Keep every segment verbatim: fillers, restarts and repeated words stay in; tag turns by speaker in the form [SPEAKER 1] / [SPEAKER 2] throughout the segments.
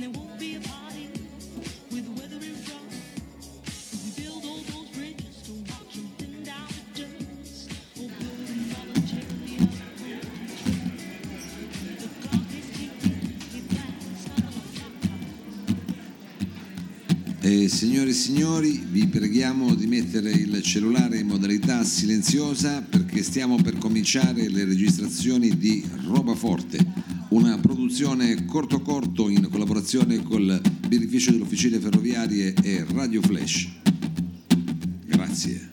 [SPEAKER 1] Eh, signore e signori, vi preghiamo di mettere il cellulare in modalità silenziosa perché stiamo per cominciare le registrazioni di Roba Forte, una produzione corto corto in collaborazione col birrificio delle Officine Ferroviarie e Radio Flash. Grazie.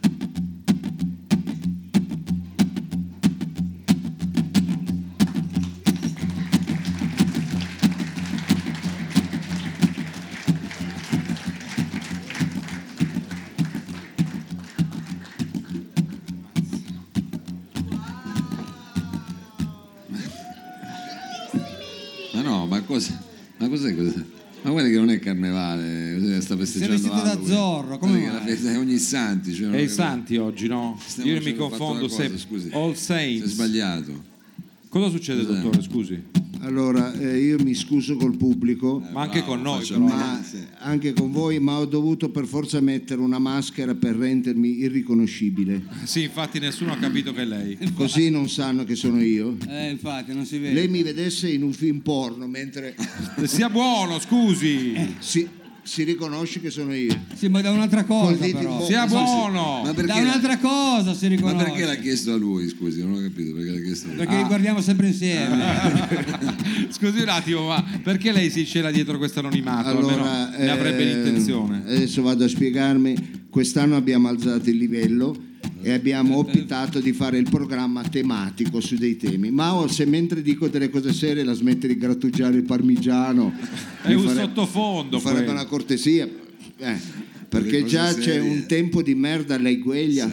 [SPEAKER 1] Ma cos'è cos'è? Ma guarda che non è carnevale, sta festeggiando.
[SPEAKER 2] Sei vestito da Zorro, come
[SPEAKER 1] la festa è ogni santi. Cioè,
[SPEAKER 3] è i santi oggi, no?
[SPEAKER 1] Stiamo
[SPEAKER 3] Io mi confondo sempre. All Saints.
[SPEAKER 1] Sei sbagliato.
[SPEAKER 3] Cosa succede, cos'è? Dottore, scusi?
[SPEAKER 4] Allora, eh, io mi scuso col pubblico,
[SPEAKER 3] eh, ma anche no, con noi, però.
[SPEAKER 4] Ma anche con voi, ma ho dovuto per forza mettere una maschera per rendermi irriconoscibile.
[SPEAKER 3] Sì, infatti nessuno ha capito che è lei.
[SPEAKER 4] Così non sanno che sono io.
[SPEAKER 2] Eh, infatti, non si vede.
[SPEAKER 4] Lei mi vedesse in un film porno mentre...
[SPEAKER 3] Sia buono, scusi.
[SPEAKER 4] Eh, sì. Si riconosce che sono io.
[SPEAKER 2] Sì, ma da un'altra cosa però.
[SPEAKER 3] Sia buono.
[SPEAKER 2] Ma da un'altra cosa si riconosce.
[SPEAKER 1] Ma perché l'ha chiesto a lui, scusi? Non ho capito perché l'ha chiesto a lui.
[SPEAKER 2] Perché li
[SPEAKER 3] ah.
[SPEAKER 2] guardiamo sempre insieme.
[SPEAKER 3] Scusi un attimo, ma perché lei si cela dietro questo anonimato?
[SPEAKER 4] Allora,
[SPEAKER 3] Almeno ne avrebbe
[SPEAKER 4] eh,
[SPEAKER 3] l'intenzione.
[SPEAKER 4] Adesso vado a spiegarmi. Quest'anno abbiamo alzato il livello e abbiamo optato di fare il programma tematico su dei temi. Mao, se mentre dico delle cose serie la smette di grattugiare il parmigiano,
[SPEAKER 3] è un
[SPEAKER 4] fare,
[SPEAKER 3] sottofondo,
[SPEAKER 4] mi farebbe una cortesia, eh, perché già serie. C'è un tempo di merda all'Aigueglia.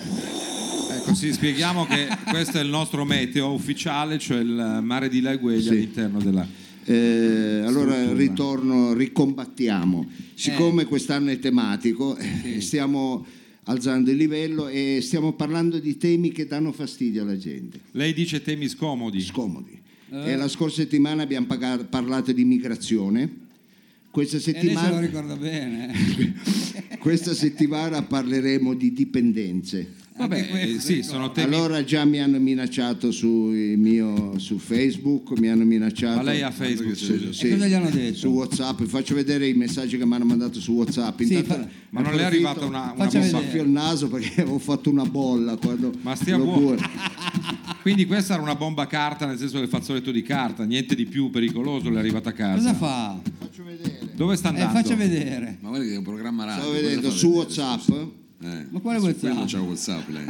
[SPEAKER 3] Ecco, sì, spieghiamo che questo è il nostro meteo ufficiale, cioè il mare di Laigueglia, sì. All'interno della
[SPEAKER 4] eh, allora ritorno, ricombattiamo, siccome eh. quest'anno è tematico, sì. stiamo alzando il livello e stiamo parlando di temi che danno fastidio alla gente.
[SPEAKER 3] Lei dice temi scomodi.
[SPEAKER 4] Scomodi. Eh. E la scorsa settimana abbiamo pagato, parlato di migrazione. Questa settimana,
[SPEAKER 2] e lei se lo ricorda bene.
[SPEAKER 4] Questa settimana parleremo di dipendenze.
[SPEAKER 3] Vabbè, eh, sì, sono temi...
[SPEAKER 4] Allora già mi hanno minacciato su, mio, su Facebook, mi hanno minacciato.
[SPEAKER 3] Ma lei ha Facebook?
[SPEAKER 4] Su,
[SPEAKER 2] sì, cosa gli hanno detto?
[SPEAKER 4] Su WhatsApp, faccio vedere i messaggi che mi hanno mandato su WhatsApp.
[SPEAKER 2] Sì,
[SPEAKER 4] Intanto,
[SPEAKER 2] fa...
[SPEAKER 3] Ma non le è arrivata una, una
[SPEAKER 4] bomba? Soffio il naso perché avevo fatto una bolla quando.
[SPEAKER 3] Ma stia buono. Quindi questa era una bomba carta, nel senso del fazzoletto di carta, niente di più pericoloso, le è arrivata a casa.
[SPEAKER 2] Cosa fa?
[SPEAKER 4] Faccio vedere.
[SPEAKER 3] Dove sta andando?
[SPEAKER 2] Eh, faccia vedere.
[SPEAKER 1] Ma guarda che è un programma radio.
[SPEAKER 4] Stavo vedendo su WhatsApp.
[SPEAKER 1] Eh,
[SPEAKER 2] ma quale WhatsApp?
[SPEAKER 1] Non c'è WhatsApp lei.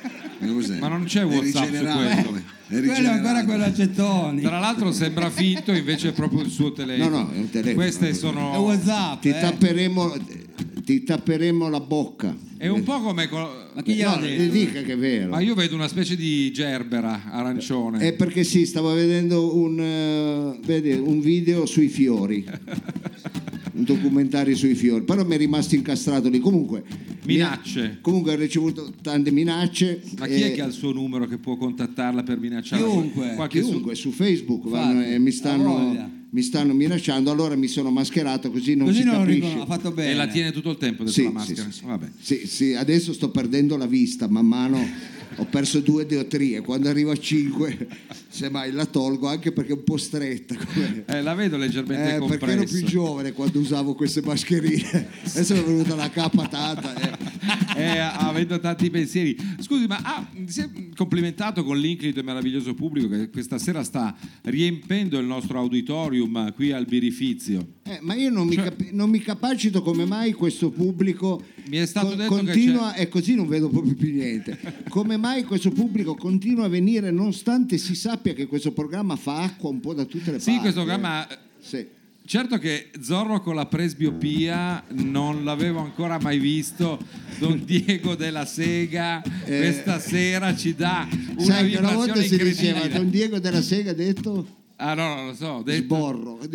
[SPEAKER 3] Ma non c'è WhatsApp su quello.
[SPEAKER 2] Quello è ancora quello a gettoni.
[SPEAKER 3] Tra l'altro sembra finto, invece è proprio il suo telefono.
[SPEAKER 4] No, no, è un telefono.
[SPEAKER 3] Queste sono.
[SPEAKER 2] È WhatsApp.
[SPEAKER 4] Ti
[SPEAKER 2] eh.
[SPEAKER 4] tapperemo ti tapperemo la bocca.
[SPEAKER 3] È un po' come.
[SPEAKER 2] Ma chi gliel'ha
[SPEAKER 4] no,
[SPEAKER 2] detto?
[SPEAKER 4] Dica che è vero.
[SPEAKER 3] Ma io vedo una specie di gerbera arancione.
[SPEAKER 4] È perché sì, stavo vedendo un, uh, vedi, un video sui fiori. Un documentario sui fiori, però mi è rimasto incastrato lì. Comunque
[SPEAKER 3] minacce.
[SPEAKER 4] Ha, comunque ho ricevuto tante minacce.
[SPEAKER 3] Ma chi è che ha il suo numero che può contattarla per minacciare?
[SPEAKER 2] Chiunque,
[SPEAKER 4] Qualche chiunque su, su Facebook vanno, e mi stanno mi stanno minacciando, allora mi sono mascherato così non
[SPEAKER 2] così
[SPEAKER 4] si
[SPEAKER 2] non
[SPEAKER 4] capisce.
[SPEAKER 2] Ha fatto bene.
[SPEAKER 3] E la tiene tutto il tempo dentro
[SPEAKER 4] sì,
[SPEAKER 3] la maschera.
[SPEAKER 4] Sì, sì.
[SPEAKER 3] Vabbè.
[SPEAKER 4] Sì, sì, adesso sto perdendo la vista, man mano ho perso due diotrie, quando arrivo a cinque semmai la tolgo, anche perché è un po' stretta.
[SPEAKER 3] Eh, la vedo leggermente
[SPEAKER 4] eh,
[SPEAKER 3] compressa.
[SPEAKER 4] Perché ero più giovane quando usavo queste mascherine, adesso mi è venuta la cappa tanta.
[SPEAKER 3] Eh. Eh, avendo tanti pensieri. Scusi, ma ah, si è complimentato con l'inclito e meraviglioso pubblico che questa sera sta riempendo il nostro auditorium qui al Birifizio.
[SPEAKER 4] Eh, ma io non mi,
[SPEAKER 3] cioè,
[SPEAKER 4] capi- non mi capacito come mai questo pubblico
[SPEAKER 3] mi è stato
[SPEAKER 4] co-
[SPEAKER 3] detto
[SPEAKER 4] continua,
[SPEAKER 3] che c'è...
[SPEAKER 4] e così non vedo proprio più niente. Come mai questo pubblico continua a venire nonostante si sappia che questo programma fa acqua un po' da tutte le
[SPEAKER 3] sì,
[SPEAKER 4] parti?
[SPEAKER 3] Sì, questo programma...
[SPEAKER 4] Sì.
[SPEAKER 3] Certo che Zorro con la presbiopia non l'avevo ancora mai visto. Don Diego della Sega eh, questa sera ci dà una
[SPEAKER 4] sai,
[SPEAKER 3] vibrazione
[SPEAKER 4] una volta si
[SPEAKER 3] incredibile.
[SPEAKER 4] diceva Don Diego della Sega ha detto...
[SPEAKER 3] Ah no, non lo so. Detto...
[SPEAKER 4] Sborro.
[SPEAKER 3] No,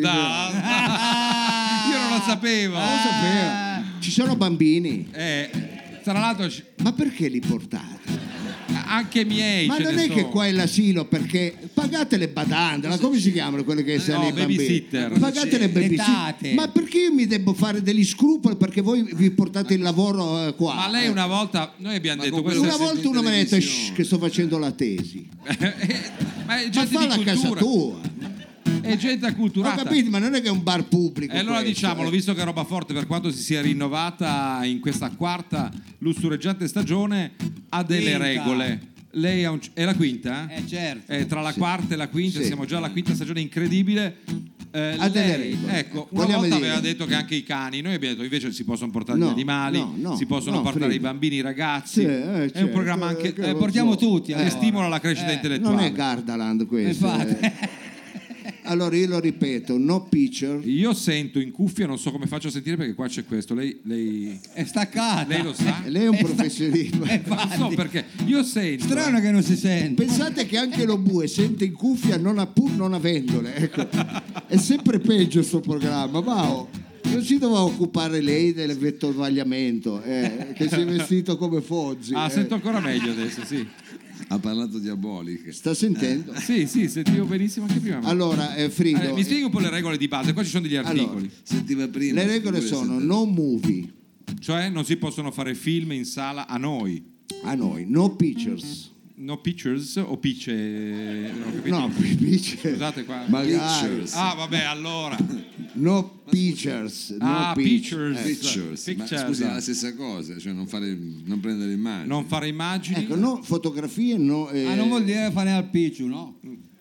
[SPEAKER 3] io non lo sapevo.
[SPEAKER 4] Non lo sapevo. Ci sono bambini.
[SPEAKER 3] Eh, tra l'altro...
[SPEAKER 4] Ma perché li portate?
[SPEAKER 3] anche miei.
[SPEAKER 4] Ma
[SPEAKER 3] ce
[SPEAKER 4] non
[SPEAKER 3] ne
[SPEAKER 4] è che
[SPEAKER 3] sono.
[SPEAKER 4] qua è l'asilo, perché pagate le badande, ma come si chiamano quelle che stanno
[SPEAKER 3] No,
[SPEAKER 4] ai bambini?
[SPEAKER 3] babysitter.
[SPEAKER 4] Pagate le
[SPEAKER 2] Le
[SPEAKER 4] babysitter.
[SPEAKER 2] tate.
[SPEAKER 4] Ma perché io mi devo fare degli scrupoli perché voi vi portate il lavoro eh, qua?
[SPEAKER 3] Ma lei
[SPEAKER 4] eh?
[SPEAKER 3] una volta, noi abbiamo
[SPEAKER 1] Ma
[SPEAKER 3] detto
[SPEAKER 1] con
[SPEAKER 3] questo
[SPEAKER 4] Una
[SPEAKER 1] sente
[SPEAKER 4] volta
[SPEAKER 1] in
[SPEAKER 4] uno mi ha detto
[SPEAKER 1] televisione.
[SPEAKER 4] "Shh, che sto facendo la tesi".
[SPEAKER 3] ma è
[SPEAKER 4] Ma
[SPEAKER 3] gente
[SPEAKER 4] falla
[SPEAKER 3] di
[SPEAKER 4] a casa
[SPEAKER 3] cultura,
[SPEAKER 4] tua.
[SPEAKER 3] è gente
[SPEAKER 4] Ho
[SPEAKER 3] acculturata.
[SPEAKER 4] capito, ma non è che è un bar pubblico.
[SPEAKER 3] E allora
[SPEAKER 4] questo,
[SPEAKER 3] diciamolo,
[SPEAKER 4] eh.
[SPEAKER 3] visto che Roba Forte, per quanto si sia rinnovata in questa quarta lussureggiante stagione, ha delle
[SPEAKER 2] Quinta.
[SPEAKER 3] regole. Lei ha un- è la quinta?
[SPEAKER 2] Eh, certo.
[SPEAKER 3] Eh, tra la quarta e la quinta,
[SPEAKER 4] Sì.
[SPEAKER 3] siamo già alla quinta stagione, incredibile. Eh,
[SPEAKER 4] Ha delle
[SPEAKER 3] lei-
[SPEAKER 4] regole.
[SPEAKER 3] ecco, una
[SPEAKER 4] Vogliamo
[SPEAKER 3] volta
[SPEAKER 4] dire-
[SPEAKER 3] aveva detto che anche i cani, noi abbiamo detto invece si possono portare
[SPEAKER 4] No,
[SPEAKER 3] gli animali,
[SPEAKER 4] no, no,
[SPEAKER 3] si possono
[SPEAKER 4] no,
[SPEAKER 3] portare
[SPEAKER 4] Frido.
[SPEAKER 3] i bambini, i ragazzi.
[SPEAKER 4] Sì, eh,
[SPEAKER 3] è un
[SPEAKER 4] certo,
[SPEAKER 3] programma anche
[SPEAKER 4] che
[SPEAKER 3] eh,
[SPEAKER 4] lo
[SPEAKER 2] portiamo
[SPEAKER 4] so.
[SPEAKER 2] tutti,
[SPEAKER 3] che
[SPEAKER 2] allora.
[SPEAKER 3] stimola la crescita
[SPEAKER 2] Eh,
[SPEAKER 3] intellettuale.
[SPEAKER 4] Non è Gardaland questo.
[SPEAKER 2] Infatti.
[SPEAKER 4] eh. Allora io lo ripeto, no picture.
[SPEAKER 3] Io sento in cuffia, non so come faccio a sentire perché qua c'è questo. Lei, lei,
[SPEAKER 2] È staccata.
[SPEAKER 3] lei lo sa?
[SPEAKER 4] Lei è un professionista.
[SPEAKER 2] Eh,
[SPEAKER 3] Non so
[SPEAKER 2] infatti.
[SPEAKER 3] perché. Io sento.
[SPEAKER 2] Strano che non si sente.
[SPEAKER 4] Pensate che anche lo bue sente in cuffia non ha- pur non avendole. Ecco. È sempre peggio sto programma. Mao, non si doveva occupare lei del vettovagliamento, eh, che si è vestito come Fozzi.
[SPEAKER 3] Ah,
[SPEAKER 4] eh.
[SPEAKER 3] sento ancora meglio adesso, sì.
[SPEAKER 1] Ha parlato diaboliche.
[SPEAKER 4] Sta sentendo?
[SPEAKER 3] Sì, sì, sentivo benissimo anche prima.
[SPEAKER 4] Allora, eh, Frido,
[SPEAKER 3] Eh, mi spieghi un po' le regole di base, qua ci sono degli
[SPEAKER 4] Allora,
[SPEAKER 3] articoli.
[SPEAKER 1] Sentiva prima.
[SPEAKER 4] le regole
[SPEAKER 1] pure
[SPEAKER 4] sono
[SPEAKER 1] sente-
[SPEAKER 4] no movie
[SPEAKER 3] Cioè non si possono fare film in sala a noi.
[SPEAKER 4] a noi, no pictures.
[SPEAKER 3] No pictures o picce? Non ho capito.
[SPEAKER 4] No, picture.
[SPEAKER 3] Scusate qua.
[SPEAKER 4] Magari.
[SPEAKER 1] Pictures.
[SPEAKER 3] Ah, vabbè, allora.
[SPEAKER 4] No pictures. No
[SPEAKER 3] Ah,
[SPEAKER 4] pictures.
[SPEAKER 3] pictures.
[SPEAKER 1] Pictures. Ma
[SPEAKER 3] Pictures.
[SPEAKER 1] scusi, è la stessa cosa, cioè non, fare, non prendere immagini.
[SPEAKER 3] Non fare immagini.
[SPEAKER 4] Ecco, no fotografie, no. eh,
[SPEAKER 2] Ah, non vuol dire fare al picciu, no?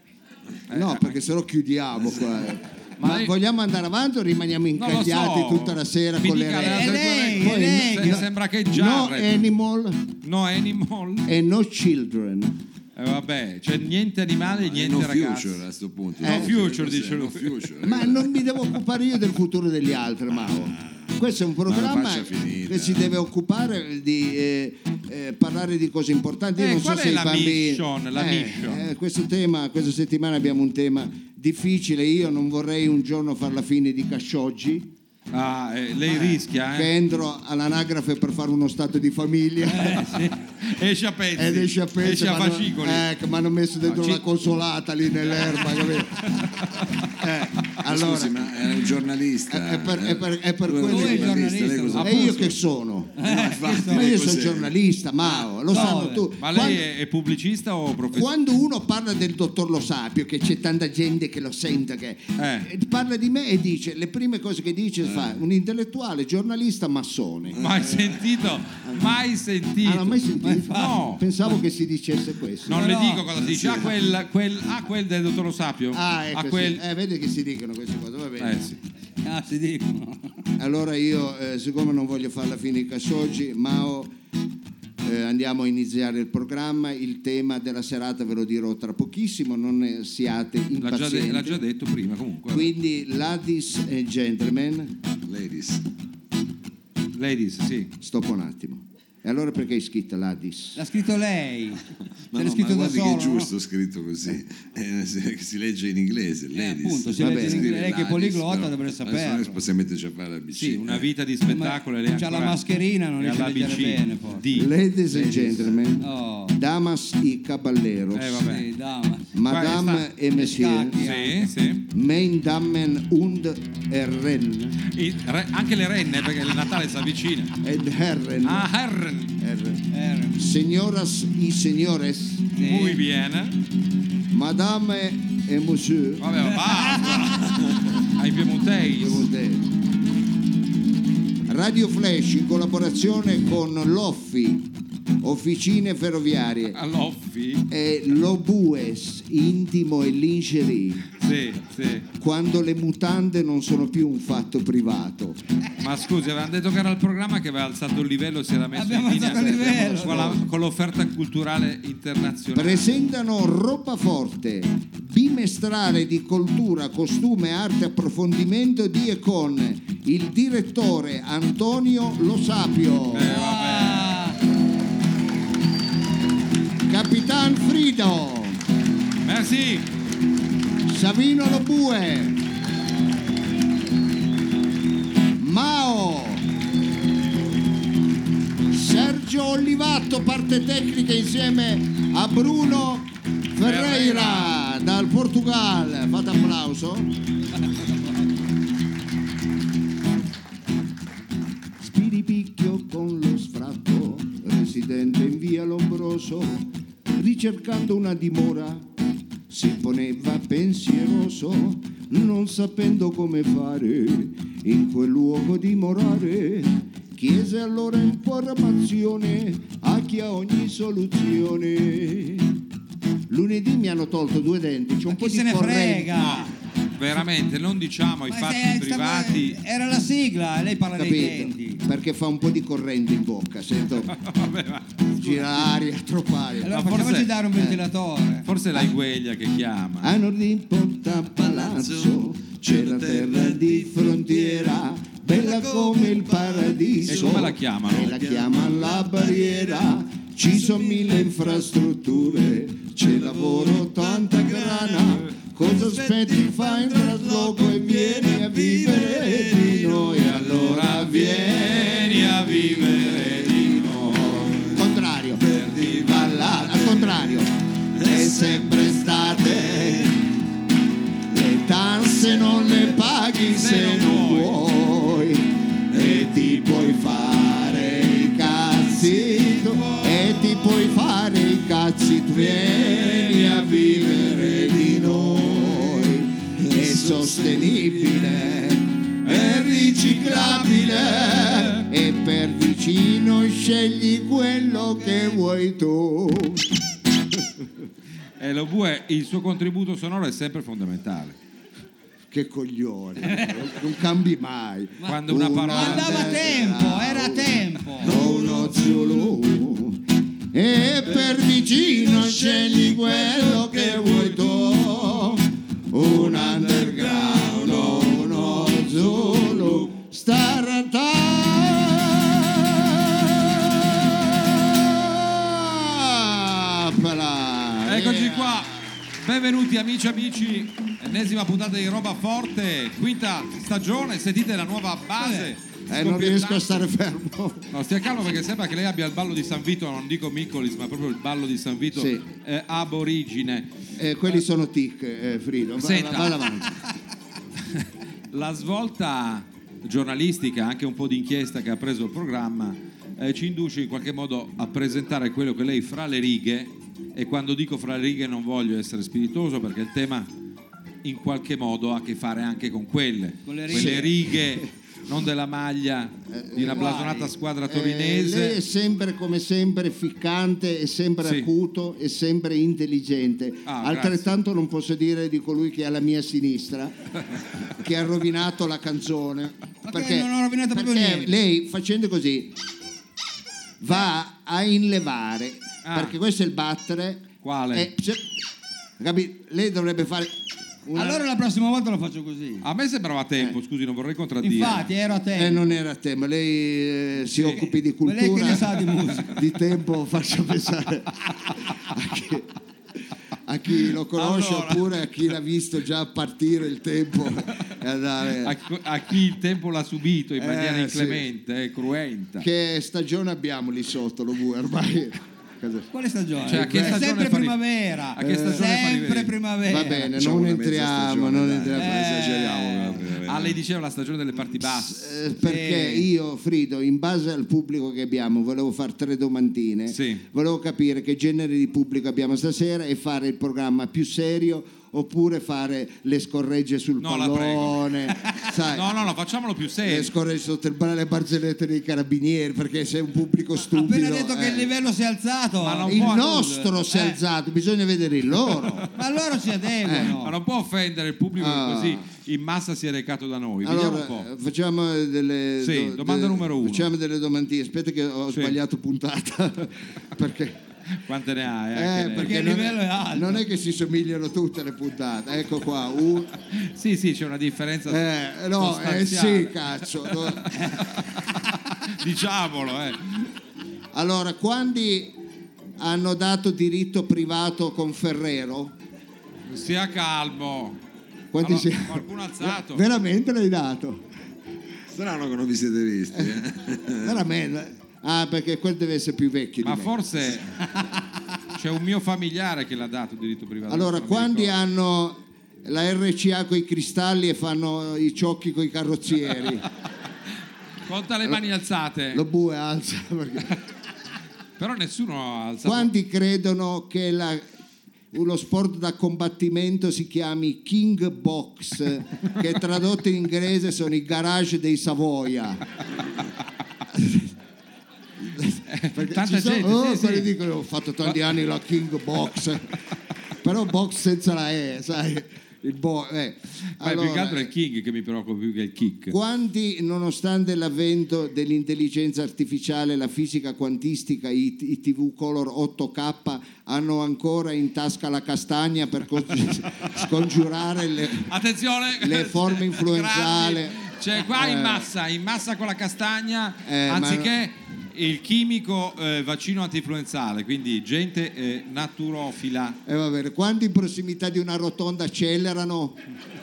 [SPEAKER 4] No, perché sennò chiudiamo qua. eh.
[SPEAKER 3] Ma
[SPEAKER 4] Ma
[SPEAKER 3] lei-
[SPEAKER 4] vogliamo andare avanti o rimaniamo
[SPEAKER 3] Non lo
[SPEAKER 4] incagliati
[SPEAKER 3] so.
[SPEAKER 4] tutta la sera
[SPEAKER 3] Mi
[SPEAKER 4] con le
[SPEAKER 3] dica le
[SPEAKER 4] regole?
[SPEAKER 3] altre
[SPEAKER 2] È
[SPEAKER 3] due
[SPEAKER 2] lei,
[SPEAKER 3] regole.
[SPEAKER 2] è lei
[SPEAKER 3] Se-
[SPEAKER 2] che-
[SPEAKER 3] Sembra che già
[SPEAKER 4] No
[SPEAKER 3] arredi.
[SPEAKER 4] animal
[SPEAKER 3] No animal.
[SPEAKER 4] e no children.
[SPEAKER 3] Eh, vabbè, c'è niente animale e
[SPEAKER 1] Eh,
[SPEAKER 3] niente
[SPEAKER 1] no
[SPEAKER 3] ragazzi.
[SPEAKER 1] future a questo punto.
[SPEAKER 4] No
[SPEAKER 3] future,
[SPEAKER 1] Cos'è?
[SPEAKER 3] dice lui.
[SPEAKER 1] No future.
[SPEAKER 4] Ma non mi devo occupare io del futuro degli altri, Mao. Questo è un programma
[SPEAKER 1] faccia finita.
[SPEAKER 4] che si deve occupare di eh, eh, parlare di cose importanti. Io
[SPEAKER 3] Eh,
[SPEAKER 4] non
[SPEAKER 3] qual
[SPEAKER 4] so
[SPEAKER 3] è
[SPEAKER 4] se i
[SPEAKER 3] la
[SPEAKER 4] bambini.
[SPEAKER 3] mission, la
[SPEAKER 4] Eh,
[SPEAKER 3] mission?
[SPEAKER 4] eh, questo tema, questa settimana abbiamo un tema difficile. Io non vorrei un giorno far la fine di Khashoggi,
[SPEAKER 3] Ah, eh, lei rischia,
[SPEAKER 4] che
[SPEAKER 3] eh?
[SPEAKER 4] entro all'anagrafe per fare uno stato di famiglia.
[SPEAKER 3] Esce a pezzi.
[SPEAKER 4] Ed esce a pezzi,
[SPEAKER 3] Esce a
[SPEAKER 4] m'hanno-
[SPEAKER 3] fascicoli.
[SPEAKER 4] eh, che mi hanno messo dentro
[SPEAKER 3] No, ci-
[SPEAKER 4] una consolata lì nell'erba, capito? Eh, allora,
[SPEAKER 1] Scusi, ma era un giornalista.
[SPEAKER 4] è per- è per- è per
[SPEAKER 1] Lui
[SPEAKER 4] quello-
[SPEAKER 1] un
[SPEAKER 2] Lui è
[SPEAKER 1] giornalista, lei cosa
[SPEAKER 2] giornalista,
[SPEAKER 4] e io
[SPEAKER 1] fa?
[SPEAKER 4] che sono?
[SPEAKER 1] No, infatti,
[SPEAKER 4] Ma
[SPEAKER 1] lei
[SPEAKER 4] io sono
[SPEAKER 1] cos'è?
[SPEAKER 4] giornalista, Mao, lo
[SPEAKER 2] No,
[SPEAKER 4] sanno
[SPEAKER 2] eh.
[SPEAKER 4] tutti.
[SPEAKER 3] Ma
[SPEAKER 4] Quando,
[SPEAKER 3] lei è, è pubblicista o professionista?
[SPEAKER 4] quando uno parla del dottor Lo Sapio, che c'è tanta gente che lo sente, che
[SPEAKER 3] Eh.
[SPEAKER 4] eh, parla di me e dice le prime cose che dice fa un intellettuale, giornalista, massone.
[SPEAKER 3] Mai sentito? Mai sentito?
[SPEAKER 4] Ah, non mai sentito?
[SPEAKER 3] No.
[SPEAKER 4] Pensavo che si dicesse questo.
[SPEAKER 3] Non
[SPEAKER 2] No,
[SPEAKER 3] le
[SPEAKER 2] no.
[SPEAKER 3] dico cosa si dice. Ah, quel, quel, ah, quel del dottor Lo Sapio?
[SPEAKER 4] Ah, ecco,
[SPEAKER 3] Ah,
[SPEAKER 4] sì.
[SPEAKER 3] quel...
[SPEAKER 4] eh, vedi che si dicono queste cose, va bene.
[SPEAKER 3] Eh, sì.
[SPEAKER 2] Ah, si dicono.
[SPEAKER 4] Allora io, eh, siccome non voglio fare la fine di Khashoggi, Mao, eh, andiamo a iniziare il programma. Il tema della serata ve lo dirò tra pochissimo, non ne siate
[SPEAKER 3] L'ha già, de-
[SPEAKER 4] impazienti.
[SPEAKER 3] l'ha già detto prima comunque.
[SPEAKER 4] Quindi, ladies and gentlemen,
[SPEAKER 1] Ladies.
[SPEAKER 3] Ladies, sì.
[SPEAKER 4] stop un attimo. E allora perché hai scritto ladies?
[SPEAKER 2] L'ha scritto lei.
[SPEAKER 1] Ma,
[SPEAKER 2] Se l'è
[SPEAKER 1] no,
[SPEAKER 2] scritto
[SPEAKER 1] ma
[SPEAKER 2] da
[SPEAKER 1] guardi
[SPEAKER 2] solo.
[SPEAKER 1] che è giusto scritto così. Eh, si, si legge in inglese,
[SPEAKER 2] Eh,
[SPEAKER 1] ladies.
[SPEAKER 2] appunto, si
[SPEAKER 4] Va
[SPEAKER 2] legge
[SPEAKER 4] bene.
[SPEAKER 2] in inglese. Lei che è
[SPEAKER 1] Ladies,
[SPEAKER 2] poliglotta
[SPEAKER 1] però
[SPEAKER 2] dovrebbe
[SPEAKER 1] adesso
[SPEAKER 2] saperlo.
[SPEAKER 1] noi possiamo metterci a fare la B C.
[SPEAKER 3] Sì, una vita di spettacolo e lei
[SPEAKER 2] Ma c'ha
[SPEAKER 3] ancora
[SPEAKER 2] la mascherina, non
[SPEAKER 3] è
[SPEAKER 2] riesce a
[SPEAKER 3] all'A B
[SPEAKER 2] leggere
[SPEAKER 3] C.
[SPEAKER 2] bene, forse.
[SPEAKER 3] D.
[SPEAKER 4] Ladies and gentlemen,
[SPEAKER 2] Oh,
[SPEAKER 4] damas y caballeros,
[SPEAKER 3] Eh, vabbè.
[SPEAKER 2] sì, dama.
[SPEAKER 4] madame
[SPEAKER 3] Qua
[SPEAKER 4] et monsieur,
[SPEAKER 2] Scacchi.
[SPEAKER 3] Sì, sì.
[SPEAKER 4] mein Damen und Herren,
[SPEAKER 3] I- re- anche le renne perché il Natale si avvicina.
[SPEAKER 4] ed Herren,
[SPEAKER 3] Ah, Herren.
[SPEAKER 4] Herren.
[SPEAKER 2] Eh,
[SPEAKER 4] Señoras y señores,
[SPEAKER 2] sì.
[SPEAKER 3] Muy bien.
[SPEAKER 4] madame et monsieur,
[SPEAKER 3] Vabbè, basta. Ai piemontesi.
[SPEAKER 4] Radio Flash in collaborazione con Loffi, Officine Ferroviarie,
[SPEAKER 3] All'offi.
[SPEAKER 4] e Lobues, Intimo e Lingerie,
[SPEAKER 3] Sì, sì.
[SPEAKER 4] quando le mutande non sono più un fatto privato.
[SPEAKER 3] Ma scusi, avevano detto che era il programma che aveva alzato il livello e si era messo
[SPEAKER 2] Abbiamo
[SPEAKER 3] in linea
[SPEAKER 2] alzato il livello.
[SPEAKER 3] con, la- con l'offerta culturale internazionale.
[SPEAKER 4] Presentano Roba Forte, bimestrale di cultura, costume, arte, approfondimento di e con il direttore Antonio Lo Sapio,
[SPEAKER 3] Eh, vabbè.
[SPEAKER 2] Ah,
[SPEAKER 4] Capitan Frido,
[SPEAKER 3] Merci.
[SPEAKER 4] Savino Lobue, Mao, Sergio Olivato, partecipa parte tecnica insieme a Bruno Ferreira dal Portogallo. Fate applauso. Spiripicchio con lo sfratto, residente in via Lombroso, ricercando una dimora, si poneva pensieroso, non sapendo come fare in quel luogo dimorare. Chiese allora informazione a chi ha ogni soluzione. Lunedì mi hanno tolto due denti, c'è un
[SPEAKER 2] Ma
[SPEAKER 4] po'
[SPEAKER 2] chi
[SPEAKER 4] di
[SPEAKER 2] se ne
[SPEAKER 4] corrente.
[SPEAKER 2] frega?
[SPEAKER 3] Veramente, non diciamo i
[SPEAKER 2] Ma
[SPEAKER 3] fatti
[SPEAKER 2] se-
[SPEAKER 3] privati.
[SPEAKER 2] Era la sigla, lei parla dei
[SPEAKER 4] Capito?
[SPEAKER 2] denti.
[SPEAKER 4] Perché fa un po' di corrente in bocca, sento
[SPEAKER 3] Vabbè, ma
[SPEAKER 4] gira aria, troppa aria.
[SPEAKER 2] Allora
[SPEAKER 3] Ma forse-
[SPEAKER 2] facciamoci dare un ventilatore.
[SPEAKER 3] forse è la Igueglia che chiama.
[SPEAKER 4] A nord in Porta Palazzo c'è la terra di frontiera, bella come il paradiso.
[SPEAKER 3] E come la chiamano?
[SPEAKER 4] E la chiamano la barriera. Ci sono mille infrastrutture, c'è lavoro, tanta grana. Cosa aspetti? Fai un trasloco e vieni a vivere di noi. Allora vieni a vivere di noi. Contrario, perdi ballare. Al contrario, è sempre estate. Le tasse non le paghi se non vuoi. E ti puoi fare i cazzi tu. E ti puoi fare i cazzi tu. Vieni a vivere di noi. È sostenibile, è riciclabile e per vicino scegli quello che vuoi tu.
[SPEAKER 3] E lo bue, il suo contributo sonoro è sempre fondamentale.
[SPEAKER 4] Che coglione, non cambi mai.
[SPEAKER 3] Quando una parola-
[SPEAKER 2] Ma andava a tempo, era a tempo.
[SPEAKER 4] Uno Zulu e per vicino scegli quello che vuoi tu. Un underground, uno Zulu, startapala.
[SPEAKER 3] Eccoci qua, benvenuti amici amici, ennesima puntata di Roba Forte, quinta stagione, sentite la nuova base.
[SPEAKER 4] Eh, non riesco a stare fermo.
[SPEAKER 3] No, stia calmo perché sembra che lei abbia il ballo di San Vito, non dico Micolis, ma proprio il ballo di San Vito
[SPEAKER 4] Sì.
[SPEAKER 3] eh, ab origine.
[SPEAKER 4] Eh, quelli sono tic, eh, Frido. Va-
[SPEAKER 3] Senta.
[SPEAKER 4] Vada avanti.
[SPEAKER 3] La svolta giornalistica, anche un po' di inchiesta che ha preso il programma, eh, ci induce in qualche modo a presentare quello che lei fra le righe, e quando dico fra le righe non voglio essere spiritoso perché il tema in qualche modo ha a che fare anche con quelle,
[SPEAKER 2] Con le
[SPEAKER 3] quelle
[SPEAKER 2] righe.
[SPEAKER 3] righe non della maglia di una blasonata squadra
[SPEAKER 4] Eh,
[SPEAKER 3] torinese.
[SPEAKER 4] lei è sempre, come sempre, ficcante, è sempre
[SPEAKER 3] Sì.
[SPEAKER 4] acuto, è sempre intelligente.
[SPEAKER 3] Ah,
[SPEAKER 4] Altrettanto non posso dire di colui che è alla mia sinistra, che ha rovinato la canzone.
[SPEAKER 2] Ma che non ho rovinato proprio
[SPEAKER 4] perché
[SPEAKER 2] niente.
[SPEAKER 4] lei, facendo così, va a inlevare,
[SPEAKER 3] Ah.
[SPEAKER 4] perché questo è il battere.
[SPEAKER 3] Quale?
[SPEAKER 4] E, se- capi- lei dovrebbe fare una-
[SPEAKER 2] Allora la prossima volta lo faccio così.
[SPEAKER 3] A me sembrava tempo, scusi, non vorrei contraddire.
[SPEAKER 2] Infatti, ero a
[SPEAKER 4] Eh,
[SPEAKER 2] tempo.
[SPEAKER 4] non era a te, ma lei eh, si occupi di
[SPEAKER 2] Ma lei
[SPEAKER 4] cultura,
[SPEAKER 2] che ne sa di musica?
[SPEAKER 4] di tempo, faccia pensare a chi, a chi lo conosce
[SPEAKER 3] Allora.
[SPEAKER 4] oppure a chi l'ha visto già partire il tempo e andare.
[SPEAKER 3] A, a chi il tempo l'ha subito in maniera
[SPEAKER 4] Eh,
[SPEAKER 3] inclemente, eh, cruenta.
[SPEAKER 4] Che stagione abbiamo lì sotto, lo vuoi ormai? Cosa-
[SPEAKER 2] Quale stagione?
[SPEAKER 3] Cioè, a che
[SPEAKER 2] È
[SPEAKER 3] stagione
[SPEAKER 2] sempre
[SPEAKER 3] fa ri-
[SPEAKER 2] primavera.
[SPEAKER 3] a che stagione fa
[SPEAKER 2] sempre
[SPEAKER 3] riferimento?
[SPEAKER 2] primavera.
[SPEAKER 4] Va bene,
[SPEAKER 1] Diciamo
[SPEAKER 4] non
[SPEAKER 1] una mezza
[SPEAKER 4] entriamo,
[SPEAKER 1] stagione,
[SPEAKER 4] non
[SPEAKER 1] dai,
[SPEAKER 4] entriamo.
[SPEAKER 1] non
[SPEAKER 2] Eh.
[SPEAKER 1] esageriamo. proprio.
[SPEAKER 3] Ah, lei diceva la stagione delle parti basse.
[SPEAKER 4] Eh, perché
[SPEAKER 2] Sì.
[SPEAKER 4] io, Frido, in base al pubblico che abbiamo, volevo fare tre domandine.
[SPEAKER 3] Sì.
[SPEAKER 4] Volevo capire che genere di pubblico abbiamo stasera e fare il programma più serio oppure fare le scorregge sul
[SPEAKER 3] No, la
[SPEAKER 4] pallone. Sai,
[SPEAKER 3] No, no, no, facciamolo più
[SPEAKER 4] le
[SPEAKER 3] serio.
[SPEAKER 4] scorregge sotto il bar- le barzellette dei carabinieri, perché sei un pubblico
[SPEAKER 2] Ha
[SPEAKER 4] stupido.
[SPEAKER 2] appena detto che
[SPEAKER 4] eh.
[SPEAKER 2] il livello si è alzato.
[SPEAKER 3] Ma non
[SPEAKER 4] Il
[SPEAKER 3] può-
[SPEAKER 4] nostro si è
[SPEAKER 2] Eh.
[SPEAKER 4] alzato, bisogna vedere il loro.
[SPEAKER 2] Ma loro si adeguano.
[SPEAKER 3] Ma non può offendere il pubblico
[SPEAKER 4] Ah.
[SPEAKER 3] che così in massa si è recato da noi. Vediamo
[SPEAKER 4] Allora,
[SPEAKER 3] un po'.
[SPEAKER 4] eh, facciamo delle
[SPEAKER 3] Sì, domanda numero uno.
[SPEAKER 4] Facciamo delle domandine. Aspetta che ho
[SPEAKER 3] Sì.
[SPEAKER 4] sbagliato puntata perché
[SPEAKER 3] Quante ne ha? eh,
[SPEAKER 4] Eh,
[SPEAKER 3] anche lei.
[SPEAKER 4] perché
[SPEAKER 2] il
[SPEAKER 4] non
[SPEAKER 2] livello è alto.
[SPEAKER 4] non è che si somigliano tutte le puntate. Ecco qua, un-
[SPEAKER 3] Sì, sì, c'è una differenza
[SPEAKER 4] eh, no, eh
[SPEAKER 3] sostanziale.
[SPEAKER 4] sì, cazzo. No.
[SPEAKER 3] Diciamolo, eh.
[SPEAKER 4] Allora, quando hanno dato diritto privato con Ferrero?
[SPEAKER 3] Sia calmo.
[SPEAKER 4] Quanti
[SPEAKER 3] Allora,
[SPEAKER 4] si-
[SPEAKER 3] qualcuno ha alzato.
[SPEAKER 4] Veramente l'hai dato?
[SPEAKER 1] Strano che non vi siete visti. eh.
[SPEAKER 4] Veramente. Ah, perché quello deve essere più vecchio di
[SPEAKER 3] Ma
[SPEAKER 4] me.
[SPEAKER 3] forse c'è un mio familiare che l'ha dato diritto privato.
[SPEAKER 4] Allora,
[SPEAKER 3] non mi
[SPEAKER 4] quando
[SPEAKER 3] ricordo.
[SPEAKER 4] hanno la R C A con i cristalli e fanno i ciocchi con i carrozzieri,
[SPEAKER 3] Conta le mani alzate.
[SPEAKER 4] lo bue alza. Perché...
[SPEAKER 3] Però nessuno ha alzato.
[SPEAKER 4] Quanti credono che la- uno sport da combattimento si chiami King Box, che tradotto in inglese sono i garage dei Savoia? Perché
[SPEAKER 3] Tanta
[SPEAKER 4] ci sono-
[SPEAKER 3] gente,
[SPEAKER 4] oh,
[SPEAKER 3] sì,
[SPEAKER 4] quelli
[SPEAKER 3] sì.
[SPEAKER 4] dicono ho fatto tanti anni la King Box, però box senza la E, sai? Il bo- eh.
[SPEAKER 3] Ma più che altro è il King che mi preoccupa più che il kick.
[SPEAKER 4] Quanti, nonostante l'avvento dell'intelligenza artificiale, la fisica quantistica, i, i tivù color otto K, hanno ancora in tasca la castagna per co- scongiurare le,
[SPEAKER 3] Attenzione,
[SPEAKER 4] le forme influenzali?
[SPEAKER 3] grandi. C'è qua in
[SPEAKER 4] Eh.
[SPEAKER 3] massa, in massa con la castagna,
[SPEAKER 4] Eh, ma
[SPEAKER 3] anziché il chimico eh, vaccino antinfluenzale, quindi gente eh, naturofila.
[SPEAKER 4] Eh, va bene. Quanti in prossimità di una rotonda accelerano?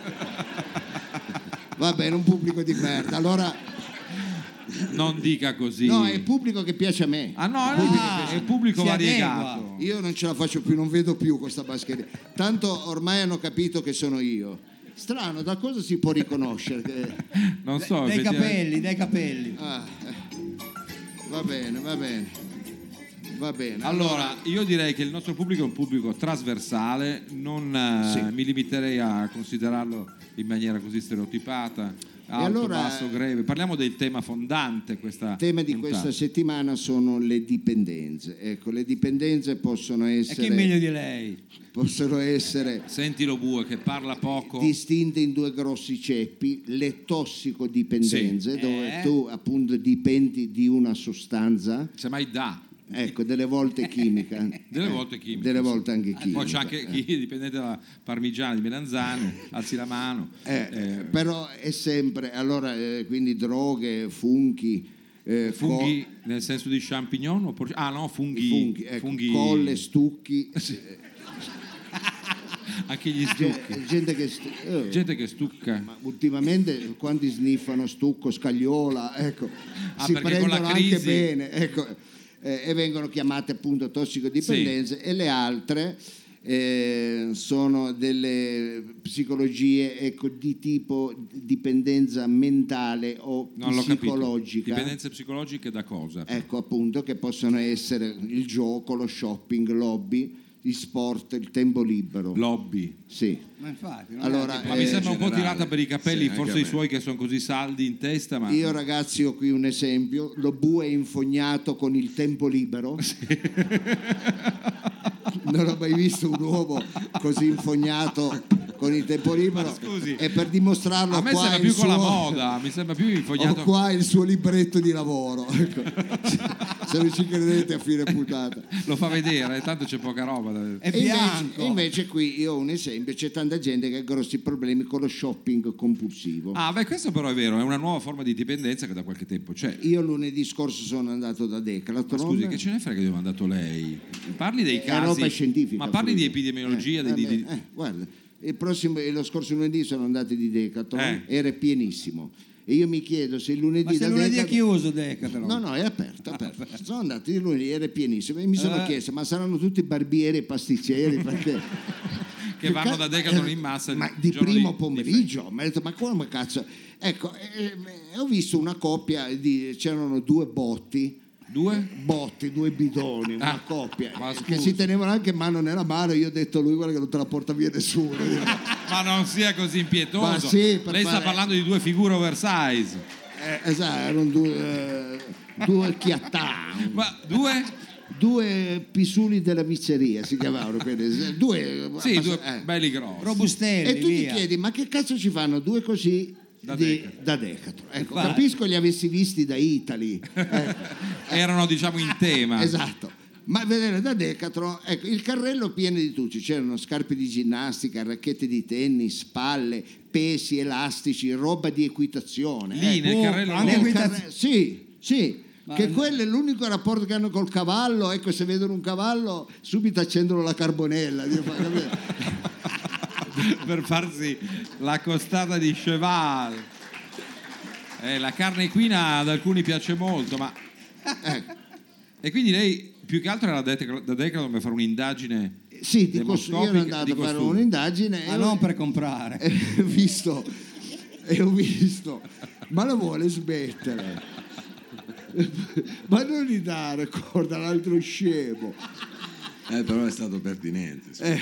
[SPEAKER 4] Va bene, un pubblico di merda. Allora,
[SPEAKER 3] Non dica così.
[SPEAKER 4] no, è il pubblico che piace a me.
[SPEAKER 3] Ah no,
[SPEAKER 2] Ah,
[SPEAKER 3] è il pubblico
[SPEAKER 2] si
[SPEAKER 3] variegato.
[SPEAKER 4] Io non ce la faccio più, non vedo più questa mascherina. Tanto ormai hanno capito che sono io. Strano, da cosa si può riconoscere? Che-
[SPEAKER 3] Non so,
[SPEAKER 2] Dai
[SPEAKER 3] effettivamente-
[SPEAKER 2] capelli, dai capelli.
[SPEAKER 4] Ah, eh. Va bene, va bene. Va bene.
[SPEAKER 3] Allora, io direi che il nostro pubblico è un pubblico trasversale, non eh,
[SPEAKER 4] Sì.
[SPEAKER 3] mi limiterei a considerarlo in maniera così stereotipata, alto,
[SPEAKER 4] allora-
[SPEAKER 3] basso, greve. Parliamo del tema fondante questa
[SPEAKER 4] il tema di
[SPEAKER 3] puntata.
[SPEAKER 4] questa settimana sono le dipendenze. Ecco, le dipendenze possono
[SPEAKER 2] E
[SPEAKER 4] essere,
[SPEAKER 2] chi meglio di lei?
[SPEAKER 4] possono essere
[SPEAKER 3] Senti lo bue che parla poco.
[SPEAKER 4] distinte in due grossi ceppi: le tossicodipendenze,
[SPEAKER 3] Sì.
[SPEAKER 4] dove
[SPEAKER 2] Eh.
[SPEAKER 4] tu appunto dipendi di una sostanza,
[SPEAKER 3] Semmai da,
[SPEAKER 4] ecco, delle volte chimica,
[SPEAKER 3] delle
[SPEAKER 4] eh,
[SPEAKER 3] volte chimica.
[SPEAKER 4] delle volte anche chimica.
[SPEAKER 3] Poi c'è anche chi è dipendente dalla parmigiana di Melanzane, alzi la mano.
[SPEAKER 4] Eh,
[SPEAKER 3] Eh,
[SPEAKER 4] però è sempre allora eh, quindi droghe, funghi, eh,
[SPEAKER 3] funghi nel senso di champignon? O por- ah no,
[SPEAKER 4] co-
[SPEAKER 3] funghi.
[SPEAKER 4] funghi, ecco,
[SPEAKER 3] funghi-
[SPEAKER 4] colle, stucchi,
[SPEAKER 3] Anche gli
[SPEAKER 4] ge-
[SPEAKER 3] stucchi.
[SPEAKER 4] gente che stu- eh,
[SPEAKER 3] Gente che stucca.
[SPEAKER 4] ma ultimamente quanti sniffano stucco, scagliola, ecco,
[SPEAKER 3] Ah,
[SPEAKER 4] si
[SPEAKER 3] perché con la
[SPEAKER 4] prendono anche
[SPEAKER 3] crisi-
[SPEAKER 4] bene, ecco, eh, e vengono chiamate appunto tossicodipendenze. E le altre eh, sono delle psicologie, ecco, di tipo dipendenza mentale o
[SPEAKER 3] Non l'ho capito.
[SPEAKER 4] psicologica.
[SPEAKER 3] Dipendenze psicologiche da cosa?
[SPEAKER 4] Ecco, appunto, che possono essere il gioco, lo shopping, l'hobby, gli sport, il tempo libero.
[SPEAKER 3] Lobby.
[SPEAKER 4] Sì.
[SPEAKER 2] Ma infatti, non
[SPEAKER 4] Allora,
[SPEAKER 2] è-
[SPEAKER 3] Ma
[SPEAKER 4] eh,
[SPEAKER 3] mi sembra un po'
[SPEAKER 1] generale.
[SPEAKER 3] tirata per i capelli,
[SPEAKER 1] Sì, anche
[SPEAKER 3] forse
[SPEAKER 1] a
[SPEAKER 3] i
[SPEAKER 1] me.
[SPEAKER 3] suoi che sono così saldi in testa, ma
[SPEAKER 4] Io ragazzi ho qui un esempio: lo bue infognato con il tempo libero. Non ho mai visto un uomo così infognato con il tempo libero.
[SPEAKER 3] Ma scusi,
[SPEAKER 4] e per dimostrarlo
[SPEAKER 3] a me
[SPEAKER 4] qua
[SPEAKER 3] sembra
[SPEAKER 4] il
[SPEAKER 3] più con la
[SPEAKER 4] suo-
[SPEAKER 3] moda, mi sembra più
[SPEAKER 4] ho
[SPEAKER 3] infognato.
[SPEAKER 4] qua il suo libretto di lavoro. Ecco. Se non ci credete a fine puntata.
[SPEAKER 3] Lo fa vedere, tanto c'è poca roba. da-
[SPEAKER 2] È
[SPEAKER 4] E
[SPEAKER 2] bianco.
[SPEAKER 4] invece, invece qui io ho un esempio: c'è tanta gente che ha grossi problemi con lo shopping compulsivo.
[SPEAKER 3] Ah, beh, questo però è vero, è una nuova forma di dipendenza che da qualche tempo c'è.
[SPEAKER 4] Io lunedì scorso sono andato da
[SPEAKER 3] Ma
[SPEAKER 4] Decathlon.
[SPEAKER 3] scusi, che ce ne frega di dove è andato lei? Parli dei
[SPEAKER 4] È
[SPEAKER 3] casi,
[SPEAKER 4] roba scientifica,
[SPEAKER 3] ma parli di
[SPEAKER 4] Fulvio.
[SPEAKER 3] epidemiologia,
[SPEAKER 4] Eh,
[SPEAKER 3] di- di-
[SPEAKER 4] vabbè,
[SPEAKER 3] di-
[SPEAKER 4] eh, guarda, il prossimo, lo scorso lunedì sono andati di Decathlon,
[SPEAKER 3] Eh.
[SPEAKER 4] era pienissimo. E io mi chiedo se il lunedì
[SPEAKER 2] Ma se
[SPEAKER 4] da
[SPEAKER 2] lunedì è
[SPEAKER 4] Decathlon-
[SPEAKER 2] chiuso Decathlon.
[SPEAKER 4] No, no, è aperto, è aperto. Sono andati di lunedì, era pienissimo. E mi sono
[SPEAKER 2] Eh.
[SPEAKER 4] chiesto, ma saranno tutti barbieri e pasticceri? Perché...
[SPEAKER 3] che vanno
[SPEAKER 4] ca-
[SPEAKER 3] da Decathlon in massa.
[SPEAKER 4] Ma
[SPEAKER 3] il
[SPEAKER 4] di
[SPEAKER 3] giorno
[SPEAKER 4] primo
[SPEAKER 3] di-
[SPEAKER 4] pomeriggio, mi ha detto, ma come cazzo? Ecco, eh, eh, ho visto una coppia, di, c'erano due botti,
[SPEAKER 3] Due?
[SPEAKER 4] botti, due bidoni, una
[SPEAKER 3] Ah,
[SPEAKER 4] coppia
[SPEAKER 3] ma
[SPEAKER 4] che
[SPEAKER 3] scusi.
[SPEAKER 4] si tenevano anche mano nella mano. Io ho detto a lui, guarda che non te la porta via nessuno.
[SPEAKER 3] Ma non sia così impietoso.
[SPEAKER 4] Ma sì, per
[SPEAKER 3] lei sta
[SPEAKER 4] fare-
[SPEAKER 3] parlando di due figure oversize.
[SPEAKER 4] Eh, esatto, erano due, eh, due chiattà,
[SPEAKER 3] Ma due?
[SPEAKER 4] due pisuli della viceria si chiamavano quelli, due,
[SPEAKER 3] Sì, due
[SPEAKER 4] eh.
[SPEAKER 3] belli grossi.
[SPEAKER 2] Robustelli,
[SPEAKER 4] E tu ti
[SPEAKER 2] via.
[SPEAKER 4] chiedi, ma che cazzo ci fanno due così
[SPEAKER 3] Da
[SPEAKER 4] di-
[SPEAKER 3] Decathlon.
[SPEAKER 4] da Decathlon? Ecco,
[SPEAKER 2] Va.
[SPEAKER 4] capisco li avessi visti da Italy. Eh,
[SPEAKER 3] Erano diciamo in tema.
[SPEAKER 4] esatto. Ma vedere da Decathlon, ecco, il carrello pieno di tutti, c'erano scarpe di ginnastica, racchette di tennis, palle, pesi, elastici, roba di equitazione.
[SPEAKER 3] Lì
[SPEAKER 4] eh.
[SPEAKER 3] nel
[SPEAKER 2] Oh,
[SPEAKER 3] carrello
[SPEAKER 2] anche
[SPEAKER 3] no.
[SPEAKER 2] qui-
[SPEAKER 4] Nel carre- Sì, sì.
[SPEAKER 2] Ma-
[SPEAKER 4] Che quello è l'unico rapporto che hanno col cavallo. Ecco, se vedono un cavallo subito accendono la carbonella. Dio fa capire.
[SPEAKER 3] per farsi la costata di cheval. Eh, la carne equina ad alcuni piace molto, ma
[SPEAKER 4] Ecco.
[SPEAKER 3] E quindi lei più che altro era da Decathlon da Decathlon per fare un'indagine.
[SPEAKER 4] Sì, di cos- io ero andato a fare un'indagine
[SPEAKER 2] Ma
[SPEAKER 4] e
[SPEAKER 2] non
[SPEAKER 4] ho,
[SPEAKER 2] per comprare.
[SPEAKER 4] e ho visto, e ho visto, ma la vuole smettere? Ma non gli dare corda all'altro scemo.
[SPEAKER 1] Eh, però è stato pertinente.
[SPEAKER 4] Eh.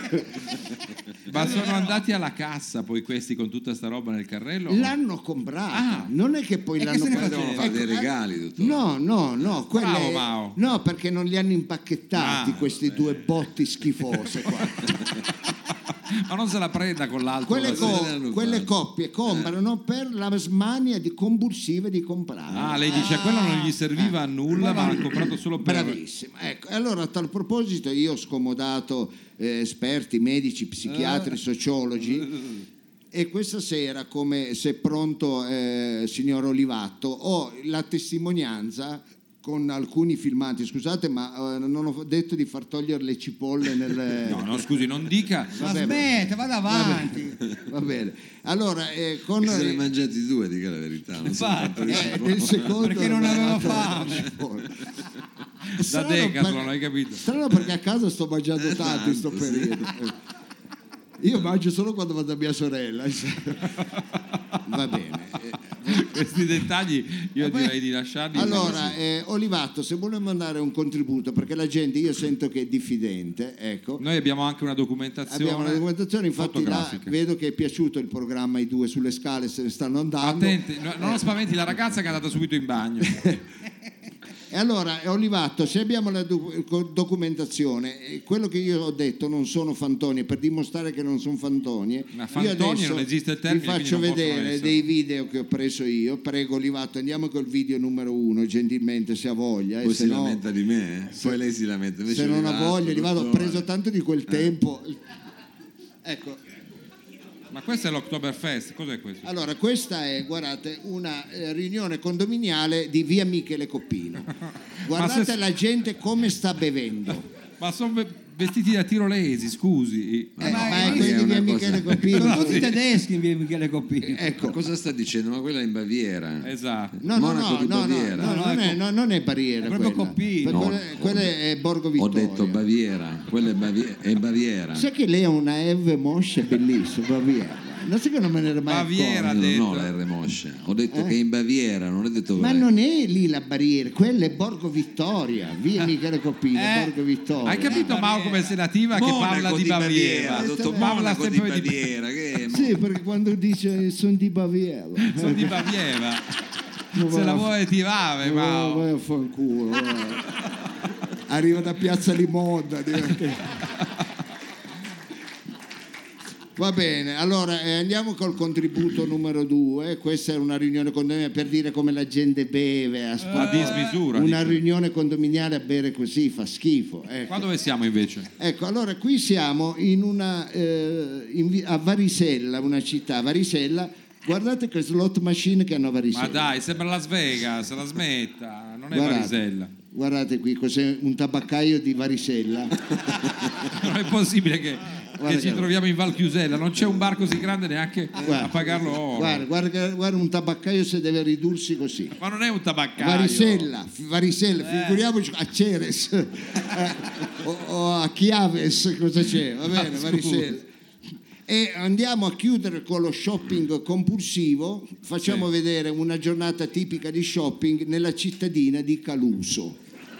[SPEAKER 3] Ma sono andati alla cassa poi questi con tutta sta roba nel carrello?
[SPEAKER 4] L'hanno comprata,
[SPEAKER 3] Ah.
[SPEAKER 4] non è che poi
[SPEAKER 2] E che
[SPEAKER 4] l'hanno
[SPEAKER 2] se ne
[SPEAKER 4] comprata.
[SPEAKER 1] Devono fare dei regali, dottore.
[SPEAKER 4] No, no, no, quelle-
[SPEAKER 3] Bravo, Mao.
[SPEAKER 4] no, perché non li hanno impacchettati
[SPEAKER 3] Ah,
[SPEAKER 4] questi due botti schifose qua.
[SPEAKER 3] Ma non se la prenda con l'altro.
[SPEAKER 4] Quelle,
[SPEAKER 3] la
[SPEAKER 4] co-
[SPEAKER 3] sera.
[SPEAKER 1] hanno
[SPEAKER 4] quelle
[SPEAKER 1] fatto.
[SPEAKER 4] coppie comprano per la smania di compulsiva di comprare.
[SPEAKER 3] Ah, lei dice quello non gli serviva a nulla, ma l'ha comprato solo per...
[SPEAKER 4] Bravissimo. Ecco, e allora a tal proposito io ho scomodato eh, esperti, medici, psichiatri, sociologi e questa sera, come se pronto eh, signor Olivatto, ho la testimonianza con alcuni filmati. Scusate, ma eh, non ho detto di far togliere le cipolle nel...
[SPEAKER 3] No, no, scusi, non dica...
[SPEAKER 2] Ma
[SPEAKER 4] Vabbè,
[SPEAKER 2] smetta, vada avanti.
[SPEAKER 4] Va bene. Allora, eh, con...
[SPEAKER 1] Se ne mangiati due, dica la verità. Non so quanto
[SPEAKER 4] Eh, nel secondo
[SPEAKER 2] Perché non
[SPEAKER 4] aveva
[SPEAKER 2] avevo
[SPEAKER 4] fatto
[SPEAKER 2] fame.
[SPEAKER 4] la cipolla.
[SPEAKER 3] Da
[SPEAKER 4] Strano
[SPEAKER 3] Decathlon,
[SPEAKER 4] per-
[SPEAKER 3] hai capito?
[SPEAKER 4] Strano perché a casa sto mangiando
[SPEAKER 1] Eh,
[SPEAKER 4] tanto in sto
[SPEAKER 1] tanto, sì.
[SPEAKER 4] periodo. Io mangio solo quando vado da mia sorella. Va bene. Eh,
[SPEAKER 3] Questi dettagli io
[SPEAKER 4] Vabbè.
[SPEAKER 3] direi di lasciarli.
[SPEAKER 4] Allora, eh, Olivato, se vuole mandare un contributo, perché la gente io sento che è diffidente, ecco.
[SPEAKER 3] Noi abbiamo anche una documentazione.
[SPEAKER 4] Abbiamo una documentazione, infatti là
[SPEAKER 3] fotografica.
[SPEAKER 4] vedo che è piaciuto il programma, i due sulle scale se ne stanno andando.
[SPEAKER 3] Attenti, no- non spaventi la ragazza che è andata subito in bagno.
[SPEAKER 4] E allora, Olivato, se abbiamo la do- documentazione, eh, quello che io ho detto non sono fantonie, per dimostrare che non sono fantonie,
[SPEAKER 3] Ma
[SPEAKER 4] io
[SPEAKER 3] fantonie
[SPEAKER 4] adesso
[SPEAKER 3] non esiste il termine,
[SPEAKER 4] vi faccio
[SPEAKER 3] quindi non possono
[SPEAKER 4] vedere
[SPEAKER 3] essere.
[SPEAKER 4] dei video che ho preso io. Prego, Olivato, andiamo col video numero uno, gentilmente, se ha voglia.
[SPEAKER 1] Poi
[SPEAKER 4] e se
[SPEAKER 1] si
[SPEAKER 4] no,
[SPEAKER 1] lamenta di me, eh? Poi lei si lamenta. Invece
[SPEAKER 4] se non ha
[SPEAKER 1] Olivato,
[SPEAKER 4] voglia, Olivato, ho
[SPEAKER 1] dottore.
[SPEAKER 4] preso tanto di quel tempo. Ecco.
[SPEAKER 3] Ma questo è l'Oktoberfest, cos'è questo?
[SPEAKER 4] Allora, questa è, guardate, una eh, riunione condominiale di via Michele Coppino. Guardate
[SPEAKER 3] se-
[SPEAKER 4] la gente come sta bevendo.
[SPEAKER 3] Ma sono vestiti da tirolesi, scusi.
[SPEAKER 4] Eh,
[SPEAKER 2] ma
[SPEAKER 4] ma
[SPEAKER 2] è
[SPEAKER 4] è quelli di
[SPEAKER 1] una
[SPEAKER 4] via
[SPEAKER 1] cosa-
[SPEAKER 4] Michele Coppino.
[SPEAKER 2] Sono tutti tedeschi in via Michele Coppino.
[SPEAKER 1] Ma
[SPEAKER 4] Ecco.
[SPEAKER 1] cosa sta dicendo? Ma quella è in Baviera.
[SPEAKER 3] Esatto.
[SPEAKER 4] No, no,
[SPEAKER 1] Monaco
[SPEAKER 4] no,
[SPEAKER 1] di
[SPEAKER 4] no, no,
[SPEAKER 1] Baviera.
[SPEAKER 4] no,
[SPEAKER 2] No,
[SPEAKER 4] non,
[SPEAKER 2] no,
[SPEAKER 4] è,
[SPEAKER 2] è
[SPEAKER 4] no, non è Barriera,
[SPEAKER 2] è proprio
[SPEAKER 4] quella.
[SPEAKER 2] Coppino.
[SPEAKER 4] Quella,
[SPEAKER 1] No,
[SPEAKER 4] quella è Borgo
[SPEAKER 1] Ho
[SPEAKER 4] Vittoria.
[SPEAKER 1] detto Baviera, quella è, Bavi- è Baviera.
[SPEAKER 4] Sai che lei ha una Eve Moscia bellissima, Baviera. Non so che non me ne ero mai
[SPEAKER 3] Baviera,
[SPEAKER 4] accorto.
[SPEAKER 1] Io non ho
[SPEAKER 3] detto.
[SPEAKER 1] la R Moscia, ho detto
[SPEAKER 4] Eh?
[SPEAKER 1] che è in Baviera, non ho detto
[SPEAKER 4] Ma
[SPEAKER 1] che-
[SPEAKER 4] non è lì la Barriera, quella è Borgo Vittoria, via Michele Coppino,
[SPEAKER 3] Eh,
[SPEAKER 4] Borgo Vittoria.
[SPEAKER 3] Hai capito Mao come sei nativa che
[SPEAKER 1] Monaco
[SPEAKER 3] parla di
[SPEAKER 1] di
[SPEAKER 3] Baviera?
[SPEAKER 1] Baviera, dottor
[SPEAKER 3] Parla
[SPEAKER 1] Monaco di
[SPEAKER 3] sempre
[SPEAKER 1] Baviera, che è
[SPEAKER 4] Sì, perché quando dice sono di Baviera.
[SPEAKER 3] Sono di Baviera.
[SPEAKER 4] Non
[SPEAKER 3] Se
[SPEAKER 4] va
[SPEAKER 3] la
[SPEAKER 4] a-
[SPEAKER 3] vuoi ti vave,
[SPEAKER 4] Oh,
[SPEAKER 3] Mao.
[SPEAKER 4] vai a fanculo. vai. Arriva da Piazza Limonda. Va bene, allora eh, andiamo col contributo numero due. Questa è una riunione condominiale per dire come la gente beve a
[SPEAKER 3] A
[SPEAKER 4] spa-
[SPEAKER 3] dismisura.
[SPEAKER 4] Una
[SPEAKER 3] dico.
[SPEAKER 4] riunione condominiale a bere così fa schifo. Ecco.
[SPEAKER 3] Qua dove siamo invece?
[SPEAKER 4] Ecco, allora qui siamo in una, eh, in vi- a Varisella, una città, Varisella. Guardate che slot machine che hanno a Varisella.
[SPEAKER 3] Ma dai, sembra Las Vegas, la smetta, non è
[SPEAKER 4] Guardate,
[SPEAKER 3] Varisella.
[SPEAKER 4] guardate qui, cos'è un tabaccaio di Varisella.
[SPEAKER 3] Non è possibile che,
[SPEAKER 4] Guarda
[SPEAKER 3] che ci
[SPEAKER 4] che-
[SPEAKER 3] troviamo in Val Chiusella, non c'è un bar così grande neanche
[SPEAKER 4] Guarda,
[SPEAKER 3] a pagarlo oro.
[SPEAKER 4] Guarda, guarda, guarda, un tabaccaio se deve ridursi così.
[SPEAKER 3] Ma non è un tabaccaio.
[SPEAKER 4] Varisella, Varisella, figuriamoci a Ceres eh, o, o a Chiaves, cosa c'è? Va bene,
[SPEAKER 3] Ah,
[SPEAKER 4] Varisella. E andiamo a chiudere con lo shopping compulsivo. Facciamo
[SPEAKER 3] Sì.
[SPEAKER 4] vedere una giornata tipica di shopping nella cittadina di Caluso.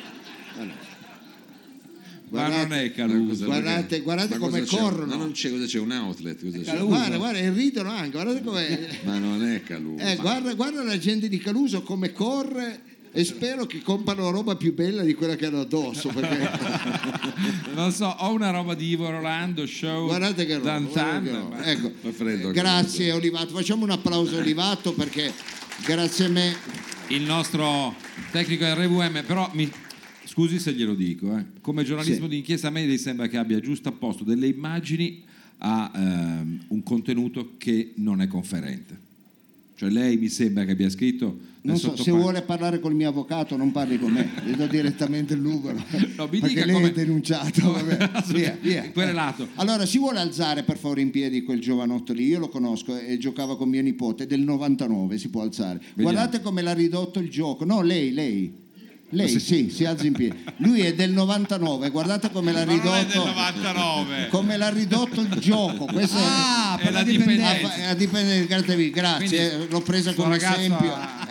[SPEAKER 3] Ma non è
[SPEAKER 1] Ma
[SPEAKER 3] Caluso.
[SPEAKER 1] cosa-
[SPEAKER 4] Guardate, guardate
[SPEAKER 1] ma
[SPEAKER 4] come
[SPEAKER 1] cosa c'è?
[SPEAKER 4] corrono.
[SPEAKER 1] Ma non c'è, cosa c'è? Un outlet? Cosa c'è?
[SPEAKER 2] Caluso.
[SPEAKER 4] Guarda, guarda, e ridono anche, guardate com'è.
[SPEAKER 1] Ma non è Caluso.
[SPEAKER 4] Eh, guarda, guarda la gente di Caluso come corre e spero che comprano roba più bella di quella che hanno addosso. Perché...
[SPEAKER 3] Non so, ho una roba di Ivo Rolando, show
[SPEAKER 4] guardate che roba, guardate che
[SPEAKER 3] Dantan,
[SPEAKER 4] roba.
[SPEAKER 3] ma-
[SPEAKER 4] Ecco,
[SPEAKER 1] Fa freddo a
[SPEAKER 4] grazie Olivato, facciamo un applauso a Olivato perché grazie a me.
[SPEAKER 3] il nostro tecnico R V M, però mi scusi se glielo dico, eh. Come giornalismo
[SPEAKER 4] Sì.
[SPEAKER 3] d'inchiesta a me mi sembra che abbia giusto apposto delle immagini a ehm, un contenuto che non è conferente. Cioè lei mi sembra che abbia scritto nel
[SPEAKER 4] Non so, se
[SPEAKER 3] sottopanno-
[SPEAKER 4] vuole parlare col mio avvocato non parli con me, gli do direttamente il numero.
[SPEAKER 3] No, mi
[SPEAKER 4] perché
[SPEAKER 3] dica
[SPEAKER 4] lei
[SPEAKER 3] come-
[SPEAKER 4] è denunciato. Vabbè. Via, via.
[SPEAKER 3] Querelato.
[SPEAKER 4] Allora, si vuole alzare per favore in piedi quel giovanotto lì? Io lo conosco e giocava con mio nipote, è del novantanove, si può alzare. Guardate come l'ha ridotto il gioco. No, lei, lei. Lei sì, si alza in piedi. Lui è del novantanove, guardate come l'ha
[SPEAKER 3] Ma non è del
[SPEAKER 4] ridotto.
[SPEAKER 3] novantanove.
[SPEAKER 4] Come l'ha ridotto il gioco. Questo
[SPEAKER 2] Ah,
[SPEAKER 3] È
[SPEAKER 2] per
[SPEAKER 3] la
[SPEAKER 2] la
[SPEAKER 3] dipendenza.
[SPEAKER 2] dipendenza.
[SPEAKER 4] è a dipendere, grazie, grazie,
[SPEAKER 3] Quindi,
[SPEAKER 4] l'ho presa
[SPEAKER 3] sto
[SPEAKER 4] come
[SPEAKER 3] ragazzo
[SPEAKER 4] esempio.
[SPEAKER 3] ha-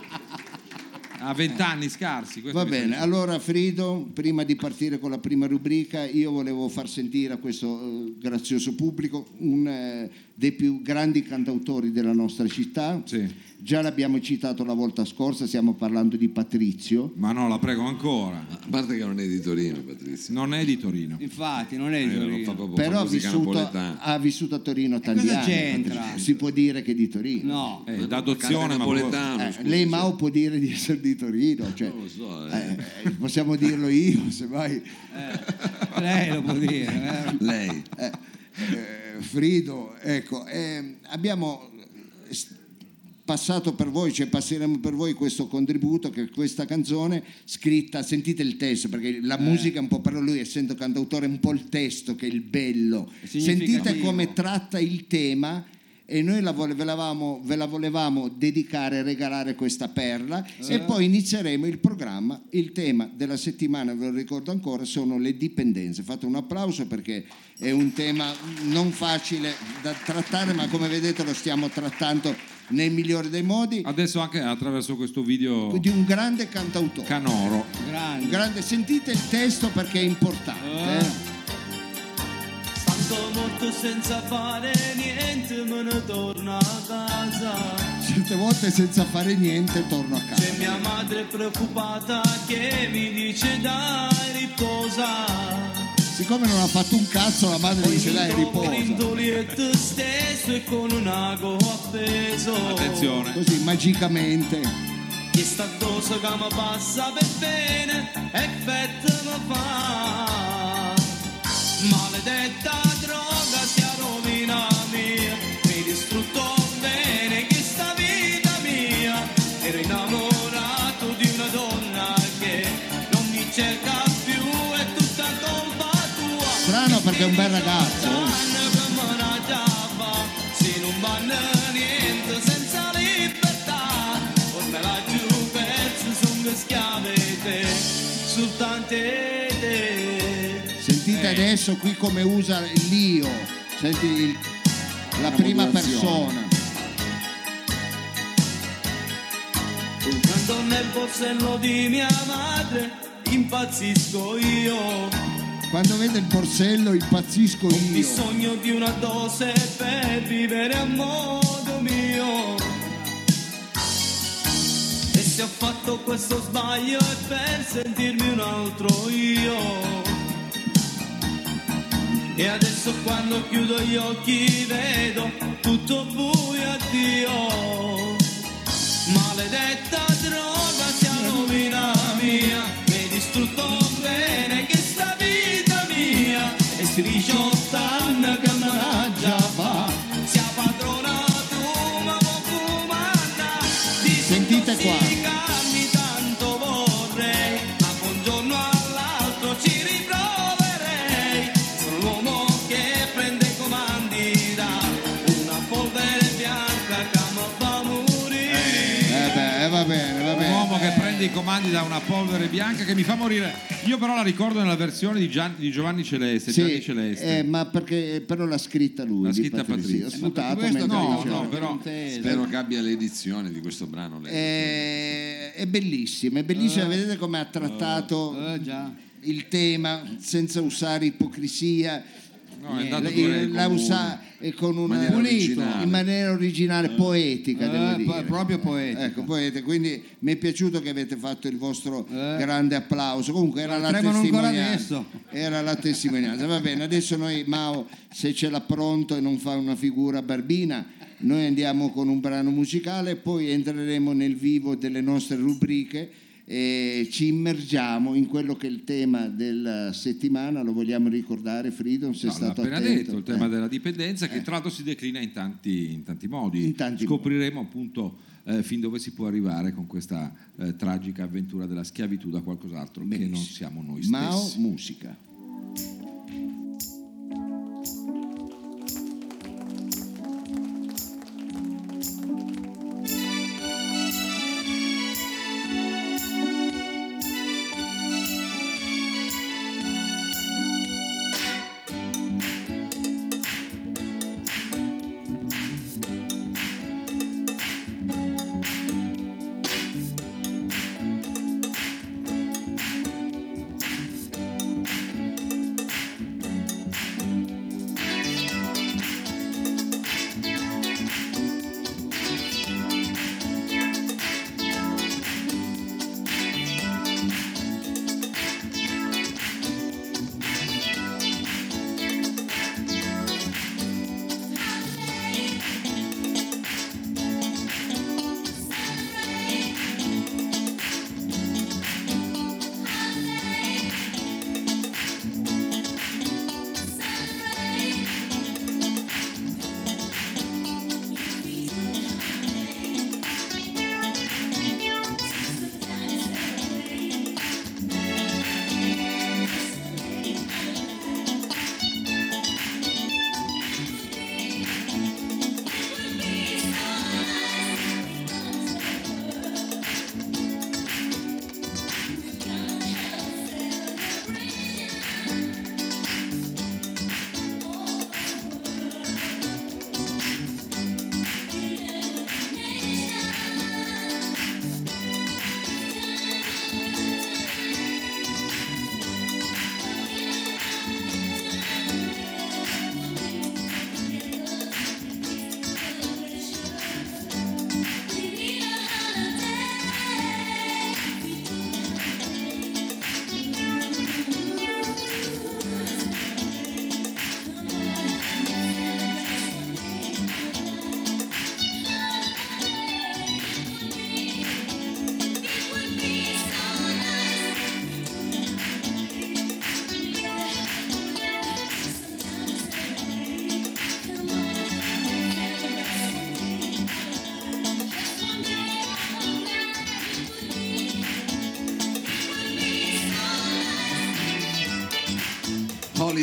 [SPEAKER 3] Ha vent'anni scarsi. questo
[SPEAKER 4] Va
[SPEAKER 3] mi sta
[SPEAKER 4] bene,
[SPEAKER 3] dicendo.
[SPEAKER 4] allora Frido, prima di partire con la prima rubrica, io volevo far sentire a questo eh, grazioso pubblico un eh, dei più grandi cantautori della nostra città.
[SPEAKER 3] Sì.
[SPEAKER 4] Già l'abbiamo citato la volta scorsa, stiamo parlando di Patrizio.
[SPEAKER 3] Ma no, la prego ancora.
[SPEAKER 1] A parte che non è di Torino, Patrizio.
[SPEAKER 3] Non è di Torino.
[SPEAKER 2] Infatti, non è
[SPEAKER 1] Eh,
[SPEAKER 2] di
[SPEAKER 1] non fa
[SPEAKER 2] Torino.
[SPEAKER 1] proprio
[SPEAKER 4] Però
[SPEAKER 1] fa
[SPEAKER 4] ha
[SPEAKER 1] musica
[SPEAKER 4] vissuto,
[SPEAKER 1] napoletana.
[SPEAKER 4] ha vissuto a Torino tanti
[SPEAKER 2] cosa
[SPEAKER 4] anni.
[SPEAKER 2] c'entra?
[SPEAKER 4] Patrizio. Si può dire che è di Torino.
[SPEAKER 2] No.
[SPEAKER 3] Eh,
[SPEAKER 1] Ma
[SPEAKER 3] d'adozione,
[SPEAKER 1] canta
[SPEAKER 3] ma proprio-
[SPEAKER 1] napoletano.
[SPEAKER 4] Eh,
[SPEAKER 1] scusi,
[SPEAKER 4] lei
[SPEAKER 1] cioè.
[SPEAKER 4] Mao può dire di essere di Torino, cioè,
[SPEAKER 1] Non lo so, eh.
[SPEAKER 4] eh, possiamo dirlo io se vai.
[SPEAKER 2] Eh, lei lo può dire. eh.
[SPEAKER 1] Lei.
[SPEAKER 4] Eh, eh, Frido, ecco, eh, abbiamo s- passato per voi, cioè passeremo per voi questo contributo, che è questa canzone scritta, sentite il testo, perché la musica è un po', però lui essendo cantautore è un po' il testo che è il bello.
[SPEAKER 2] Significativo.
[SPEAKER 4] Sentite come tratta il tema. E noi la vole- ve, l'avamo- ve la volevamo dedicare, regalare questa perla e poi inizieremo il programma. Il tema della settimana, ve lo ricordo ancora, sono le dipendenze. Fate un applauso perché è un tema non facile da trattare, ma come vedete lo stiamo trattando nel migliore dei modi,
[SPEAKER 3] Adesso anche attraverso questo video
[SPEAKER 4] di un grande cantautore.
[SPEAKER 3] canoro.
[SPEAKER 4] Un
[SPEAKER 2] Grande.
[SPEAKER 4] grande, sentite il testo perché è importante. eh.
[SPEAKER 5] Sto molto senza fare niente, me ne torno a casa.
[SPEAKER 4] Certe volte senza fare niente torno a casa.
[SPEAKER 5] C'è mia madre preoccupata che mi dice dai riposa.
[SPEAKER 4] Siccome non ha fatto un cazzo, la madre dice dai riposa.
[SPEAKER 5] Brindoli e te stesso e con un ago appeso.
[SPEAKER 3] Attenzione.
[SPEAKER 4] Così magicamente.
[SPEAKER 5] Che sta addosso che mi passa per bene, effetto mi fa. Maledetta droga sia rovina mia, mi distrutto bene che sta vita mia. Ero innamorato di una donna che non mi cerca più, è tutta colpa tua.
[SPEAKER 4] Strano perché è un bel ragazzo. eh.
[SPEAKER 5] Se non vanno niente senza libertà, ormai la giù perso sono schiave te, soltanto te.
[SPEAKER 4] Sentite adesso qui come usa l'io, senti il- la prima persona.
[SPEAKER 5] Quando nel borsello di mia madre impazzisco io,
[SPEAKER 4] Quando vede il borsello impazzisco
[SPEAKER 5] ho
[SPEAKER 4] io.
[SPEAKER 5] bisogno di una dose per vivere a modo mio. E se ho fatto questo sbaglio è per sentirmi un altro io. E adesso quando chiudo gli occhi vedo tutto buio, addio. Maledetta droga sia rovina mia, mi hai distrutto bene che sta vita mia. E si diciott'anni che managgia fa, sia padrona tu ma non fumata.
[SPEAKER 4] Sentite qua.
[SPEAKER 5] Disintossicarmi tanto vorrei, ma da un giorno all'altro ci riproverei. Sono l'uomo che prende i comandi da una polvere bianca che mi fa morire.
[SPEAKER 4] Eh beh, va bene, va
[SPEAKER 3] Un
[SPEAKER 4] bene.
[SPEAKER 3] uomo che prende i comandi da una polvere bianca che mi fa morire. Io però la ricordo nella versione di, Gian- di Giovanni Celeste.
[SPEAKER 4] Sì,
[SPEAKER 3] Gianni Celeste.
[SPEAKER 4] eh, ma perché però l'ha scritta lui.
[SPEAKER 3] L'ha
[SPEAKER 4] di
[SPEAKER 3] scritta Patrizio.
[SPEAKER 4] Ho sputato
[SPEAKER 2] questo
[SPEAKER 4] mentre
[SPEAKER 3] no,
[SPEAKER 4] diceva.
[SPEAKER 3] no, però
[SPEAKER 1] Spero che abbia l'edizione di questo brano. Lei.
[SPEAKER 4] Eh, è bellissima, è bellissima, vedete come ha trattato
[SPEAKER 2] Eh, già.
[SPEAKER 4] il tema senza usare ipocrisia.
[SPEAKER 3] No, è
[SPEAKER 4] Eh,
[SPEAKER 3] andato
[SPEAKER 4] la-
[SPEAKER 3] direi
[SPEAKER 4] la
[SPEAKER 3] con-
[SPEAKER 4] usa e con una
[SPEAKER 1] maniera
[SPEAKER 4] pulito,
[SPEAKER 1] originale.
[SPEAKER 4] in maniera originale, poetica, devo
[SPEAKER 2] Eh,
[SPEAKER 4] dire.
[SPEAKER 2] po- proprio poetico.
[SPEAKER 4] Ecco, poeta, quindi mi è piaciuto che avete fatto il vostro
[SPEAKER 2] Eh.
[SPEAKER 4] grande applauso. Comunque era la
[SPEAKER 2] tremano ancora
[SPEAKER 4] testimonianza.
[SPEAKER 2] adesso.
[SPEAKER 4] Era la testimonianza. Va bene, adesso noi Mao, se ce l'ha pronto e non fa una figura barbina, noi andiamo con un brano musicale, poi entreremo nel vivo delle nostre rubriche e ci immergiamo in quello che è il tema della settimana. Lo vogliamo ricordare, Freedom, se è
[SPEAKER 3] No, l'ha
[SPEAKER 4] stato
[SPEAKER 3] appena
[SPEAKER 4] attento.
[SPEAKER 3] detto, il tema
[SPEAKER 4] Eh.
[SPEAKER 3] della dipendenza, che tra l'altro si declina in tanti, in tanti modi.
[SPEAKER 4] In tanti
[SPEAKER 3] Scopriremo appunto eh, fin dove si può arrivare con questa eh, tragica avventura della schiavitù da qualcos'altro che non
[SPEAKER 4] Benissimo.
[SPEAKER 3] siamo noi stessi.
[SPEAKER 4] Mao, musica.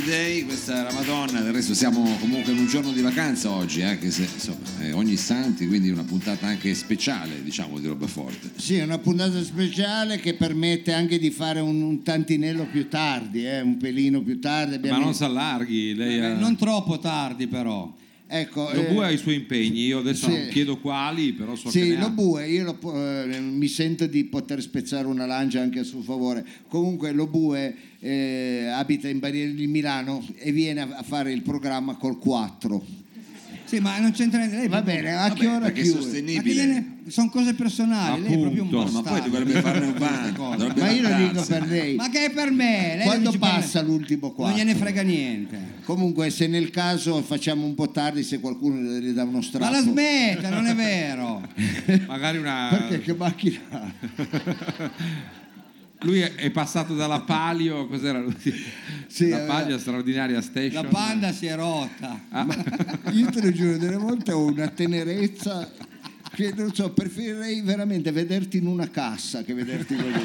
[SPEAKER 1] Happy Day, questa è la Madonna. Del resto siamo comunque in un giorno di vacanza oggi, anche se insomma è ogni santi, quindi una puntata anche speciale, diciamo, di Roba Forte.
[SPEAKER 4] Sì, è una puntata speciale che permette anche di fare un, un tantinello più tardi, eh, un pelino più tardi. Abbiamo...
[SPEAKER 3] Ma non si allarghi, lei ha...
[SPEAKER 2] Non troppo tardi però.
[SPEAKER 4] Ecco,
[SPEAKER 3] Lo
[SPEAKER 4] eh,
[SPEAKER 3] Bue ha i suoi impegni, io adesso
[SPEAKER 4] sì.
[SPEAKER 3] non chiedo quali, però so che
[SPEAKER 4] Sì,
[SPEAKER 3] ne
[SPEAKER 4] lo
[SPEAKER 3] ha.
[SPEAKER 4] Bue, io lo po- eh, mi sento di poter spezzare una lancia anche a suo favore. Comunque lo Bue eh, abita in Barriere di Milano e viene a, a fare il programma col quattro.
[SPEAKER 2] Sì, ma non c'entra niente. Lei
[SPEAKER 4] Va
[SPEAKER 2] proprio-
[SPEAKER 4] bene, a che ora
[SPEAKER 1] Perché è
[SPEAKER 4] chiude?
[SPEAKER 2] Ma che
[SPEAKER 1] sostenibile.
[SPEAKER 2] gliene- sono cose personali, lei è proprio un
[SPEAKER 3] Appunto.
[SPEAKER 1] Ma
[SPEAKER 2] bastardo.
[SPEAKER 1] poi dovrebbe farne un
[SPEAKER 2] Queste
[SPEAKER 1] vanto,
[SPEAKER 2] cose.
[SPEAKER 1] dovrebbe
[SPEAKER 4] Ma io lo dico
[SPEAKER 1] vantarsi.
[SPEAKER 4] per lei.
[SPEAKER 2] Ma che è per me? Lei
[SPEAKER 4] Quando
[SPEAKER 2] non ci parla-
[SPEAKER 4] passa l'ultimo
[SPEAKER 2] Non
[SPEAKER 4] quarto?
[SPEAKER 2] gliene frega niente.
[SPEAKER 4] Comunque, se nel caso facciamo un po' tardi, se qualcuno le dà uno
[SPEAKER 2] Ma
[SPEAKER 4] strappo.
[SPEAKER 2] la smetta, non è vero.
[SPEAKER 3] Magari una...
[SPEAKER 4] Perché che macchina ha?
[SPEAKER 3] Lui è è passato dalla Palio, cos'era? lui?
[SPEAKER 4] Sì,
[SPEAKER 3] la
[SPEAKER 4] eh,
[SPEAKER 3] Palio straordinaria station.
[SPEAKER 2] La panda si è rotta.
[SPEAKER 3] Ah,
[SPEAKER 4] Io te lo giuro, delle volte ho una tenerezza che non so, preferirei veramente vederti in una cassa che vederti così.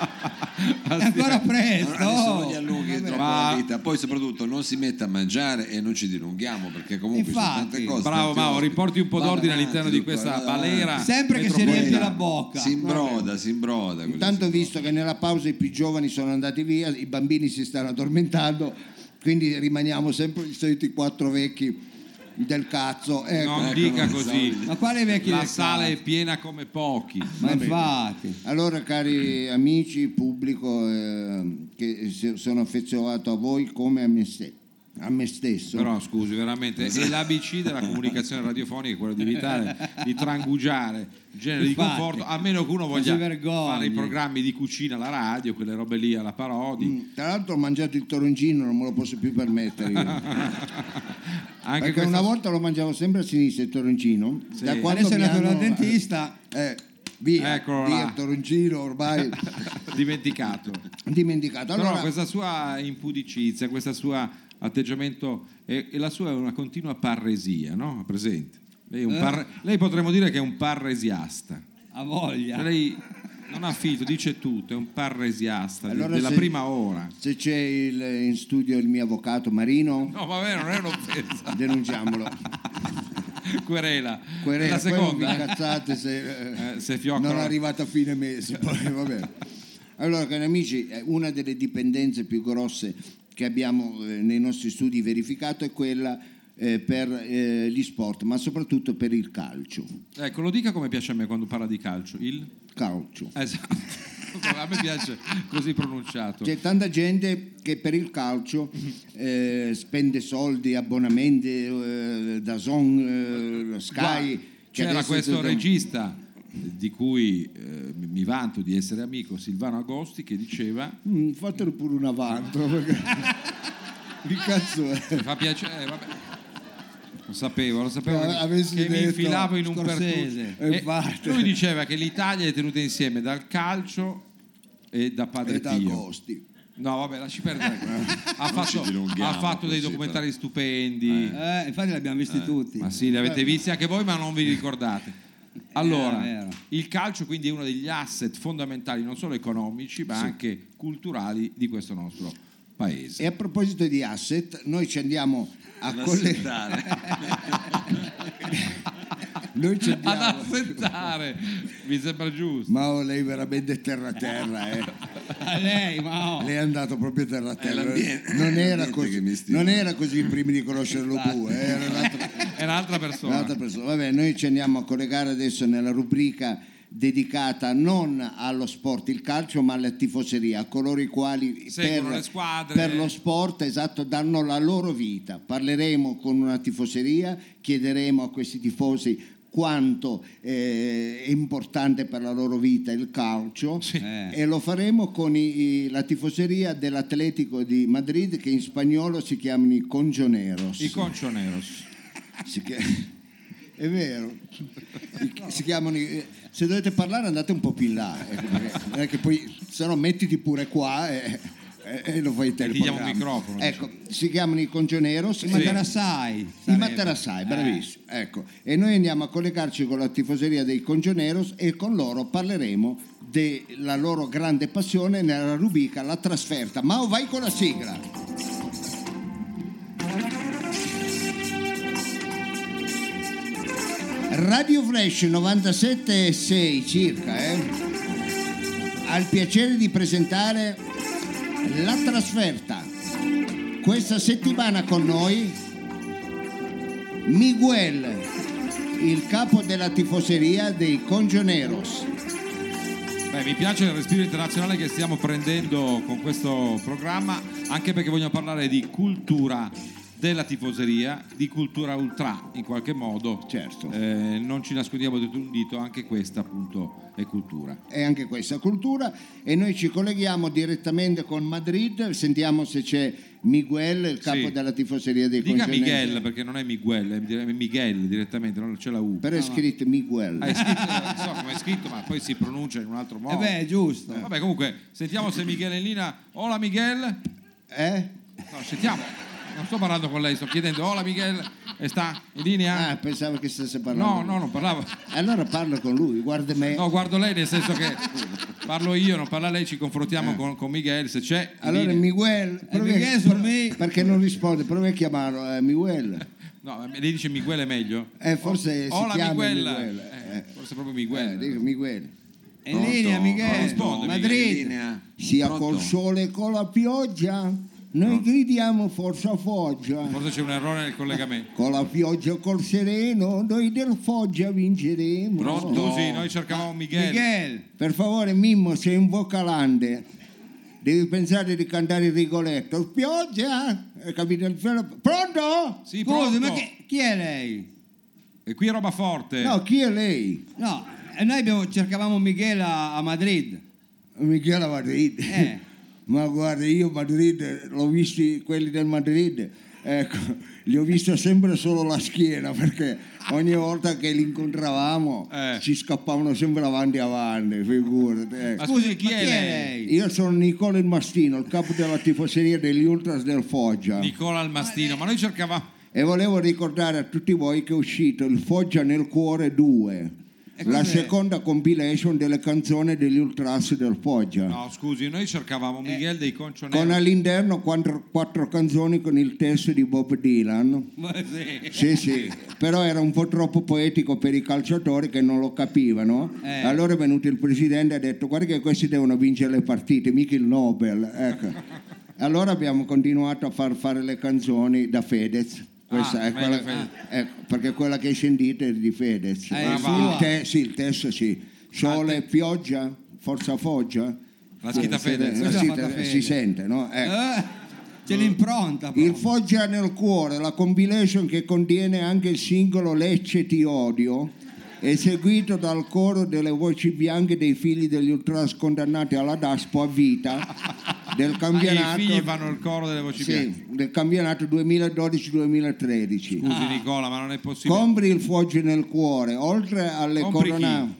[SPEAKER 2] È ancora presto.
[SPEAKER 1] Adesso non gli allunghi
[SPEAKER 2] Vabbè.
[SPEAKER 1] troppo
[SPEAKER 3] Ma-
[SPEAKER 1] la vita, poi soprattutto non si mette a mangiare e non ci dilunghiamo perché comunque ci sono
[SPEAKER 2] Infatti.
[SPEAKER 1] tante cose.
[SPEAKER 3] Bravo
[SPEAKER 1] tanti
[SPEAKER 3] Mao,
[SPEAKER 1] ospiti.
[SPEAKER 3] riporti un po'
[SPEAKER 1] Vada
[SPEAKER 3] d'ordine
[SPEAKER 1] avanti,
[SPEAKER 3] all'interno di
[SPEAKER 1] Luca,
[SPEAKER 3] questa
[SPEAKER 1] vada avanti.
[SPEAKER 3] balera.
[SPEAKER 2] Sempre che si
[SPEAKER 3] metropolitana.
[SPEAKER 2] riempie la bocca.
[SPEAKER 1] Si imbroda, si imbroda. così
[SPEAKER 4] Intanto,
[SPEAKER 1] si
[SPEAKER 4] visto che nella pausa i più giovani sono andati via, i bambini si stanno addormentando, quindi rimaniamo sempre i soliti quattro vecchi del cazzo. Ecco.
[SPEAKER 3] Non
[SPEAKER 1] ecco,
[SPEAKER 3] dica
[SPEAKER 1] non
[SPEAKER 3] così.
[SPEAKER 1] so.
[SPEAKER 2] Ma quale vecchi
[SPEAKER 3] La
[SPEAKER 2] del
[SPEAKER 3] sala è
[SPEAKER 2] cazzo?
[SPEAKER 3] piena come pochi.
[SPEAKER 2] Ma infatti.
[SPEAKER 4] Allora, cari amici, pubblico, eh, che se- sono affezionato a voi come a me, ste- a me stesso.
[SPEAKER 3] Però scusi, veramente, è l'A B C della comunicazione radiofonica, quello di evitare di trangugiare genere di
[SPEAKER 2] Infatti.
[SPEAKER 3] conforto, a meno che uno
[SPEAKER 2] Non
[SPEAKER 3] voglia
[SPEAKER 2] si vergogni.
[SPEAKER 3] fare i programmi di cucina alla radio, quelle robe lì alla parodi.
[SPEAKER 4] Mm, Tra l'altro ho mangiato il toroncino, non me lo posso più permettere io.
[SPEAKER 3] Anche
[SPEAKER 4] Perché
[SPEAKER 3] questa-
[SPEAKER 4] una volta lo mangiavo sempre a sinistra il toroncino.
[SPEAKER 3] Sì.
[SPEAKER 4] Da quando
[SPEAKER 2] Adesso è
[SPEAKER 4] mi
[SPEAKER 2] andato
[SPEAKER 4] hanno-
[SPEAKER 2] dal dentista.
[SPEAKER 4] Eh, via,
[SPEAKER 3] Eccolo
[SPEAKER 4] via
[SPEAKER 3] là.
[SPEAKER 4] il toroncino ormai
[SPEAKER 3] dimenticato.
[SPEAKER 4] dimenticato.
[SPEAKER 3] Però
[SPEAKER 4] Allora,
[SPEAKER 3] questa sua impudicizia, questo suo atteggiamento e, e la sua è una continua parresia, no? Presente? Lei, è un
[SPEAKER 2] Eh.
[SPEAKER 3] parre- lei potremmo dire che è un parresiasta.
[SPEAKER 2] Ha voglia.
[SPEAKER 3] Lei non ha filtro, dice tutto, è un parresiasta de-
[SPEAKER 4] Allora
[SPEAKER 3] della
[SPEAKER 4] se-
[SPEAKER 3] prima ora.
[SPEAKER 4] se c'è il- in studio il mio avvocato Marino,
[SPEAKER 3] No, vabbè, non è un'offesa.
[SPEAKER 4] denunciamolo.
[SPEAKER 3] Querela.
[SPEAKER 4] Querela,
[SPEAKER 3] la
[SPEAKER 4] poi non vi
[SPEAKER 3] seconda. eh?
[SPEAKER 4] incazzate se,
[SPEAKER 3] Eh, se fioccano.
[SPEAKER 4] non è arrivata a fine mese. Poi, va bene. Allora, cari amici, eh, una delle dipendenze più grosse che abbiamo eh, nei nostri studi verificato è quella eh, per eh, gli sport, ma soprattutto per il calcio.
[SPEAKER 3] Ecco, lo dica come piace a me quando parla di calcio. Il?
[SPEAKER 4] Calcio.
[SPEAKER 3] Esatto. A me piace così pronunciato.
[SPEAKER 4] C'è tanta gente che per il calcio eh, spende soldi, abbonamenti, eh, da Zon, eh, Sky.
[SPEAKER 3] Guarda,
[SPEAKER 4] che
[SPEAKER 3] c'era
[SPEAKER 4] adesso
[SPEAKER 3] questo
[SPEAKER 4] tutto-
[SPEAKER 3] regista di cui eh, mi vanto di essere amico, Silvano Agosti, che diceva
[SPEAKER 4] Mm, fatelo pure un avanto. Perché... Che cazzo è?
[SPEAKER 3] mi fa piacere, vabbè. Lo sapevo, lo sapevo
[SPEAKER 4] Eh,
[SPEAKER 3] che,
[SPEAKER 4] avessi
[SPEAKER 3] che mi
[SPEAKER 4] detto
[SPEAKER 3] infilavo in un
[SPEAKER 2] Scorsese.
[SPEAKER 3] percorso.
[SPEAKER 4] Eh, infatti.
[SPEAKER 3] Lui diceva che l'Italia è tenuta insieme dal calcio e da Padre
[SPEAKER 4] E da
[SPEAKER 3] Pio.
[SPEAKER 4] Agosti.
[SPEAKER 3] No, vabbè, lasci perdere. ha
[SPEAKER 1] ci
[SPEAKER 3] fatto,
[SPEAKER 1] dilunghiamo
[SPEAKER 3] ha fatto dei
[SPEAKER 1] così,
[SPEAKER 3] documentari stupendi.
[SPEAKER 2] Eh, infatti li abbiamo visti tutti.
[SPEAKER 3] Ma sì, li avete visti anche voi, ma non vi ricordate. Allora,
[SPEAKER 2] Vero, vero.
[SPEAKER 3] il calcio quindi è uno degli asset fondamentali, non solo economici, ma anche culturali di questo nostro paese.
[SPEAKER 4] E a proposito di asset, noi ci andiamo a
[SPEAKER 1] Ad
[SPEAKER 4] collegare.
[SPEAKER 1] assettare.
[SPEAKER 4] Noi ci
[SPEAKER 3] Ad
[SPEAKER 4] andiamo.
[SPEAKER 3] aspettare, mi sembra giusto.
[SPEAKER 4] Ma oh, lei veramente è terra terra, eh.
[SPEAKER 2] A lei, ma oh.
[SPEAKER 4] Lei è andato proprio terra terra.
[SPEAKER 1] l'ambiente-
[SPEAKER 4] Non era
[SPEAKER 1] l'ambiente
[SPEAKER 4] così,
[SPEAKER 1] che mi stimola.
[SPEAKER 4] non era così prima di conoscere lo bue, eh, era un'altra,
[SPEAKER 3] È un'altra persona.
[SPEAKER 4] un'altra persona. Vabbè, noi ci andiamo a collegare adesso nella rubrica dedicata non allo sport, il calcio, ma alla tifoseria, a coloro i quali
[SPEAKER 3] Seguono
[SPEAKER 4] per,
[SPEAKER 3] le squadre.
[SPEAKER 4] per lo sport, esatto, danno la loro vita. Parleremo con una tifoseria, chiederemo a questi tifosi quanto eh, è importante per la loro vita il calcio
[SPEAKER 2] Eh.
[SPEAKER 4] e lo faremo con i- i- la tifoseria dell'Atletico di Madrid, che in spagnolo si chiamano i Conjoneros.
[SPEAKER 3] I Conchoneros.
[SPEAKER 4] Si chia- È vero, I- si chiamano. i- Se dovete parlare andate un po' più in là, ecco, perché non è che poi se no mettiti pure qua e, e- e lo fai te.
[SPEAKER 3] E
[SPEAKER 4] il
[SPEAKER 3] ti diamo un
[SPEAKER 4] programma.
[SPEAKER 3] microfono,
[SPEAKER 4] Ecco, si chiamano i Conjoneros.
[SPEAKER 2] I Materassai.
[SPEAKER 4] I
[SPEAKER 2] sarebbe.
[SPEAKER 4] Materassai,
[SPEAKER 2] Eh.
[SPEAKER 4] bravissimo. Ecco. E noi andiamo a collegarci con la tifoseria dei Conjoneros e con loro parleremo della loro grande passione nella rubrica La trasferta. Mao, vai con la sigla. Radio Flash novantasette virgola sei circa, eh? Ha il piacere di presentare La Trasferta. Questa settimana con noi Miguel, il capo della tifoseria dei Conjoneros.
[SPEAKER 3] Beh, mi piace il respiro internazionale che stiamo prendendo con questo programma, anche perché vogliamo parlare di cultura della tifoseria, di cultura ultra in qualche modo.
[SPEAKER 4] Certo.
[SPEAKER 3] Eh, non ci nascondiamo dietro un dito, anche questa appunto è cultura.
[SPEAKER 4] È anche questa cultura e noi ci colleghiamo direttamente con Madrid, sentiamo se c'è Miguel, il capo
[SPEAKER 3] Sì.
[SPEAKER 4] della tifoseria dei
[SPEAKER 3] Dica
[SPEAKER 4] Conjoneros.
[SPEAKER 3] Miguel, perché non è Miguel, è Miguel direttamente, non c'è la U.
[SPEAKER 4] Però è scritto Miguel.
[SPEAKER 3] Ah, è scritto, non so come è scritto, ma poi si pronuncia in un altro
[SPEAKER 2] Eh
[SPEAKER 3] modo.
[SPEAKER 2] beh, è giusto.
[SPEAKER 3] Vabbè, comunque, sentiamo se Miguel è in linea. Hola Miguel.
[SPEAKER 4] Eh?
[SPEAKER 3] No, sentiamo. Non sto parlando con lei, sto chiedendo, hola Miguel, e sta in linea?
[SPEAKER 4] Ah, pensavo che stesse parlando.
[SPEAKER 3] No, no, non parlavo.
[SPEAKER 4] Allora parlo con lui, guarda me.
[SPEAKER 3] No, guardo lei nel senso che parlo io, non parla lei, ci confrontiamo con, con Miguel, se c'è. in
[SPEAKER 4] Allora
[SPEAKER 3] linea.
[SPEAKER 4] Miguel, provi a-
[SPEAKER 2] Miguel sul me-
[SPEAKER 4] perché non risponde? Provi a chiamarlo, eh, Miguel.
[SPEAKER 3] No, lei dice Miguel è meglio?
[SPEAKER 4] Eh, forse si
[SPEAKER 3] Hola
[SPEAKER 4] chiama
[SPEAKER 3] Miguel.
[SPEAKER 4] Miguel.
[SPEAKER 3] Eh,
[SPEAKER 4] Eh,
[SPEAKER 3] forse proprio
[SPEAKER 4] eh,
[SPEAKER 3] Miguel.
[SPEAKER 4] dico Miguel.
[SPEAKER 2] È in linea,
[SPEAKER 1] Pronto?
[SPEAKER 2] Miguel.
[SPEAKER 3] Risponde,
[SPEAKER 1] In
[SPEAKER 2] Madrid.
[SPEAKER 1] linea?
[SPEAKER 4] Sia
[SPEAKER 1] Pronto?
[SPEAKER 4] col sole e con la pioggia, noi gridiamo forza Foggia.
[SPEAKER 3] Forse c'è un errore nel collegamento.
[SPEAKER 4] Con la pioggia e col sereno, noi del Foggia vinceremo.
[SPEAKER 1] Pronto?
[SPEAKER 3] Scusi, noi cercavamo Miguel.
[SPEAKER 2] Miguel.
[SPEAKER 4] Per favore, Mimmo, sei un vocalante. Devi pensare di cantare il Rigoletto. Pioggia! Hai capito il film? Pronto?
[SPEAKER 3] Sì,
[SPEAKER 2] Scusi,
[SPEAKER 3] pronto.
[SPEAKER 2] ma chi, chi è lei?
[SPEAKER 3] E qui è roba forte.
[SPEAKER 4] No, chi è lei?
[SPEAKER 2] No, e noi abbiamo, cercavamo Miguel a, a Madrid.
[SPEAKER 4] Michela Madrid.
[SPEAKER 2] Eh.
[SPEAKER 4] Ma guarda, io Madrid, l'ho visti quelli del Madrid, ecco, gli ho visto sempre solo la schiena perché ogni volta che li incontravamo
[SPEAKER 3] Eh.
[SPEAKER 4] ci scappavano sempre avanti e avanti, figurati. ecco.
[SPEAKER 3] Ma scusi, chi
[SPEAKER 2] ma
[SPEAKER 3] è lei?
[SPEAKER 4] Io sono Nicola il Mastino, il capo della tifoseria degli Ultras del Foggia.
[SPEAKER 3] Nicola al Mastino, ma noi cercavamo.
[SPEAKER 4] E volevo ricordare a tutti voi che è uscito il Foggia nel cuore due,
[SPEAKER 2] E
[SPEAKER 4] la
[SPEAKER 2] cos'è?
[SPEAKER 4] seconda compilation delle canzoni degli Ultras del Foggia.
[SPEAKER 3] No, scusi, noi cercavamo Miguel dei Concioneros.
[SPEAKER 4] Con all'interno quattro, quattro canzoni con il testo di Bob Dylan.
[SPEAKER 2] Ma sì.
[SPEAKER 4] Sì, sì, però era un po' troppo poetico per i calciatori che non lo capivano.
[SPEAKER 2] Eh.
[SPEAKER 4] Allora è venuto il presidente e ha detto: guarda che questi devono vincere le partite, mica il Nobel. Ecco. Allora abbiamo continuato a far fare le canzoni da Fedez. Questa
[SPEAKER 3] Ah,
[SPEAKER 4] è quella,
[SPEAKER 3] meglio Fedez.
[SPEAKER 4] ecco, perché quella che sentite è di Fedez.
[SPEAKER 2] Eh,
[SPEAKER 4] il,
[SPEAKER 2] sua.
[SPEAKER 4] te- sì, il testo sì. Sole,
[SPEAKER 3] Ah, te-
[SPEAKER 4] pioggia, forza Foggia.
[SPEAKER 3] La scritta
[SPEAKER 4] Eh,
[SPEAKER 3] Fedez.
[SPEAKER 4] eh,
[SPEAKER 2] Questa
[SPEAKER 4] sì,
[SPEAKER 2] l'ha fatta
[SPEAKER 4] eh,
[SPEAKER 2] Fedez.
[SPEAKER 4] si sente, no? Ecco.
[SPEAKER 2] Eh, c'è l'impronta.
[SPEAKER 4] Il
[SPEAKER 2] proprio.
[SPEAKER 4] Foggia nel cuore, la compilation che contiene anche il singolo Lecce ti odio, eseguito dal coro delle voci bianche dei figli degli ultras condannati alla Daspo a vita del
[SPEAKER 3] Ah,
[SPEAKER 4] campionato,
[SPEAKER 3] i figli fanno il coro delle voci bianche.
[SPEAKER 4] sì, del campionato duemiladodici duemilatredici.
[SPEAKER 3] Scusi Nicola, ma non è possibile.
[SPEAKER 4] Compri il Foggia nel cuore, oltre alle
[SPEAKER 3] Compri
[SPEAKER 4] corona.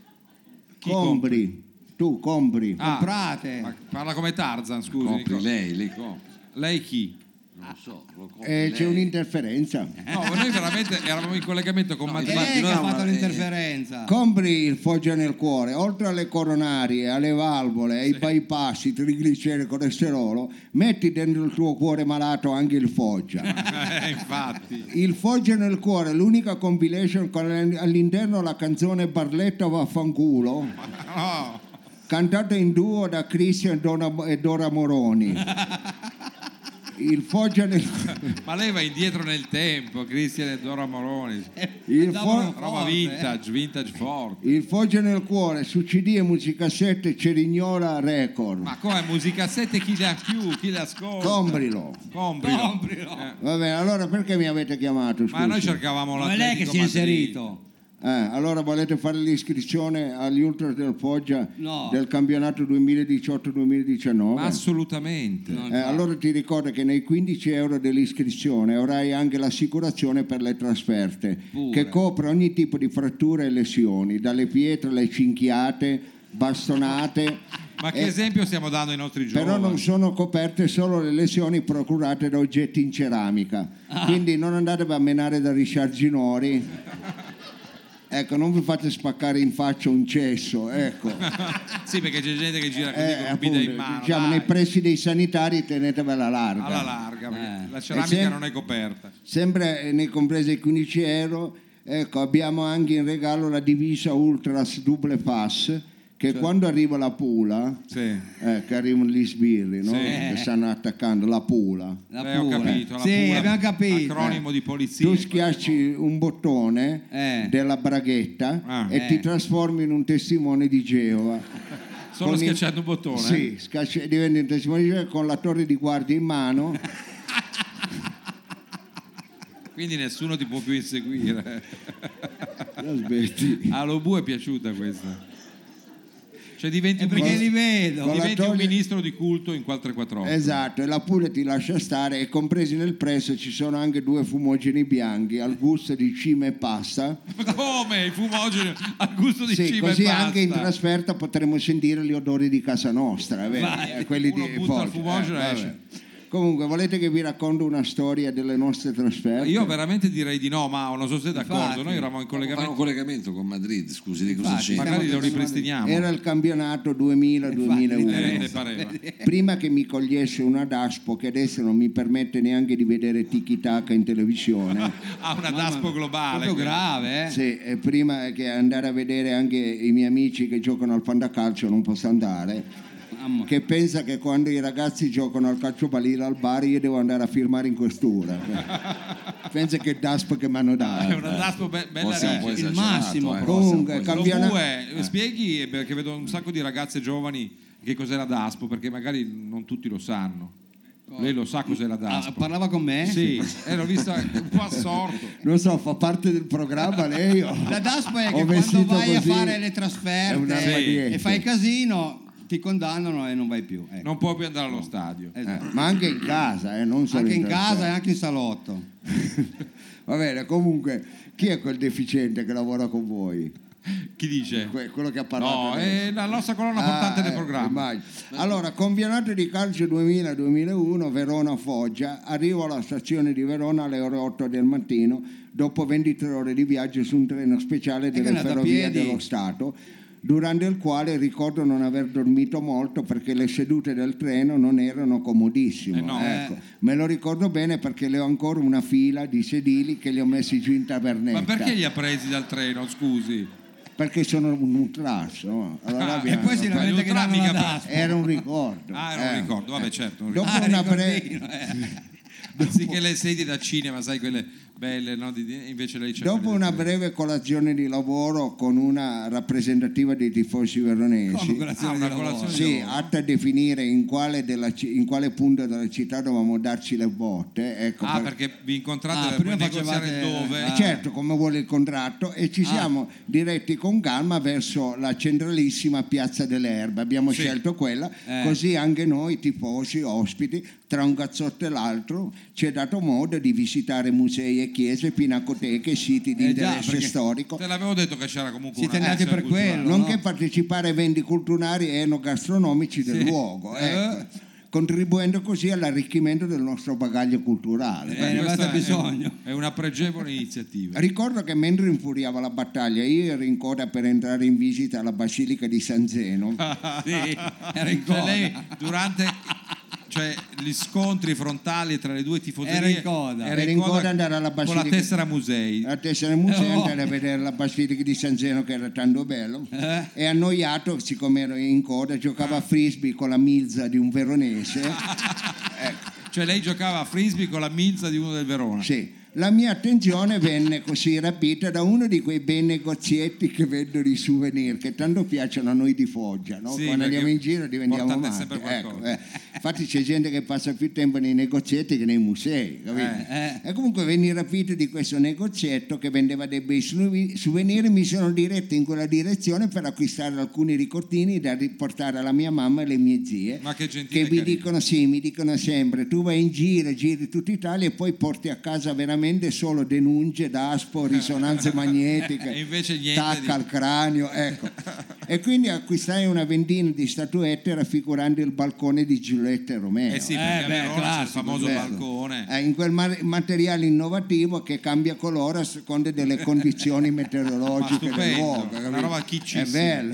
[SPEAKER 3] Chi
[SPEAKER 4] Compri, tu compri.
[SPEAKER 3] Ah,
[SPEAKER 2] Comprate.
[SPEAKER 3] ma parla come Tarzan, scusi.
[SPEAKER 1] Compri
[SPEAKER 3] Nicola.
[SPEAKER 1] lei, lei compri.
[SPEAKER 3] Lei chi?
[SPEAKER 1] Non lo so, lo compri
[SPEAKER 4] Eh, c'è
[SPEAKER 1] lei.
[SPEAKER 4] un'interferenza.
[SPEAKER 3] No, ma noi veramente eravamo in collegamento con
[SPEAKER 2] È
[SPEAKER 3] Madrid.
[SPEAKER 2] lei che
[SPEAKER 1] no,
[SPEAKER 2] ha
[SPEAKER 1] ma-
[SPEAKER 2] fatto
[SPEAKER 1] eh,
[SPEAKER 2] l'interferenza.
[SPEAKER 4] Compri il Foggia nel cuore, oltre alle coronarie, alle valvole, ai bypass, i trigliceridi, il colesterolo, metti dentro il tuo cuore malato anche il Foggia.
[SPEAKER 3] Eh, infatti.
[SPEAKER 4] Il Foggia nel cuore, l'unica compilation con all'interno la canzone Barletta vaffanculo,
[SPEAKER 3] No.
[SPEAKER 4] cantata in duo da Christian Dona- e Dora Moroni. Il Foggia nel
[SPEAKER 3] Ma lei va indietro nel tempo, Cristian e Dora Moroni.
[SPEAKER 4] il,
[SPEAKER 2] Davano
[SPEAKER 4] Fo-
[SPEAKER 3] Roba
[SPEAKER 2] forte,
[SPEAKER 3] vintage, vintage forte.
[SPEAKER 4] il Foggia nel cuore su C D e musicassette Cerignola Record.
[SPEAKER 3] Ma come musicassette chi le ha più, chi le ascolta?
[SPEAKER 4] Comprilo.
[SPEAKER 3] Comprilo.
[SPEAKER 2] Comprilo.
[SPEAKER 3] Eh,
[SPEAKER 4] Va bene, allora perché mi avete chiamato?
[SPEAKER 3] Ma noi
[SPEAKER 4] scusi?
[SPEAKER 3] cercavamo
[SPEAKER 2] Ma è lei che
[SPEAKER 3] l'Atletico
[SPEAKER 2] si è
[SPEAKER 3] Madrid.
[SPEAKER 2] inserito.
[SPEAKER 4] Eh, allora volete fare l'iscrizione agli Ultras del Foggia
[SPEAKER 2] No.
[SPEAKER 4] del campionato duemiladiciotto duemiladiciannove?
[SPEAKER 3] Ma assolutamente.
[SPEAKER 2] No.
[SPEAKER 4] Eh, allora ti ricordo che nei quindici euro dell'iscrizione avrai anche l'assicurazione per le trasferte
[SPEAKER 2] Pure.
[SPEAKER 4] che copre ogni tipo di fratture e lesioni, dalle pietre alle cinchiate, bastonate.
[SPEAKER 3] Ma che
[SPEAKER 4] Eh,
[SPEAKER 3] esempio stiamo dando ai nostri giovani?
[SPEAKER 4] Però non sono coperte solo le lesioni procurate da oggetti in ceramica,
[SPEAKER 2] Ah.
[SPEAKER 4] quindi non andatevi a menare da risciarginori. Ecco, non vi fate spaccare in faccia un cesso, ecco.
[SPEAKER 3] Sì, perché c'è gente che gira così
[SPEAKER 4] Eh,
[SPEAKER 3] con un
[SPEAKER 4] appunto,
[SPEAKER 3] bidet in mano.
[SPEAKER 4] diciamo,
[SPEAKER 3] dai.
[SPEAKER 4] nei pressi dei sanitari tenetevela larga.
[SPEAKER 3] Alla larga, perché
[SPEAKER 2] Eh.
[SPEAKER 3] la ceramica
[SPEAKER 4] E se-
[SPEAKER 3] non è coperta.
[SPEAKER 4] Sempre nei compresi i quindici euro Ecco, abbiamo anche in regalo la divisa Ultras Double Pass, che quando arriva la Pula,
[SPEAKER 3] Sì.
[SPEAKER 4] eh, che arrivano gli sbirri, no?
[SPEAKER 3] Sì.
[SPEAKER 4] Che stanno attaccando la Pula.
[SPEAKER 2] La
[SPEAKER 3] Eh, ho
[SPEAKER 2] pura.
[SPEAKER 3] capito, la
[SPEAKER 2] Sì,
[SPEAKER 3] pura,
[SPEAKER 2] abbiamo capito.
[SPEAKER 3] acronimo di polizia.
[SPEAKER 4] Tu schiacci un bottone
[SPEAKER 2] Eh.
[SPEAKER 4] della braghetta
[SPEAKER 3] Ah.
[SPEAKER 4] e
[SPEAKER 2] Eh.
[SPEAKER 4] ti trasformi in un testimone di Geova.
[SPEAKER 3] Solo
[SPEAKER 4] Con il-
[SPEAKER 3] schiacciando un bottone?
[SPEAKER 4] Sì, schiacci- diventi un testimone di Geova con la torre di guardia in mano.
[SPEAKER 3] Quindi nessuno ti può più inseguire.
[SPEAKER 4] La smetti.
[SPEAKER 3] Allo Bu è piaciuta questa. Cioè diventi,
[SPEAKER 2] E
[SPEAKER 3] un,
[SPEAKER 2] perché
[SPEAKER 3] ministro,
[SPEAKER 2] li vedo.
[SPEAKER 4] Con la
[SPEAKER 3] diventi un
[SPEAKER 4] toglie-
[SPEAKER 3] ministro di culto in quattrocentoquarantotto.
[SPEAKER 4] Esatto, e la Puglia ti lascia stare e compresi nel prezzo ci sono anche due fumogeni bianchi al gusto di cima e pasta.
[SPEAKER 3] Ma come? Il fumogeno al gusto di
[SPEAKER 4] Sì,
[SPEAKER 3] cibo
[SPEAKER 4] così
[SPEAKER 3] e pasta.
[SPEAKER 4] anche in trasferta potremo sentire gli odori di casa nostra, vedi?
[SPEAKER 3] Vai,
[SPEAKER 4] Eh, quelli
[SPEAKER 3] uno
[SPEAKER 4] di
[SPEAKER 3] butta il
[SPEAKER 4] Foggia.
[SPEAKER 3] fumogeno e
[SPEAKER 4] vabbè.
[SPEAKER 3] esce.
[SPEAKER 4] Comunque, volete che vi racconto una storia delle nostre trasferte?
[SPEAKER 3] Io veramente direi di no, ma non so se sei d'accordo.
[SPEAKER 2] Infatti.
[SPEAKER 3] Noi eravamo in
[SPEAKER 1] Fare un
[SPEAKER 3] collegamento.
[SPEAKER 1] collegamento con Madrid, scusi, di cosa
[SPEAKER 2] Infatti,
[SPEAKER 1] c'è?
[SPEAKER 3] Magari lo ripristiniamo.
[SPEAKER 4] Era il campionato duemila duemilauno.
[SPEAKER 3] Eh, ne pareva.
[SPEAKER 4] Prima che mi cogliesse una Daspo che adesso non mi permette neanche di vedere Tiki Taka in televisione.
[SPEAKER 3] Ha una daspo globale.
[SPEAKER 2] Proprio
[SPEAKER 3] quindi.
[SPEAKER 2] grave, eh?
[SPEAKER 4] Sì, e prima che andare a vedere anche i miei amici che giocano al fantacalcio non posso andare,
[SPEAKER 2] Mamma.
[SPEAKER 4] che pensa che quando i ragazzi giocano al calcio balilla al bar io devo andare a firmare in questura. Pensa che Daspo che mi hanno
[SPEAKER 3] È
[SPEAKER 4] dato.
[SPEAKER 3] una daspo be- bella
[SPEAKER 1] Forse un po'
[SPEAKER 3] riccia.
[SPEAKER 2] Il
[SPEAKER 1] esagerato,
[SPEAKER 2] massimo,
[SPEAKER 1] eh.
[SPEAKER 2] però.
[SPEAKER 4] Comunque,
[SPEAKER 1] Forse un po'
[SPEAKER 3] Lo
[SPEAKER 4] campiona-
[SPEAKER 3] bue, spieghi, perché vedo un sacco di ragazze giovani che cos'era Daspo, perché magari non tutti lo sanno. Lei lo sa cos'era
[SPEAKER 2] Ah,
[SPEAKER 3] Daspo.
[SPEAKER 2] parlava con me?
[SPEAKER 3] Sì, eh, l'ho vista un po' assorto.
[SPEAKER 4] Non so, fa parte del programma lei o...
[SPEAKER 2] La DASPO è
[SPEAKER 4] Ho
[SPEAKER 2] che quando
[SPEAKER 4] vestito
[SPEAKER 2] vai a
[SPEAKER 4] così,
[SPEAKER 2] fare le
[SPEAKER 4] è
[SPEAKER 2] trasferte
[SPEAKER 4] un'arma
[SPEAKER 3] Sì.
[SPEAKER 4] dietro.
[SPEAKER 2] e fai casino, ti condannano e non vai più. Ecco.
[SPEAKER 3] Non può più andare allo stadio.
[SPEAKER 4] Eh,
[SPEAKER 2] Esatto.
[SPEAKER 4] ma anche in casa, eh, non solo
[SPEAKER 2] Anche in
[SPEAKER 4] trasferta.
[SPEAKER 2] casa e anche in salotto.
[SPEAKER 4] Va bene, comunque, chi è quel deficiente che lavora con voi?
[SPEAKER 3] Chi dice?
[SPEAKER 4] Que- quello che ha parlato
[SPEAKER 3] No,
[SPEAKER 4] adesso.
[SPEAKER 3] è la nostra colonna
[SPEAKER 4] Ah,
[SPEAKER 3] portante del
[SPEAKER 4] eh,
[SPEAKER 3] programma.
[SPEAKER 4] immagino. Allora, campionato di calcio duemila duemilauno, Verona-Foggia. Arrivo alla stazione di Verona alle ore otto del mattino, dopo ventitré ore di viaggio su un treno speciale
[SPEAKER 2] che è
[SPEAKER 4] delle
[SPEAKER 2] andata a
[SPEAKER 4] ferrovie
[SPEAKER 2] piedi.
[SPEAKER 4] dello Stato, durante il quale ricordo non aver dormito molto perché le sedute del treno non erano comodissime.
[SPEAKER 3] Eh no.
[SPEAKER 4] Ecco.
[SPEAKER 2] Eh.
[SPEAKER 4] Me lo ricordo bene perché le ho ancora una fila di sedili che li ho messi giù in tavernetta.
[SPEAKER 3] Ma perché li ha presi dal treno, scusi?
[SPEAKER 4] Perché sono un ultras, no? Allora
[SPEAKER 3] Ah,
[SPEAKER 4] abbiamo-
[SPEAKER 2] E poi si lamenta che danno la
[SPEAKER 3] mica-
[SPEAKER 2] DASPO.
[SPEAKER 4] era un ricordo.
[SPEAKER 3] Ah, era un
[SPEAKER 4] Eh.
[SPEAKER 3] ricordo, vabbè certo. un
[SPEAKER 4] Dopo
[SPEAKER 3] ricordo.
[SPEAKER 2] Ah,
[SPEAKER 4] una breve...
[SPEAKER 2] ricordino, eh.
[SPEAKER 3] Anziché le sedie da cinema, sai, quelle belle, no? Di- di- invece lei c'è
[SPEAKER 4] Dopo
[SPEAKER 3] quelle
[SPEAKER 4] una
[SPEAKER 3] del-
[SPEAKER 4] breve colazione di lavoro con una rappresentativa dei tifosi veronesi,
[SPEAKER 2] Come colazione
[SPEAKER 3] Ah,
[SPEAKER 2] di
[SPEAKER 3] una
[SPEAKER 2] lavoro?
[SPEAKER 3] colazione di
[SPEAKER 4] sì,
[SPEAKER 3] lavoro.
[SPEAKER 4] atta a definire in quale, della ci- in quale punto della città dovevamo darci le botte. Ecco,
[SPEAKER 3] Ah,
[SPEAKER 4] per-
[SPEAKER 3] perché vi incontrate
[SPEAKER 2] Ah,
[SPEAKER 3] per
[SPEAKER 2] prima
[SPEAKER 3] negoziare il
[SPEAKER 2] facevate-
[SPEAKER 3] dove.
[SPEAKER 4] Eh, certo, come vuole il contratto, e ci siamo diretti con calma verso la centralissima Piazza delle Erbe. Abbiamo
[SPEAKER 3] Sì.
[SPEAKER 4] scelto quella,
[SPEAKER 2] Eh.
[SPEAKER 4] così anche noi tifosi, ospiti, tra un cazzotto e l'altro, ci è dato modo di visitare musei e chiese, pinacoteche, siti di
[SPEAKER 2] Eh già,
[SPEAKER 4] interesse
[SPEAKER 2] perché-
[SPEAKER 4] storico,
[SPEAKER 3] Te l'avevo detto che c'era comunque
[SPEAKER 2] Siete
[SPEAKER 3] una
[SPEAKER 2] andati
[SPEAKER 3] azione
[SPEAKER 2] per
[SPEAKER 3] culturale.
[SPEAKER 2] quello.
[SPEAKER 4] nonché
[SPEAKER 2] no?
[SPEAKER 4] partecipare a eventi culturali e enogastronomici del
[SPEAKER 2] Sì.
[SPEAKER 4] luogo, ecco,
[SPEAKER 2] Eh.
[SPEAKER 4] contribuendo così all'arricchimento del nostro bagaglio culturale.
[SPEAKER 2] Eh, ne
[SPEAKER 3] Questa
[SPEAKER 2] avete bisogno.
[SPEAKER 3] È, è una pregevole iniziativa.
[SPEAKER 4] Ricordo che mentre infuriava la battaglia io ero in coda per entrare in visita alla Basilica di San Zeno.
[SPEAKER 2] Sì, era in
[SPEAKER 3] Cioè,
[SPEAKER 2] coda.
[SPEAKER 3] lei durante cioè, gli scontri frontali tra le due tifoserie
[SPEAKER 2] Era in coda.
[SPEAKER 3] era
[SPEAKER 4] Era in coda andare alla
[SPEAKER 3] con la
[SPEAKER 4] Basilica.
[SPEAKER 3] tessera musei.
[SPEAKER 4] A tessera museo
[SPEAKER 2] Oh.
[SPEAKER 4] andare a vedere la Basilica di San Zeno che era tanto bello
[SPEAKER 2] Eh.
[SPEAKER 4] e annoiato siccome ero in coda giocava a frisbee con la milza di un veronese. Ecco.
[SPEAKER 3] Cioè lei giocava a frisbee con la milza di uno del Verona.
[SPEAKER 4] Sì, la mia attenzione venne così rapita da uno di quei bei negozietti che vendono i souvenir che tanto piacciono a noi di Foggia, no?
[SPEAKER 3] Sì,
[SPEAKER 4] Quando andiamo
[SPEAKER 3] perché
[SPEAKER 4] in giro diventiamo
[SPEAKER 3] portate
[SPEAKER 4] matti.
[SPEAKER 3] sempre
[SPEAKER 4] Ecco,
[SPEAKER 3] qualcosa.
[SPEAKER 4] eh. Infatti c'è gente che passa più tempo nei negozietti che nei musei, capito?
[SPEAKER 2] Eh,
[SPEAKER 4] E comunque venni rapito di questo negozietto che vendeva dei bei souvi- souvenir e mi sono diretto in quella direzione per acquistare alcuni ricordini da riportare alla mia mamma e alle mie zie.
[SPEAKER 3] Ma che gentile
[SPEAKER 4] Che
[SPEAKER 3] e
[SPEAKER 4] mi
[SPEAKER 3] carina.
[SPEAKER 4] dicono sì, mi dicono sempre tu vai in giro, giri tutta Italia e poi porti a casa veramente solo denunce, daspo, risonanze magnetiche,
[SPEAKER 3] E invece niente
[SPEAKER 4] tacca
[SPEAKER 3] di-
[SPEAKER 4] al cranio, ecco. E quindi acquistai una ventina di statuette raffigurando il balcone di Giulietta Romeo.
[SPEAKER 3] Eh sì, perché
[SPEAKER 2] Eh,
[SPEAKER 3] a
[SPEAKER 2] beh,
[SPEAKER 3] Verona c'è il
[SPEAKER 2] classico,
[SPEAKER 3] famoso
[SPEAKER 4] bello.
[SPEAKER 3] balcone.
[SPEAKER 4] Eh, in quel ma- materiale innovativo che cambia colore a seconda delle condizioni meteorologiche
[SPEAKER 3] Ma
[SPEAKER 4] del
[SPEAKER 3] stupendo,
[SPEAKER 4] luogo.
[SPEAKER 3] una
[SPEAKER 4] capito?
[SPEAKER 3] roba
[SPEAKER 4] È
[SPEAKER 3] chicissima.
[SPEAKER 4] bello.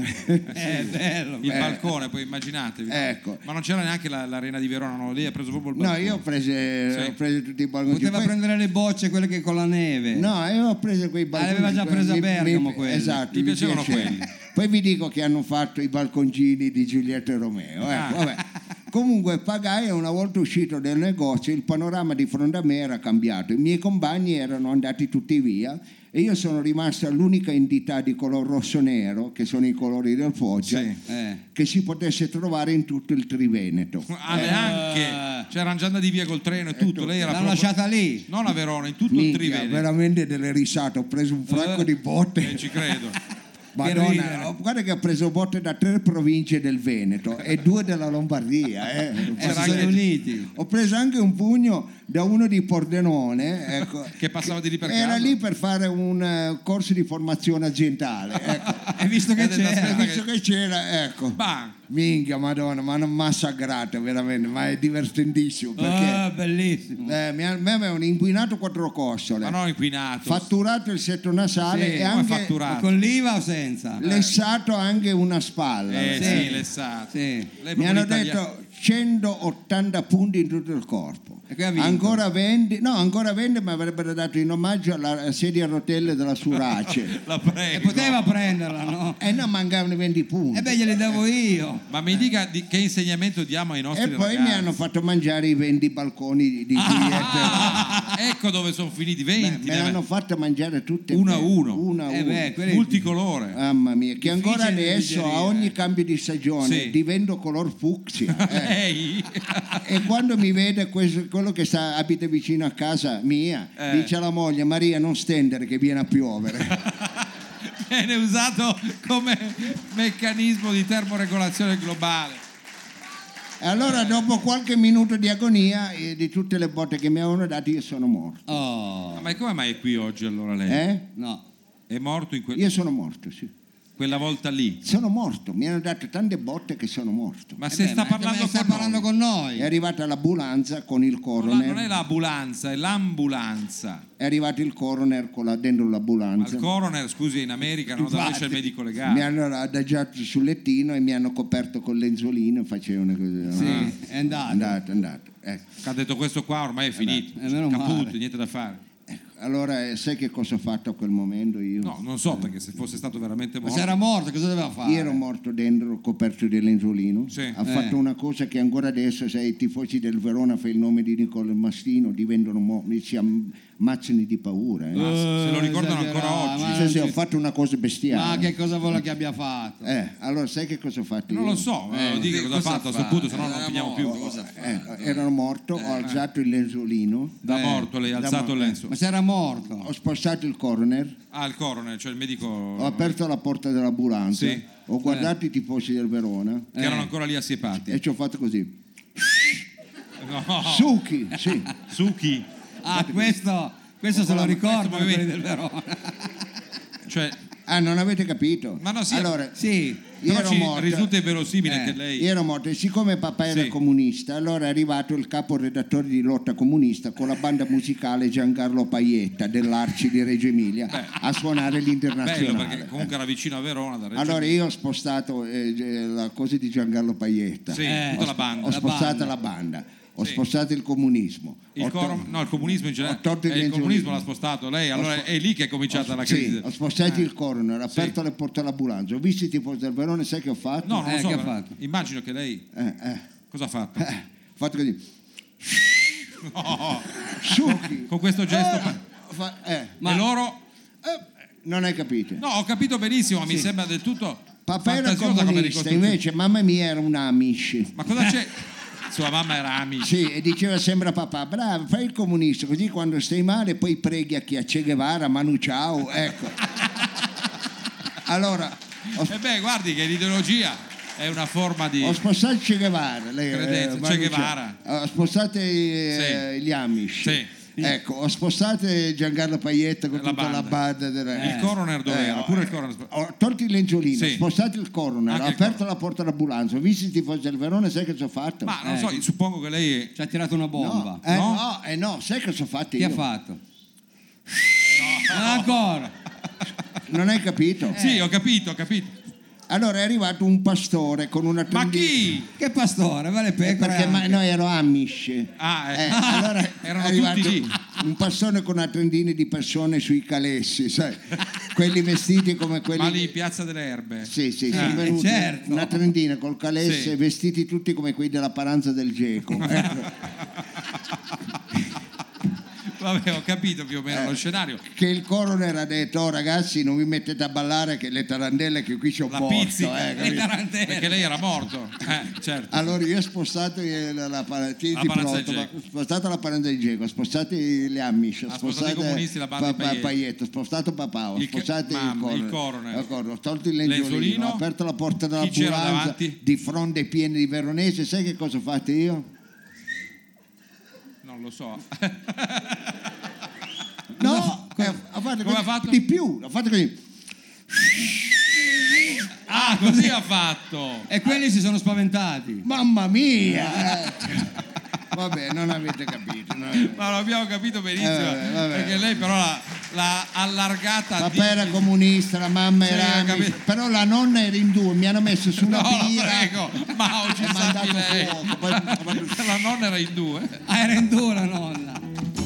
[SPEAKER 2] È bello.
[SPEAKER 3] Il
[SPEAKER 4] Eh.
[SPEAKER 3] balcone, poi immaginatevi. no?
[SPEAKER 4] Ecco.
[SPEAKER 3] Ma non c'era neanche la- l'arena di Verona, no? Lì ha preso proprio il balcone.
[SPEAKER 4] No, io ho preso,
[SPEAKER 3] Sì.
[SPEAKER 4] ho preso tutti i balconi.
[SPEAKER 2] Poteva
[SPEAKER 4] Poi-
[SPEAKER 2] prendere le bocce, quelle che con la neve.
[SPEAKER 4] No, io ho preso quei balconi.
[SPEAKER 2] aveva già preso a
[SPEAKER 4] mi-
[SPEAKER 2] Bergamo
[SPEAKER 4] mi-
[SPEAKER 2] quelli.
[SPEAKER 4] Esatto,
[SPEAKER 3] Gli
[SPEAKER 4] mi
[SPEAKER 3] piacevano
[SPEAKER 4] piaceva.
[SPEAKER 3] quelli.
[SPEAKER 4] Poi vi dico che hanno fatto i balconcini di Giulietta e Romeo. Ecco,
[SPEAKER 3] Ah.
[SPEAKER 4] vabbè. Comunque pagai e una volta uscito dal negozio il panorama di fronte a me era cambiato. I miei compagni erano andati tutti via e io sono rimasta l'unica entità di color rosso-nero, che sono i colori del Foggia,
[SPEAKER 3] Sì.
[SPEAKER 2] Eh.
[SPEAKER 4] che si potesse trovare in tutto il Triveneto.
[SPEAKER 3] Ah, neanche. C'erano già andati via col treno e tutto. Lei era
[SPEAKER 2] L'hanno
[SPEAKER 3] proprio...
[SPEAKER 2] lasciata lì.
[SPEAKER 3] Non a Verona, in tutto il
[SPEAKER 4] Minchia,
[SPEAKER 3] Triveneto.
[SPEAKER 4] veramente delle risate, ho preso un fracco
[SPEAKER 2] Eh.
[SPEAKER 4] di botte.
[SPEAKER 3] Eh, ci credo.
[SPEAKER 4] Madonna,
[SPEAKER 2] ridere.
[SPEAKER 4] oh, guarda che ha preso botte da tre province del Veneto e due della Lombardia. Eh.
[SPEAKER 2] Eh,
[SPEAKER 3] C'era
[SPEAKER 2] si
[SPEAKER 3] anche-
[SPEAKER 2] sono uniti.
[SPEAKER 4] Ho preso anche un pugno da uno di Pordenone, ecco,
[SPEAKER 3] Che passava di lì per
[SPEAKER 4] era
[SPEAKER 3] caso.
[SPEAKER 4] lì per fare un eh, corso di formazione aziendale. Ecco.
[SPEAKER 2] E visto che
[SPEAKER 3] Eh, della
[SPEAKER 2] c'era.
[SPEAKER 3] spesa
[SPEAKER 4] Visto che c'era, ecco.
[SPEAKER 3] Bam.
[SPEAKER 4] Minchia, Madonna, ma non massacrata veramente, ma è divertentissimo perché
[SPEAKER 2] Ah, bellissimo.
[SPEAKER 4] eh, mi ha- mi avevano inquinato quattro costole,
[SPEAKER 3] Ma non inquinato.
[SPEAKER 4] fatturato il setto nasale
[SPEAKER 2] Sì,
[SPEAKER 4] e
[SPEAKER 3] come
[SPEAKER 4] anche
[SPEAKER 2] Ma
[SPEAKER 3] fatturato.
[SPEAKER 2] con l'Iva o senza?
[SPEAKER 4] lessato anche una spalla.
[SPEAKER 3] Eh
[SPEAKER 2] Sì.
[SPEAKER 3] sì, lessato.
[SPEAKER 2] Sì.
[SPEAKER 3] Lei è
[SPEAKER 4] Mi
[SPEAKER 3] proprio
[SPEAKER 4] hanno
[SPEAKER 3] l'italiano.
[SPEAKER 4] detto centottanta punti in tutto il corpo.
[SPEAKER 2] E che ha vinto?
[SPEAKER 4] Ancora venti, no, ancora venti mi avrebbero dato in omaggio alla sedia a rotelle della Surace.
[SPEAKER 3] La
[SPEAKER 2] E
[SPEAKER 3] prego.
[SPEAKER 2] poteva prenderla, no?
[SPEAKER 4] E non mancavano venti punti.
[SPEAKER 2] E beh, glieli davo io.
[SPEAKER 3] Ma mi dica di che insegnamento diamo ai nostri
[SPEAKER 4] E poi
[SPEAKER 3] ragazzi.
[SPEAKER 4] mi hanno fatto mangiare i venti balconi di, di Giulietta.
[SPEAKER 3] Ah, ecco dove sono finiti venti.
[SPEAKER 4] Me l'hanno fatta mangiare tutte
[SPEAKER 3] Uno a
[SPEAKER 4] bene.
[SPEAKER 3] uno.
[SPEAKER 4] Uno a
[SPEAKER 2] Eh
[SPEAKER 4] uno.
[SPEAKER 2] beh, quelli-
[SPEAKER 3] Multicolore.
[SPEAKER 4] Mamma mia, che ancora
[SPEAKER 2] Difficile da
[SPEAKER 4] adesso
[SPEAKER 2] digerire,
[SPEAKER 4] a ogni
[SPEAKER 2] eh.
[SPEAKER 4] cambio di stagione
[SPEAKER 3] Sì.
[SPEAKER 4] divento color fucsia. eh.
[SPEAKER 3] Ehi.
[SPEAKER 4] E quando mi vede questo- quello che sta, abita vicino a casa mia,
[SPEAKER 3] Eh.
[SPEAKER 4] dice alla moglie: Maria, non stendere che viene a piovere.
[SPEAKER 3] Viene usato come meccanismo di termoregolazione globale.
[SPEAKER 4] E allora, dopo qualche minuto di agonia e di tutte le botte che mi avevano dato, io sono morto.
[SPEAKER 2] Oh.
[SPEAKER 3] Ma come mai è qui oggi allora lei?
[SPEAKER 4] Eh?
[SPEAKER 2] No.
[SPEAKER 3] È morto in que-
[SPEAKER 4] Io sono morto, sì.
[SPEAKER 3] quella volta lì?
[SPEAKER 4] Sono morto, mi hanno dato tante botte che sono morto.
[SPEAKER 3] Ma
[SPEAKER 2] Eh
[SPEAKER 3] se
[SPEAKER 2] beh,
[SPEAKER 3] sta
[SPEAKER 2] ma
[SPEAKER 3] parlando,
[SPEAKER 2] come sta
[SPEAKER 3] con,
[SPEAKER 2] parlando
[SPEAKER 3] noi.
[SPEAKER 2] con noi.
[SPEAKER 4] È arrivata l'ambulanza con il
[SPEAKER 3] Non la-
[SPEAKER 4] coroner.
[SPEAKER 3] non è l'ambulanza, è l'ambulanza.
[SPEAKER 4] È arrivato il coroner con la, dentro
[SPEAKER 3] Ma
[SPEAKER 4] l'ambulanza.
[SPEAKER 3] il coroner, scusi, in America non dove c'è il medico
[SPEAKER 4] Mi
[SPEAKER 3] legale.
[SPEAKER 4] hanno adagiato sul lettino e mi hanno coperto con lenzolino e facevano così.
[SPEAKER 2] Sì,
[SPEAKER 4] Ah,
[SPEAKER 2] è andato.
[SPEAKER 4] andato, andato. Ecco.
[SPEAKER 3] Ha detto questo qua ormai è finito.
[SPEAKER 2] eh, meno
[SPEAKER 3] Caput,
[SPEAKER 2] male.
[SPEAKER 3] niente da fare.
[SPEAKER 4] Ecco. Allora, eh, sai che cosa ho fatto a quel momento io?
[SPEAKER 3] No, non so, perché se fosse stato veramente
[SPEAKER 2] Ma
[SPEAKER 3] morto.
[SPEAKER 2] se era morto, cosa doveva fare?
[SPEAKER 4] Io ero morto dentro, coperto di lenzolino.
[SPEAKER 3] Sì.
[SPEAKER 4] Ha
[SPEAKER 2] Eh.
[SPEAKER 4] fatto una cosa che ancora adesso, se i tifosi del Verona fa il nome di Nicola Mastino, diventano mo- si ammazzano di paura. eh.
[SPEAKER 3] Ma se lo ricordano ancora
[SPEAKER 2] esagerato,
[SPEAKER 3] oggi.
[SPEAKER 2] ma-
[SPEAKER 4] Sì, sì, ho fatto una cosa bestiale.
[SPEAKER 2] Ma che cosa vuole che abbia fatto?
[SPEAKER 4] Eh, allora sai che cosa ho fatto
[SPEAKER 3] Non
[SPEAKER 4] io?
[SPEAKER 3] lo so,
[SPEAKER 2] Eh,
[SPEAKER 3] lo dica
[SPEAKER 1] che
[SPEAKER 3] cosa ha
[SPEAKER 1] cosa
[SPEAKER 3] fatto a
[SPEAKER 1] fa?
[SPEAKER 3] questo punto, se no non
[SPEAKER 1] Era
[SPEAKER 3] finiamo
[SPEAKER 1] morto,
[SPEAKER 3] più.
[SPEAKER 1] cosa fa?
[SPEAKER 4] Eh, ero morto, ho alzato il lenzolino,
[SPEAKER 3] Da
[SPEAKER 2] Eh,
[SPEAKER 3] morto, lei ha
[SPEAKER 4] da
[SPEAKER 3] alzato il
[SPEAKER 4] morto.
[SPEAKER 3] lenzo.
[SPEAKER 2] Ma se era morto?
[SPEAKER 4] ho spostato il coroner,
[SPEAKER 3] Ah, il coroner, cioè il medico
[SPEAKER 4] ho aperto la porta dell'ambulanza,
[SPEAKER 3] Sì.
[SPEAKER 4] ho guardato i tifosi del Verona
[SPEAKER 3] che erano ancora lì assiepati.
[SPEAKER 4] e ci ho fatto così.
[SPEAKER 3] No,
[SPEAKER 4] Succhi, sì.
[SPEAKER 3] Suki.
[SPEAKER 2] Ah, questo, questo se lo ricordano
[SPEAKER 3] questo
[SPEAKER 2] quelli
[SPEAKER 3] movimento.
[SPEAKER 2] del Verona.
[SPEAKER 3] Cioè,
[SPEAKER 4] Ah, non avete capito?
[SPEAKER 3] Ma no, sì,
[SPEAKER 4] allora,
[SPEAKER 2] Sì.
[SPEAKER 4] io
[SPEAKER 3] però
[SPEAKER 4] ero
[SPEAKER 3] ci
[SPEAKER 4] morto.
[SPEAKER 3] risulta inverosimile
[SPEAKER 2] Eh,
[SPEAKER 3] che lei...
[SPEAKER 4] Io ero morto e siccome papà era
[SPEAKER 3] Sì.
[SPEAKER 4] comunista, allora è arrivato il caporedattore di Lotta Comunista con la banda musicale Giancarlo Paietta dell'Arci di Reggio Emilia a suonare
[SPEAKER 3] Bello,
[SPEAKER 4] l'internazionale.
[SPEAKER 3] perché comunque era vicino a Verona. Da Reggio
[SPEAKER 4] Allora
[SPEAKER 3] Emilia.
[SPEAKER 4] io ho spostato eh, la cosa di Giancarlo Paietta.
[SPEAKER 3] Sì,
[SPEAKER 2] Eh,
[SPEAKER 3] tutta
[SPEAKER 4] ho,
[SPEAKER 3] la banda.
[SPEAKER 4] ho
[SPEAKER 2] La
[SPEAKER 4] spostato
[SPEAKER 2] banda.
[SPEAKER 4] la banda, ho
[SPEAKER 3] Sì.
[SPEAKER 4] spostato il comunismo.
[SPEAKER 3] Il,
[SPEAKER 4] ho to-
[SPEAKER 3] coro- no, il comunismo in
[SPEAKER 4] ho
[SPEAKER 3] generale.
[SPEAKER 4] tolto il
[SPEAKER 3] eh, il
[SPEAKER 4] lenzolino.
[SPEAKER 3] comunismo l'ha spostato lei, allora
[SPEAKER 4] spo-
[SPEAKER 3] è lì che è cominciata
[SPEAKER 4] ho-
[SPEAKER 3] la
[SPEAKER 4] sì,
[SPEAKER 3] crisi.
[SPEAKER 4] ho spostato il coroner, ho aperto le porte all'ambulanza, ho visto i tifosi del Verona, sai che ho fatto?
[SPEAKER 3] No, non
[SPEAKER 2] Eh,
[SPEAKER 3] lo so.
[SPEAKER 2] che ha
[SPEAKER 3] però
[SPEAKER 2] fatto?
[SPEAKER 3] Immagino che lei.
[SPEAKER 4] Eh, eh,
[SPEAKER 3] Cosa ha fatto?
[SPEAKER 4] eh, ho fatto così.
[SPEAKER 3] No,
[SPEAKER 4] Succhi.
[SPEAKER 3] con questo gesto.
[SPEAKER 4] Fa- eh,
[SPEAKER 3] Ma loro.
[SPEAKER 4] eh, non hai capito?
[SPEAKER 3] No, ho capito benissimo, ma mi sembra del tutto.
[SPEAKER 4] Papà era
[SPEAKER 3] fantasiosa come
[SPEAKER 4] comunista,
[SPEAKER 3] ricostruzione.
[SPEAKER 4] invece mamma mia era un Amish.
[SPEAKER 3] Ma cosa c'è? Sua mamma era amica.
[SPEAKER 4] Sì, e diceva sempre a papà, bravo, fai il comunista, così quando stai male poi preghi a chi? A Che Guevara, Manu Chao, ecco. Allora, ho,
[SPEAKER 3] E beh, guardi che l'ideologia è una forma di.
[SPEAKER 4] ho spostato Che Guevara, lei,
[SPEAKER 3] Credenza,
[SPEAKER 4] eh,
[SPEAKER 3] Che
[SPEAKER 4] Manu
[SPEAKER 3] Guevara.
[SPEAKER 4] Chao. Ho spostato eh,
[SPEAKER 3] Sì.
[SPEAKER 4] gli Amish.
[SPEAKER 3] Sì.
[SPEAKER 4] Ecco, ho spostato Giancarlo Paietta con
[SPEAKER 3] La
[SPEAKER 4] tutta la
[SPEAKER 3] banda.
[SPEAKER 4] banda della...
[SPEAKER 3] Il coroner dov'era?
[SPEAKER 4] Eh,
[SPEAKER 3] Pure il coroner.
[SPEAKER 4] Ho tolto il lenzuolino,
[SPEAKER 3] Sì.
[SPEAKER 4] ho spostato il coroner,
[SPEAKER 3] Anche
[SPEAKER 4] ho
[SPEAKER 3] il
[SPEAKER 4] aperto
[SPEAKER 3] coroner.
[SPEAKER 4] la porta dell'ambulanza, ho visto i tifosi del Verona, sai che ci ho fatto?
[SPEAKER 3] Ma non so, suppongo che lei.
[SPEAKER 2] Ci ha tirato una bomba.
[SPEAKER 4] No, eh,
[SPEAKER 3] No?
[SPEAKER 4] no, eh no, sai che ci ho fatto
[SPEAKER 2] Chi
[SPEAKER 4] io?
[SPEAKER 2] ha fatto? Non ancora.
[SPEAKER 4] Non hai capito?
[SPEAKER 3] Sì, ho capito, ho capito.
[SPEAKER 4] Allora è arrivato un pastore con una
[SPEAKER 3] Ma
[SPEAKER 4] tendina-
[SPEAKER 3] chi?
[SPEAKER 2] Che pastore, vale
[SPEAKER 4] Eh,
[SPEAKER 2] pecore.
[SPEAKER 4] perché ma-
[SPEAKER 2] anche.
[SPEAKER 4] noi ero Amish.
[SPEAKER 3] Ah, eh.
[SPEAKER 4] Eh, allora
[SPEAKER 3] Erano
[SPEAKER 4] è arrivato
[SPEAKER 3] tutti lì.
[SPEAKER 4] un pastore con una trentina di persone sui calessi, sai? Quelli vestiti come quelli.
[SPEAKER 3] Ma lì in Piazza delle Erbe.
[SPEAKER 4] Sì, sì,
[SPEAKER 2] Eh,
[SPEAKER 4] sono venuti
[SPEAKER 2] certo.
[SPEAKER 4] una trentina col calesse,
[SPEAKER 3] Sì.
[SPEAKER 4] vestiti tutti come quelli della Paranza del Geco. Ecco.
[SPEAKER 3] Vabbè, ho capito più o meno
[SPEAKER 4] Eh.
[SPEAKER 3] lo scenario.
[SPEAKER 4] Che il coroner ha detto: oh ragazzi, non vi mettete a ballare che le tarandelle che qui c'ho
[SPEAKER 3] La
[SPEAKER 4] porto.
[SPEAKER 3] pizzi.
[SPEAKER 4] eh,
[SPEAKER 2] Le
[SPEAKER 4] capito?
[SPEAKER 2] tarantelle.
[SPEAKER 3] Perché lei era morto. Eh, certo.
[SPEAKER 4] Allora io ho spostato eh, la, la, la, tieniti
[SPEAKER 3] La Paranza
[SPEAKER 4] pronto,
[SPEAKER 3] del
[SPEAKER 4] ma-
[SPEAKER 3] Geco.
[SPEAKER 4] ho spostato la Paranza del Geco, ho spostato gli Amish, ho
[SPEAKER 3] Ha spostato i comunisti, la banda di Paietto.
[SPEAKER 4] Paietto, ho spostato papà, ho
[SPEAKER 3] Il che-
[SPEAKER 4] spostato il
[SPEAKER 3] mamma,
[SPEAKER 4] coroner,
[SPEAKER 3] il coroner.
[SPEAKER 4] il coroner, ho tolto il lenzuolino,
[SPEAKER 3] Lenzuolino.
[SPEAKER 4] ho aperto la porta
[SPEAKER 3] Chi c'era
[SPEAKER 4] dell'ambulanza
[SPEAKER 3] davanti?
[SPEAKER 4] di fronte ai pieni di Veronese, sai che cosa ho fatto io?
[SPEAKER 3] Non lo so.
[SPEAKER 4] No, eh, ho fatto
[SPEAKER 3] come
[SPEAKER 4] così,
[SPEAKER 3] ha fatto?
[SPEAKER 4] di più, ho fatto così.
[SPEAKER 3] Ah, così ha fatto.
[SPEAKER 2] E quelli si sono spaventati.
[SPEAKER 4] Mamma mia! eh. Vabbè, non avete capito. non avete-
[SPEAKER 3] Ma l'abbiamo capito benissimo.
[SPEAKER 4] Eh, vabbè, vabbè.
[SPEAKER 3] Perché lei però l'ha, l'ha allargata a
[SPEAKER 4] Papà era
[SPEAKER 3] dieci-
[SPEAKER 4] comunista, la mamma
[SPEAKER 3] Sì,
[SPEAKER 4] era
[SPEAKER 3] ho
[SPEAKER 4] amica,
[SPEAKER 3] capito.
[SPEAKER 4] però la nonna era in due, mi hanno messo su una
[SPEAKER 3] No,
[SPEAKER 4] birra.
[SPEAKER 3] prego, Mao ci
[SPEAKER 4] ha
[SPEAKER 3] salvi
[SPEAKER 4] mandato
[SPEAKER 3] lei.
[SPEAKER 4] fuoco, poi- poi-
[SPEAKER 3] La nonna era in due.
[SPEAKER 2] Ah, era in dura, nonna.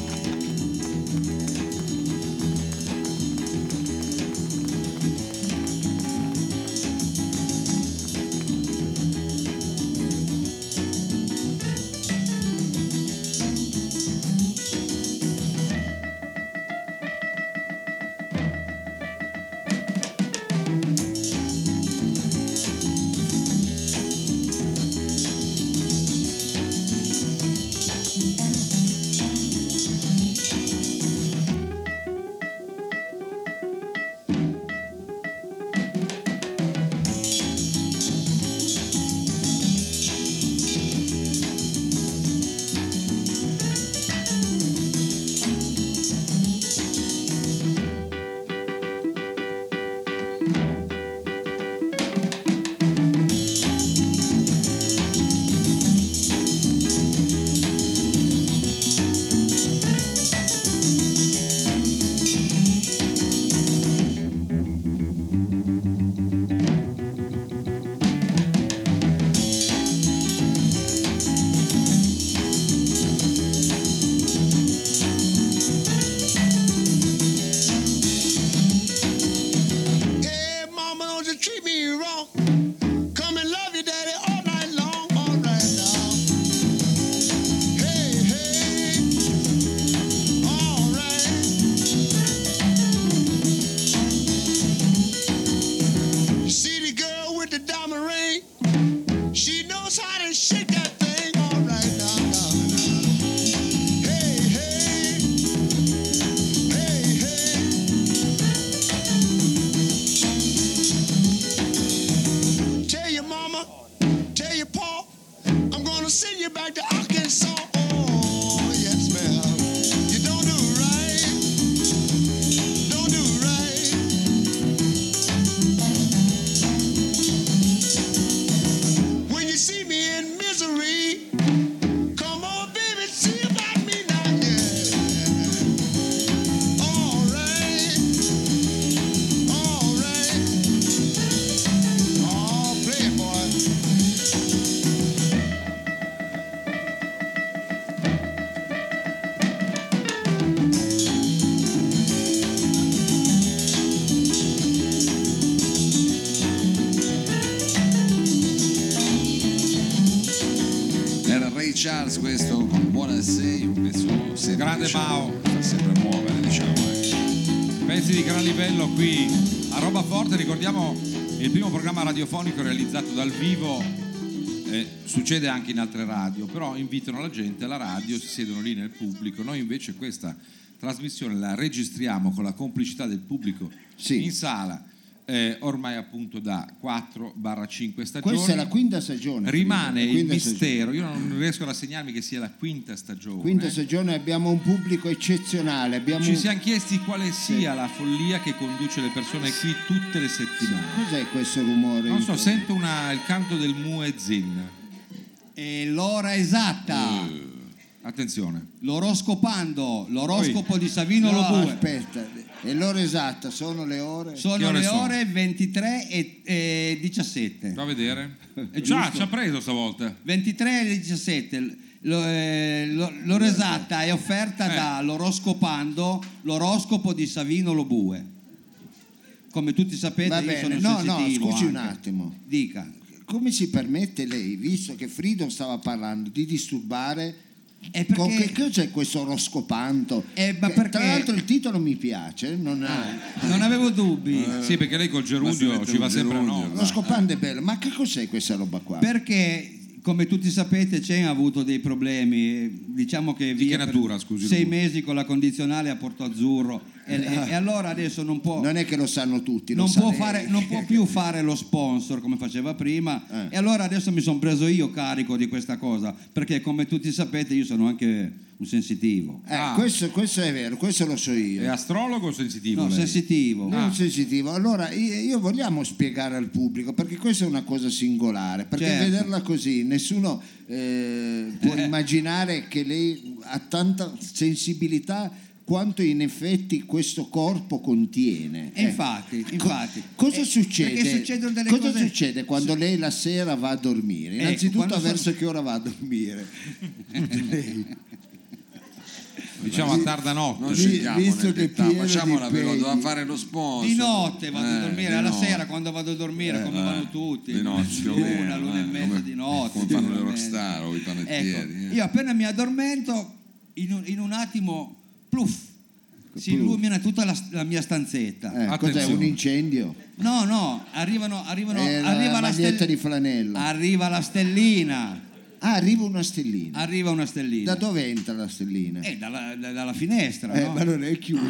[SPEAKER 6] Hey, mama, don't you treat me wrong. Come and love your daddy all night long, all right now. Hey, hey, all right. You see the girl with the diamond ring? She knows how to shake that thing, all right now, now, now. Hey, hey, hey, hey. Tell your mama, tell your pa, I'm gonna send you back to Arkansas. Oh, yes, ma'am. You don't do right. Don't do right. When you see me in misery, come on, baby, see about me now, yeah. All right. All right. Oh, play it, boy.
[SPEAKER 1] Era Ray Charles questo con Buona Sei, un pezzo sempre,
[SPEAKER 3] Grande
[SPEAKER 1] diciamo,
[SPEAKER 3] Mao.
[SPEAKER 1] fa sempre muovere, diciamo. eh.
[SPEAKER 3] Pezzi di gran livello qui a Roba Forte. Ricordiamo il primo programma radiofonico realizzato dal vivo. Eh, succede anche in altre radio, però invitano la gente alla radio, si siedono lì nel pubblico. Noi invece questa trasmissione la registriamo con la complicità del pubblico
[SPEAKER 4] Sì.
[SPEAKER 3] in sala. eh, ormai appunto da quattro cinque stagioni.
[SPEAKER 4] Questa è la quinta stagione.
[SPEAKER 3] Rimane
[SPEAKER 4] la
[SPEAKER 3] il
[SPEAKER 4] quinta
[SPEAKER 3] mistero,
[SPEAKER 4] stagione.
[SPEAKER 3] io non riesco a rassegnarmi che sia la quinta stagione.
[SPEAKER 4] Quinta stagione, abbiamo un pubblico eccezionale. Abbiamo
[SPEAKER 3] Ci
[SPEAKER 4] un-
[SPEAKER 3] siamo chiesti quale sia la follia che conduce le persone qui tutte le settimane.
[SPEAKER 4] Cos'è questo rumore?
[SPEAKER 3] Non so,
[SPEAKER 4] intorno?
[SPEAKER 3] sento una- il canto del muezzin.
[SPEAKER 2] E l'ora esatta,
[SPEAKER 3] Attenzione.
[SPEAKER 2] l'oroscopando, l'oroscopo di Savino
[SPEAKER 4] No,
[SPEAKER 2] Lobue.
[SPEAKER 4] aspetta, è l'ora esatta, sono le ore.
[SPEAKER 3] Che
[SPEAKER 2] Sono
[SPEAKER 3] ore
[SPEAKER 2] le
[SPEAKER 3] sono?
[SPEAKER 2] ore ventitré e, e diciassette.
[SPEAKER 3] Fa a vedere.
[SPEAKER 2] È
[SPEAKER 3] Già,
[SPEAKER 2] giusto.
[SPEAKER 3] ci ha preso stavolta.
[SPEAKER 2] ventitré e diciassette. Lo- eh, lo- l'ora esatta è offerta
[SPEAKER 3] Eh.
[SPEAKER 2] dall'oroscopando, l'oroscopo di Savino Lobue. Come tutti sapete,
[SPEAKER 4] Va
[SPEAKER 2] io
[SPEAKER 4] bene,
[SPEAKER 2] sono
[SPEAKER 4] no, no,
[SPEAKER 2] sensitivo
[SPEAKER 4] scusi un
[SPEAKER 2] anche.
[SPEAKER 4] attimo.
[SPEAKER 2] Dica.
[SPEAKER 4] Come si permette lei, visto che Frido stava parlando, di disturbare?
[SPEAKER 2] È perché-
[SPEAKER 4] Con che cos'è questo oroscopanto?
[SPEAKER 2] Eh, ma
[SPEAKER 4] Che,
[SPEAKER 2] perché-
[SPEAKER 4] Tra l'altro il titolo mi piace, non ha...
[SPEAKER 2] Non avevo dubbi.
[SPEAKER 3] Sì, perché lei col
[SPEAKER 1] Ma si
[SPEAKER 3] gerundio
[SPEAKER 1] mette
[SPEAKER 3] ci va
[SPEAKER 1] un
[SPEAKER 3] sempre a
[SPEAKER 1] gerundio,
[SPEAKER 3] no.
[SPEAKER 4] L'oroscopando è bello, ma che cos'è questa roba qua?
[SPEAKER 2] Perché, come tutti sapete, Cen ha avuto dei problemi. Diciamo che
[SPEAKER 3] Di
[SPEAKER 2] via
[SPEAKER 3] che
[SPEAKER 2] per
[SPEAKER 3] natura, scusi,
[SPEAKER 2] sei
[SPEAKER 3] Lobue?
[SPEAKER 2] mesi con la condizionale a Porto Azzurro. E, e- e allora adesso non può.
[SPEAKER 4] Non è che lo sanno tutti, lo
[SPEAKER 2] non
[SPEAKER 4] sa
[SPEAKER 2] può,
[SPEAKER 4] lei.
[SPEAKER 2] fare, non può più fare lo sponsor come faceva prima
[SPEAKER 4] Eh.
[SPEAKER 2] e allora adesso mi sono preso io carico di questa cosa perché come tutti sapete io sono anche un sensitivo.
[SPEAKER 4] Eh,
[SPEAKER 3] Ah.
[SPEAKER 4] questo, questo è vero, questo lo so io.
[SPEAKER 3] È astrologo o sensitivo?
[SPEAKER 2] No,
[SPEAKER 3] lei?
[SPEAKER 2] sensitivo.
[SPEAKER 4] Non sensitivo. Allora io, io vogliamo spiegare al pubblico perché questa è una cosa singolare, perché
[SPEAKER 2] Certo.
[SPEAKER 4] vederla così nessuno eh, può immaginare che lei ha tanta sensibilità quanto in effetti questo corpo contiene.
[SPEAKER 2] E
[SPEAKER 4] Eh,
[SPEAKER 2] infatti, infatti.
[SPEAKER 4] Cosa
[SPEAKER 2] Eh,
[SPEAKER 4] succede?
[SPEAKER 2] Perché succedono delle
[SPEAKER 4] Cosa
[SPEAKER 2] cose.
[SPEAKER 4] succede quando lei la sera va a dormire?
[SPEAKER 2] Ecco,
[SPEAKER 4] Innanzitutto
[SPEAKER 2] quando
[SPEAKER 4] verso
[SPEAKER 2] sono-
[SPEAKER 4] che ora va a dormire? Lei.
[SPEAKER 3] Diciamo a tarda notte.
[SPEAKER 1] Non
[SPEAKER 4] Vi-
[SPEAKER 1] scendiamo
[SPEAKER 4] visto
[SPEAKER 1] nel
[SPEAKER 4] che è
[SPEAKER 1] dettaglio,
[SPEAKER 4] pieno di
[SPEAKER 1] facciamola veloce,
[SPEAKER 4] impegni.
[SPEAKER 1] doveva fare lo sponsor.
[SPEAKER 2] Di notte vado a
[SPEAKER 1] Eh,
[SPEAKER 2] dormire,
[SPEAKER 1] di
[SPEAKER 2] alla
[SPEAKER 1] notte.
[SPEAKER 2] sera quando vado a dormire, come
[SPEAKER 1] Eh,
[SPEAKER 2] vanno tutti.
[SPEAKER 1] di notte, più o
[SPEAKER 2] L'una,
[SPEAKER 1] meno,
[SPEAKER 2] l'una e
[SPEAKER 1] eh,
[SPEAKER 2] mezza
[SPEAKER 1] come-
[SPEAKER 2] di notte.
[SPEAKER 1] come fanno le
[SPEAKER 2] l'una e
[SPEAKER 1] rockstar o i
[SPEAKER 2] mezza.
[SPEAKER 1] panettieri,
[SPEAKER 2] Ecco,
[SPEAKER 1] eh.
[SPEAKER 2] io appena mi addormento, in un, in un attimo, pluff, si
[SPEAKER 4] Pluff.
[SPEAKER 2] illumina tutta la, la mia stanzetta.
[SPEAKER 4] Eh, cos'è
[SPEAKER 3] Attenzione.
[SPEAKER 4] un incendio?
[SPEAKER 2] No, no, arrivano, arrivano,
[SPEAKER 4] È la
[SPEAKER 2] arriva la
[SPEAKER 4] maglietta
[SPEAKER 2] stell-
[SPEAKER 4] di flanella.
[SPEAKER 2] Arriva la stellina,
[SPEAKER 4] Ah, arriva una stellina.
[SPEAKER 2] arriva una stellina.
[SPEAKER 4] Da dove entra la stellina?
[SPEAKER 2] Eh, dalla, da- dalla finestra,
[SPEAKER 4] Eh,
[SPEAKER 2] no?
[SPEAKER 4] ma non è chiusa.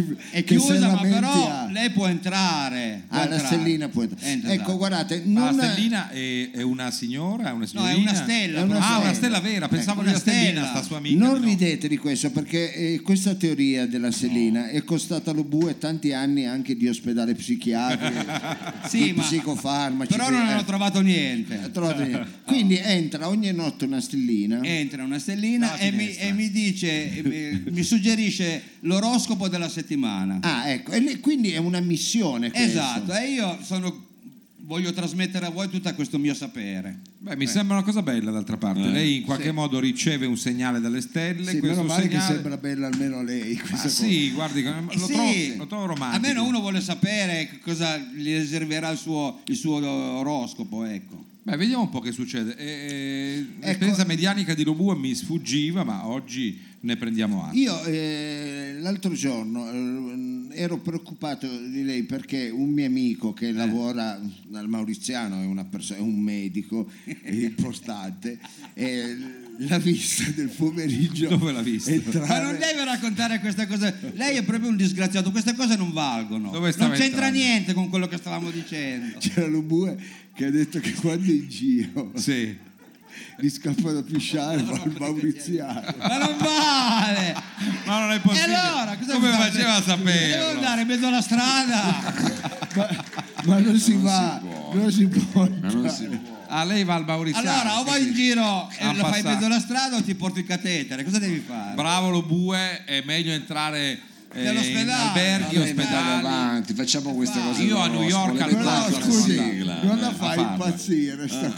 [SPEAKER 2] È
[SPEAKER 4] Che
[SPEAKER 2] chiusa, ma
[SPEAKER 4] serramenti
[SPEAKER 2] però
[SPEAKER 4] ha?
[SPEAKER 2] lei può entrare. può
[SPEAKER 4] Ah, la
[SPEAKER 2] entrare.
[SPEAKER 4] stellina può entrare.
[SPEAKER 2] Entra,
[SPEAKER 4] Ecco,
[SPEAKER 2] esatto.
[SPEAKER 4] guardate,
[SPEAKER 3] Ma
[SPEAKER 4] non
[SPEAKER 3] la stellina è, è una signora? È una
[SPEAKER 2] No, è
[SPEAKER 3] signorina?
[SPEAKER 2] una stella.
[SPEAKER 4] È una
[SPEAKER 3] Ah,
[SPEAKER 2] proprio.
[SPEAKER 3] una
[SPEAKER 4] stella.
[SPEAKER 3] stella vera. Pensavo
[SPEAKER 2] Ecco,
[SPEAKER 3] che la
[SPEAKER 2] una
[SPEAKER 3] stellina,
[SPEAKER 2] stella.
[SPEAKER 3] sta sua amica.
[SPEAKER 4] non
[SPEAKER 3] no.
[SPEAKER 4] ridete di questo perché eh, questa teoria della stellina è costata allo bue tanti anni anche di ospedale psichiatrico,
[SPEAKER 2] Sì,
[SPEAKER 4] di
[SPEAKER 2] ma-
[SPEAKER 4] psicofarmaci.
[SPEAKER 2] Però non
[SPEAKER 4] eh,
[SPEAKER 2] hanno trovato niente.
[SPEAKER 4] ha trovato niente. Quindi entra ogni notte una stellina.
[SPEAKER 2] Entra una stellina
[SPEAKER 3] Dalla
[SPEAKER 2] e mi,
[SPEAKER 3] finestra.
[SPEAKER 2] e mi dice, e mi, mi suggerisce l'oroscopo della settimana.
[SPEAKER 4] Ah, ecco, e lei- quindi è una missione questo.
[SPEAKER 2] Esatto, e io sono, voglio trasmettere a voi tutto questo mio sapere.
[SPEAKER 3] Beh, mi sembra una cosa bella d'altra parte. Lei in qualche modo riceve un segnale dalle stelle.
[SPEAKER 4] Sì,
[SPEAKER 3] questo
[SPEAKER 4] meno male
[SPEAKER 3] segnale...
[SPEAKER 4] che sembra bella almeno a lei questa
[SPEAKER 3] Ah,
[SPEAKER 4] cosa.
[SPEAKER 3] sì, guardi, lo,
[SPEAKER 2] Eh sì,
[SPEAKER 3] trovo, lo trovo romantico.
[SPEAKER 2] almeno uno vuole sapere che cosa gli riserverà il suo, il suo oroscopo, ecco.
[SPEAKER 3] Beh, vediamo un po' che succede. Eh,
[SPEAKER 4] Ecco.
[SPEAKER 3] l'esperienza medianica di Lobue mi sfuggiva, ma oggi ne prendiamo atto.
[SPEAKER 4] Io eh, l'altro giorno eh, ero preoccupato di lei perché un mio amico che lavora al Mauriziano, è, una perso- è un medico importante, eh, l'ha vista del pomeriggio.
[SPEAKER 3] Dove l'ha vista?
[SPEAKER 4] entrare-
[SPEAKER 2] Ma non deve raccontare queste cose. Lei è proprio un disgraziato, queste cose non valgono.
[SPEAKER 3] Dove stava
[SPEAKER 2] non c'entra
[SPEAKER 3] entrando?
[SPEAKER 2] niente con quello che stavamo dicendo.
[SPEAKER 4] C'era lo bue che ha detto che quando è in giro
[SPEAKER 3] Sì.
[SPEAKER 4] gli scappa da pisciare va al Mauriziano.
[SPEAKER 2] Ma non vale!
[SPEAKER 3] Ma non è
[SPEAKER 2] E
[SPEAKER 3] possibile.
[SPEAKER 2] allora, cosa
[SPEAKER 3] Come
[SPEAKER 2] fate?
[SPEAKER 3] faceva a
[SPEAKER 2] Devo
[SPEAKER 3] saperlo?
[SPEAKER 2] andare in mezzo alla strada.
[SPEAKER 4] ma, ma non si
[SPEAKER 1] Non
[SPEAKER 4] va,
[SPEAKER 1] si può.
[SPEAKER 4] non si può.
[SPEAKER 1] Ma non si può.
[SPEAKER 3] Ah, lei va al Mauriziano.
[SPEAKER 2] Allora, o vai in giro e
[SPEAKER 3] Ah,
[SPEAKER 2] lo fai in
[SPEAKER 3] passa-
[SPEAKER 2] mezzo alla strada o ti porti il catetere. Cosa devi fare?
[SPEAKER 3] Bravo Lobue, è meglio entrare eh, in
[SPEAKER 2] Nell'ospedale.
[SPEAKER 3] alberghi,
[SPEAKER 1] Vabbè, dai,
[SPEAKER 3] ospedali.
[SPEAKER 1] avanti, facciamo queste
[SPEAKER 2] Vai.
[SPEAKER 1] cose.
[SPEAKER 3] Io a
[SPEAKER 1] con
[SPEAKER 3] New York
[SPEAKER 1] l'oroscopo,
[SPEAKER 3] al
[SPEAKER 1] le
[SPEAKER 4] Però
[SPEAKER 3] Plaza,
[SPEAKER 1] metto una
[SPEAKER 4] scusi,
[SPEAKER 1] sigla,
[SPEAKER 4] non la
[SPEAKER 1] eh,
[SPEAKER 4] fai
[SPEAKER 3] a farla.
[SPEAKER 4] impazzire sta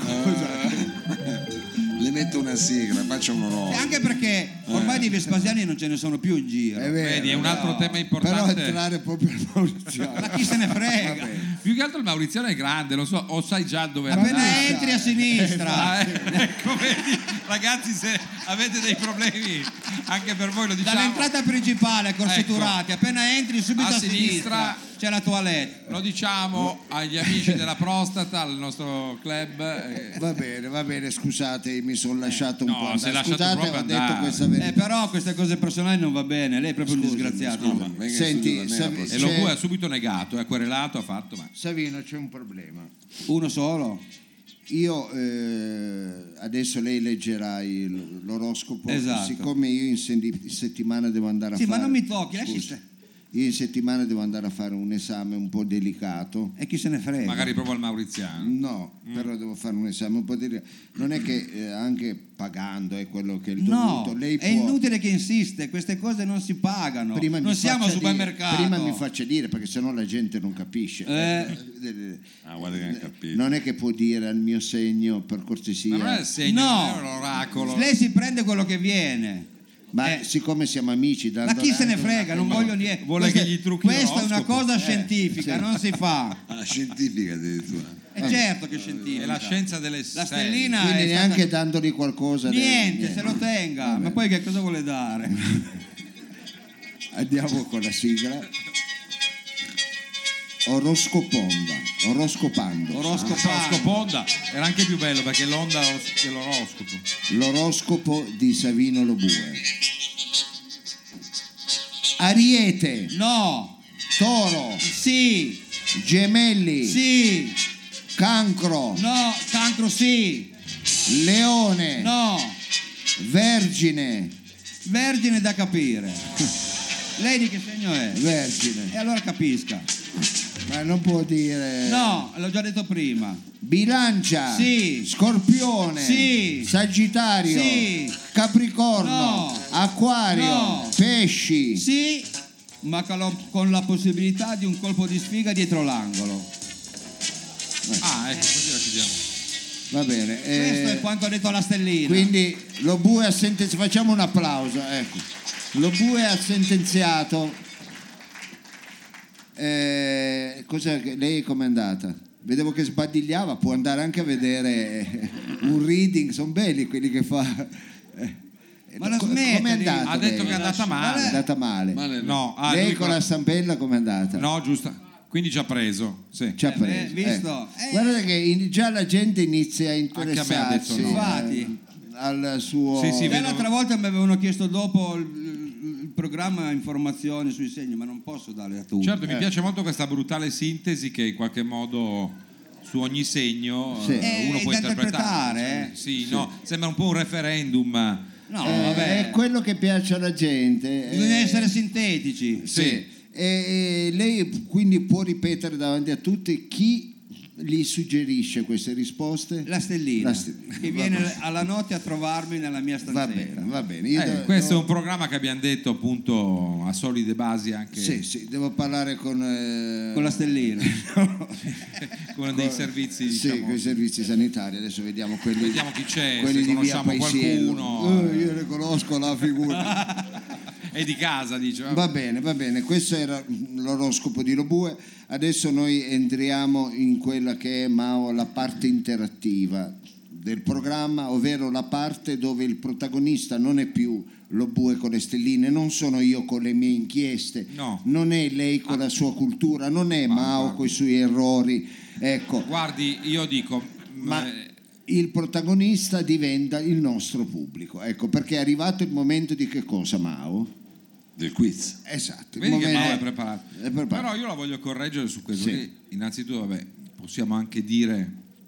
[SPEAKER 4] cosa.
[SPEAKER 1] le metto una sigla, faccia un
[SPEAKER 2] E
[SPEAKER 1] oroscopo.
[SPEAKER 2] anche perché ormai di Vespasiani non ce ne sono più in giro.
[SPEAKER 4] È vero.
[SPEAKER 3] Vedi, è un altro
[SPEAKER 2] No.
[SPEAKER 3] tema
[SPEAKER 4] Però
[SPEAKER 3] importante.
[SPEAKER 4] entrare proprio al Mauriziano.
[SPEAKER 2] Ma chi se ne frega?
[SPEAKER 3] Più che altro il Mauriziano è grande, lo so, o sai già dove
[SPEAKER 2] Appena
[SPEAKER 3] andare.
[SPEAKER 2] entri a sinistra.
[SPEAKER 3] Ah, eh, ecco, vedi, ragazzi, se avete dei problemi, anche per voi lo diciamo.
[SPEAKER 2] Dall'entrata principale, Corsi
[SPEAKER 3] Ecco.
[SPEAKER 2] Turati, appena entri subito
[SPEAKER 3] A
[SPEAKER 2] a,
[SPEAKER 3] sinistra,
[SPEAKER 2] sinistra, c'è la toilette.
[SPEAKER 3] Lo diciamo agli amici della prostata, al nostro club. eh,
[SPEAKER 4] Va bene, va bene, scusate, mi sono lasciato un
[SPEAKER 3] no,
[SPEAKER 4] po'
[SPEAKER 3] si è
[SPEAKER 4] andare.
[SPEAKER 3] lasciato
[SPEAKER 4] Scusate,
[SPEAKER 3] proprio
[SPEAKER 4] ho detto
[SPEAKER 3] andare.
[SPEAKER 4] questa verità.
[SPEAKER 2] Eh, però queste cose personali non va bene, lei è proprio un disgraziato.
[SPEAKER 1] Scusa, venga in
[SPEAKER 4] Senti,
[SPEAKER 1] studio da me,
[SPEAKER 4] Savi-
[SPEAKER 1] la
[SPEAKER 3] E
[SPEAKER 1] prossima-
[SPEAKER 3] lo
[SPEAKER 4] c'è-
[SPEAKER 3] Bue ha subito negato, è querelato, ha fatto, ma
[SPEAKER 4] Savino, c'è un problema.
[SPEAKER 2] Uno solo?
[SPEAKER 4] Io eh, adesso lei leggerà il- l'oroscopo.
[SPEAKER 2] Esatto.
[SPEAKER 4] Siccome io in, se- in settimana devo andare a
[SPEAKER 2] Sì,
[SPEAKER 4] fare.
[SPEAKER 2] ma non mi tocchi, lasci
[SPEAKER 4] Scusa,
[SPEAKER 2] stare.
[SPEAKER 4] io in settimana devo andare a fare un esame un po' delicato.
[SPEAKER 2] E chi se ne frega?
[SPEAKER 3] magari proprio al Mauriziano.
[SPEAKER 4] No, però devo fare un esame un po' delicato. Non è che eh, anche pagando è quello che è il
[SPEAKER 2] No,
[SPEAKER 4] dovuto. Lei
[SPEAKER 2] è
[SPEAKER 4] può...
[SPEAKER 2] inutile che insiste, queste cose non si pagano.
[SPEAKER 4] Prima mi
[SPEAKER 2] non siamo al
[SPEAKER 4] faccia dire-
[SPEAKER 2] supermercato.
[SPEAKER 4] prima mi faccia dire, perché sennò la gente non capisce.
[SPEAKER 2] Eh.
[SPEAKER 1] Ah, guarda che ha capito.
[SPEAKER 4] Non è che può dire al mio segno, per cortesia.
[SPEAKER 3] Ma non è il segno,
[SPEAKER 2] No.
[SPEAKER 3] non è l'oracolo.
[SPEAKER 2] Lei si prende quello che viene.
[SPEAKER 4] Ma
[SPEAKER 2] Eh.
[SPEAKER 4] siccome siamo amici,
[SPEAKER 2] Ma
[SPEAKER 4] dando
[SPEAKER 2] chi se ne
[SPEAKER 4] anche
[SPEAKER 2] frega,
[SPEAKER 4] una-
[SPEAKER 2] non voglio niente.
[SPEAKER 3] Vuole
[SPEAKER 2] Questa-
[SPEAKER 3] che gli trucchi
[SPEAKER 2] Questa è una
[SPEAKER 3] l'oroscopo.
[SPEAKER 2] cosa scientifica,
[SPEAKER 4] sì.
[SPEAKER 2] non si fa.
[SPEAKER 1] Ah, scientifica addirittura.
[SPEAKER 2] È certo che è scientifica.
[SPEAKER 3] È la scienza delle
[SPEAKER 2] La
[SPEAKER 3] stelle.
[SPEAKER 2] stellina
[SPEAKER 4] Quindi
[SPEAKER 2] è
[SPEAKER 4] neanche
[SPEAKER 2] stata-
[SPEAKER 4] dandogli qualcosa. del-
[SPEAKER 2] Niente, se lo tenga. Ma poi che cosa vuole dare?
[SPEAKER 4] Andiamo con la sigla. Oroscoponda, oroscopando.
[SPEAKER 3] Oroscoponda era anche più bello perché l'onda dell'oroscopo.
[SPEAKER 4] L'oroscopo di Savino Lobue. Ariete,
[SPEAKER 2] No,
[SPEAKER 4] Toro,
[SPEAKER 2] sì,
[SPEAKER 4] Gemelli,
[SPEAKER 2] sì,
[SPEAKER 4] Cancro,
[SPEAKER 2] no, cancro sì,
[SPEAKER 4] Leone,
[SPEAKER 2] no,
[SPEAKER 4] Vergine,
[SPEAKER 2] vergine da capire. Lei di che segno è?
[SPEAKER 4] Vergine.
[SPEAKER 2] E allora capisca.
[SPEAKER 4] Ma non può dire.
[SPEAKER 2] No, l'ho già detto prima.
[SPEAKER 4] Bilancia,
[SPEAKER 2] Sì.
[SPEAKER 4] Scorpione,
[SPEAKER 2] Sì.
[SPEAKER 4] Sagittario,
[SPEAKER 2] Sì.
[SPEAKER 4] Capricorno,
[SPEAKER 2] No.
[SPEAKER 4] Acquario,
[SPEAKER 2] No.
[SPEAKER 4] Pesci.
[SPEAKER 2] Sì, ma con la, con la possibilità di un colpo di sfiga dietro l'angolo.
[SPEAKER 3] Ah, ecco, così la chiudiamo.
[SPEAKER 4] Va bene.
[SPEAKER 2] Questo
[SPEAKER 4] eh,
[SPEAKER 2] è quanto ha detto la stellina.
[SPEAKER 4] Quindi lo Bue ha sentenziato. Facciamo un applauso. Ecco. Lo Bue ha sentenziato. Eh, cos'è che- lei com'è andata? Vedevo che sbadigliava, può andare anche a vedere eh, un reading, sono belli quelli che fa. eh.
[SPEAKER 2] Ma la
[SPEAKER 4] Co-
[SPEAKER 2] smetta
[SPEAKER 4] com'è
[SPEAKER 2] di-
[SPEAKER 4] andata?
[SPEAKER 3] Ha detto
[SPEAKER 4] lei?
[SPEAKER 3] che è andata male.
[SPEAKER 4] È andata male.
[SPEAKER 1] Male no.
[SPEAKER 3] No, ah,
[SPEAKER 4] lei
[SPEAKER 3] lui
[SPEAKER 4] con la stampella com'è andata?
[SPEAKER 3] No, giusto. Quindi ci ha preso. Sì.
[SPEAKER 4] Ci ha
[SPEAKER 2] Eh,
[SPEAKER 4] preso.
[SPEAKER 2] beh, visto?
[SPEAKER 4] ecco.
[SPEAKER 2] Eh.
[SPEAKER 4] Guardate che in- già la gente inizia a
[SPEAKER 3] Anche a me ha
[SPEAKER 4] interessarsi
[SPEAKER 3] detto no.
[SPEAKER 2] Infatti.
[SPEAKER 4] eh, al suo.
[SPEAKER 3] Sì, sì,
[SPEAKER 2] Già
[SPEAKER 3] vedo-
[SPEAKER 2] l'altra volta mi avevano chiesto dopo il, il programma informazioni sui segni, ma non posso dare a tutti.
[SPEAKER 3] Certo, mi piace molto questa brutale sintesi che in qualche modo su ogni segno
[SPEAKER 4] Sì.
[SPEAKER 3] eh, uno
[SPEAKER 2] Eh,
[SPEAKER 3] può
[SPEAKER 2] da
[SPEAKER 3] interpretare.
[SPEAKER 2] interpretare, eh.
[SPEAKER 3] Sì, no, sembra un po' un referendum.
[SPEAKER 2] No,
[SPEAKER 4] Eh,
[SPEAKER 2] vabbè.
[SPEAKER 4] è quello che piace alla gente.
[SPEAKER 2] Bisogna
[SPEAKER 4] eh,
[SPEAKER 2] essere sintetici.
[SPEAKER 4] sì. E, e lei quindi può ripetere davanti a tutti chi gli suggerisce queste risposte?
[SPEAKER 2] La stellina,
[SPEAKER 4] La stellina.
[SPEAKER 2] che viene alla notte a trovarmi nella mia
[SPEAKER 4] Va
[SPEAKER 2] stanzetta.
[SPEAKER 4] bene, va bene. Io
[SPEAKER 3] Eh,
[SPEAKER 4] do-
[SPEAKER 3] questo
[SPEAKER 4] do-
[SPEAKER 3] è un programma che abbiamo detto appunto a solide basi anche
[SPEAKER 4] Sì, sì, devo parlare con, eh,
[SPEAKER 2] Con la stellina.
[SPEAKER 3] con dei servizi,
[SPEAKER 4] sì,
[SPEAKER 3] diciamo.
[SPEAKER 4] con i servizi sanitari. Adesso vediamo quelli,
[SPEAKER 3] Vediamo chi c'è,
[SPEAKER 4] quelli
[SPEAKER 3] se
[SPEAKER 4] di via
[SPEAKER 3] conosciamo
[SPEAKER 4] Paisiello.
[SPEAKER 3] qualcuno.
[SPEAKER 4] Eh, io ne conosco la figura.
[SPEAKER 3] È di casa, dice.
[SPEAKER 4] Va bene, va bene, questo era l'oroscopo di Lobue. Adesso noi entriamo in quella che è, Mao, la parte interattiva del programma, ovvero la parte dove il protagonista non è più Lobue con le stelline, non sono io con le mie inchieste,
[SPEAKER 3] No.
[SPEAKER 4] non è lei con la sua cultura, non è Mao con i suoi errori, ecco,
[SPEAKER 3] Guardi, io dico,
[SPEAKER 4] ma
[SPEAKER 3] eh,
[SPEAKER 4] il protagonista diventa il nostro pubblico, ecco, perché è arrivato il momento di che cosa, Mao?
[SPEAKER 1] Del quiz.
[SPEAKER 4] Esatto, il
[SPEAKER 3] vedi che
[SPEAKER 4] momento-
[SPEAKER 3] Mao è preparato.
[SPEAKER 4] è preparato.
[SPEAKER 3] Però io la voglio correggere su questo.
[SPEAKER 4] Sì.
[SPEAKER 3] Che innanzitutto, vabbè, possiamo anche dire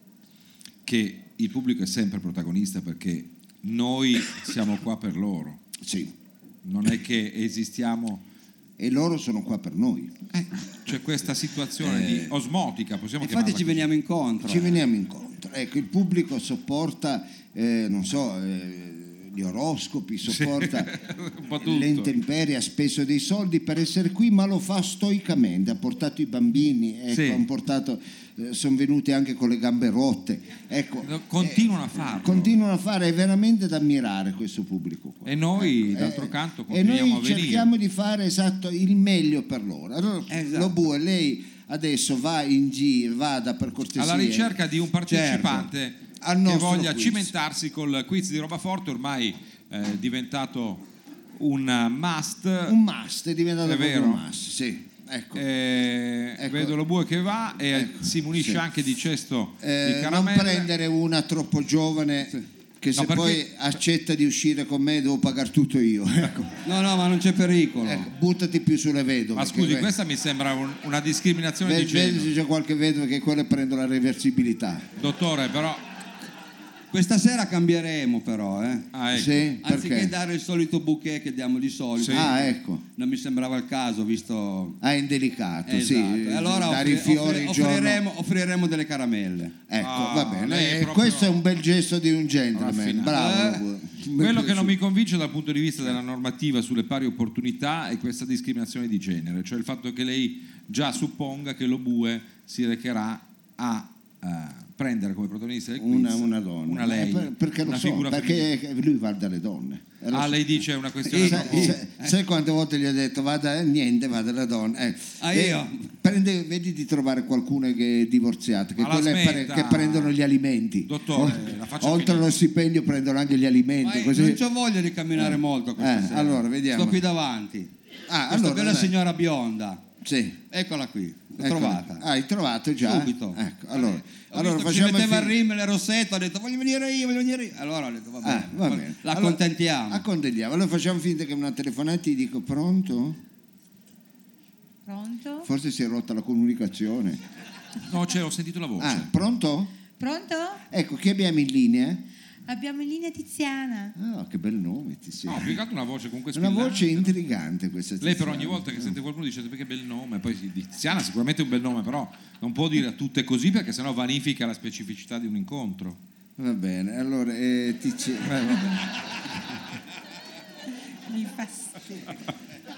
[SPEAKER 3] che il pubblico è sempre protagonista perché noi siamo qua per loro.
[SPEAKER 4] Sì.
[SPEAKER 3] Non è che esistiamo.
[SPEAKER 4] E loro sono qua per noi.
[SPEAKER 3] C'è questa situazione
[SPEAKER 4] Eh.
[SPEAKER 3] di osmotica, possiamo
[SPEAKER 2] Infatti
[SPEAKER 3] chiamarla
[SPEAKER 2] ci
[SPEAKER 3] così.
[SPEAKER 2] veniamo incontro.
[SPEAKER 4] Ci veniamo incontro. Ecco, il pubblico sopporta, eh, non so, eh, gli oroscopi, sopporta
[SPEAKER 3] un po' tutto.
[SPEAKER 4] le intemperie, ha speso dei soldi per essere qui, ma lo fa stoicamente. Ha portato i bambini, ecco,
[SPEAKER 3] Sì.
[SPEAKER 4] han portato, eh, sono venuti anche con le gambe rotte. Ecco,
[SPEAKER 3] No, continuano a farlo.
[SPEAKER 4] continuano a fare, è veramente da ammirare questo pubblico qua.
[SPEAKER 3] E noi,
[SPEAKER 4] Ecco,
[SPEAKER 3] d'altro
[SPEAKER 4] eh,
[SPEAKER 3] canto,
[SPEAKER 4] e
[SPEAKER 3] continuiamo
[SPEAKER 4] noi
[SPEAKER 3] a venire.
[SPEAKER 4] cerchiamo di fare esatto il meglio per loro. Allora,
[SPEAKER 2] Esatto.
[SPEAKER 4] Lobue, lei adesso va in giro, vada per cortesia
[SPEAKER 3] Alla ricerca di un partecipante
[SPEAKER 4] Certo. Al
[SPEAKER 3] che
[SPEAKER 4] nostro
[SPEAKER 3] voglia
[SPEAKER 4] quiz.
[SPEAKER 3] cimentarsi col quiz di Robaforte, ormai è diventato un must.
[SPEAKER 4] un must, è diventato
[SPEAKER 3] È
[SPEAKER 4] proprio
[SPEAKER 3] vero?
[SPEAKER 4] un must, sì. Ecco.
[SPEAKER 3] Eh,
[SPEAKER 4] Ecco.
[SPEAKER 3] Vedo lo bue che va e
[SPEAKER 4] Ecco,
[SPEAKER 3] si munisce
[SPEAKER 4] sì.
[SPEAKER 3] anche di cesto
[SPEAKER 4] Eh,
[SPEAKER 3] di
[SPEAKER 4] non
[SPEAKER 3] caramelle.
[SPEAKER 4] prendere una troppo giovane che se
[SPEAKER 3] No, perché-
[SPEAKER 4] poi accetta di uscire con me devo pagare tutto io. Ecco.
[SPEAKER 2] No, no, ma non c'è pericolo.
[SPEAKER 4] Ecco, buttati più sulle vedove.
[SPEAKER 3] Ma scusi,
[SPEAKER 4] che-
[SPEAKER 3] questa mi sembra un- una discriminazione
[SPEAKER 4] Vedi
[SPEAKER 3] di
[SPEAKER 4] vedi
[SPEAKER 3] genere.
[SPEAKER 4] se c'è qualche vedova che quelle prendono la reversibilità.
[SPEAKER 3] Dottore, però...
[SPEAKER 2] Questa sera cambieremo però, eh.
[SPEAKER 3] Ah, ecco.
[SPEAKER 4] Sì?
[SPEAKER 2] Anziché
[SPEAKER 4] Perché?
[SPEAKER 2] dare il solito bouquet che diamo di solito,
[SPEAKER 3] Sì.
[SPEAKER 4] Ah, ecco.
[SPEAKER 2] non mi sembrava il caso, visto...
[SPEAKER 4] Ah, è indelicato,
[SPEAKER 2] Esatto.
[SPEAKER 4] sì.
[SPEAKER 2] E allora
[SPEAKER 4] dare i
[SPEAKER 2] offri-
[SPEAKER 4] fiori
[SPEAKER 2] offri-
[SPEAKER 4] il giorno.
[SPEAKER 2] offriremo, offriremo delle caramelle.
[SPEAKER 4] Ecco,
[SPEAKER 3] Ah,
[SPEAKER 4] va bene.
[SPEAKER 3] lei è
[SPEAKER 4] Eh,
[SPEAKER 3] proprio
[SPEAKER 4] Questo è un bel gesto di un gentleman.
[SPEAKER 3] raffinato.
[SPEAKER 4] Bravo.
[SPEAKER 2] Eh,
[SPEAKER 4] Mi è
[SPEAKER 3] Quello che non
[SPEAKER 4] piaciuto.
[SPEAKER 3] mi convince dal punto di vista della normativa sulle pari opportunità è questa discriminazione di genere, cioè il fatto che lei già supponga che lo bue si recherà a eh, prendere come protagonista del quiz
[SPEAKER 4] Una, una donna.
[SPEAKER 3] una lei,
[SPEAKER 4] Eh, per- perché lo
[SPEAKER 3] una
[SPEAKER 4] so,
[SPEAKER 3] figura femminile.
[SPEAKER 4] perché lui va dalle donne. E lo
[SPEAKER 3] Ah,
[SPEAKER 4] so.
[SPEAKER 3] lei dice è una questione
[SPEAKER 4] Eh,
[SPEAKER 3] proprio...
[SPEAKER 4] sai, sai quante volte gli ho detto vada, eh, niente, vada alla donna. Eh,
[SPEAKER 2] Ah,
[SPEAKER 4] eh,
[SPEAKER 2] io?
[SPEAKER 4] prende- vedi di trovare qualcuno che è divorziata, che,
[SPEAKER 3] Ma la
[SPEAKER 4] quelle pre-
[SPEAKER 3] smetta.
[SPEAKER 4] che prendono gli alimenti.
[SPEAKER 3] Dottore,
[SPEAKER 4] Ol-
[SPEAKER 3] la faccia
[SPEAKER 4] oltre
[SPEAKER 3] finire.
[SPEAKER 4] allo stipendio prendono anche gli alimenti.
[SPEAKER 2] Ma
[SPEAKER 4] Così.
[SPEAKER 2] non c'ho voglia di camminare molto questa
[SPEAKER 4] Eh,
[SPEAKER 2] sera.
[SPEAKER 4] allora, vediamo.
[SPEAKER 2] Sto qui davanti.
[SPEAKER 4] Ah,
[SPEAKER 2] Questa
[SPEAKER 4] allora,
[SPEAKER 2] bella
[SPEAKER 4] dai.
[SPEAKER 2] signora bionda.
[SPEAKER 4] Sì.
[SPEAKER 2] Eccola qui, l'ho
[SPEAKER 4] Eccola.
[SPEAKER 2] trovata.
[SPEAKER 4] Ah, hai trovato già?
[SPEAKER 2] Subito.
[SPEAKER 4] Ecco, allora,
[SPEAKER 2] Ho
[SPEAKER 4] allora
[SPEAKER 2] visto che ci
[SPEAKER 4] facciamo
[SPEAKER 2] metteva il
[SPEAKER 4] fi-
[SPEAKER 2] rimel e rossetto, ho detto voglio venire io, voglio venire io. Allora ho detto va bene,
[SPEAKER 4] Ah, va bene.
[SPEAKER 2] la
[SPEAKER 4] Allora,
[SPEAKER 2] accontentiamo.
[SPEAKER 4] Accontentiamo. Allora facciamo finta che una telefonata ti dico pronto?
[SPEAKER 7] Pronto?
[SPEAKER 4] Forse si è rotta la comunicazione.
[SPEAKER 3] No, c'è, ho sentito la voce.
[SPEAKER 4] Ah, pronto?
[SPEAKER 7] Pronto?
[SPEAKER 4] Ecco, chi abbiamo in linea?
[SPEAKER 7] Abbiamo in linea Tiziana.
[SPEAKER 4] Ah, che bel nome, Tiziana.
[SPEAKER 3] No, più che altro una voce comunque
[SPEAKER 4] Una
[SPEAKER 3] squillante.
[SPEAKER 4] voce intrigante questa
[SPEAKER 3] Lei però
[SPEAKER 4] Tiziana.
[SPEAKER 3] ogni volta che sente qualcuno dice che bel nome, poi si dice Tiziana sicuramente è un bel nome, però non può dire a tutte così perché sennò vanifica la specificità di un incontro.
[SPEAKER 4] Va bene, allora eh, Tiziana.
[SPEAKER 3] Eh, vabbè.
[SPEAKER 7] Mi fa schifo.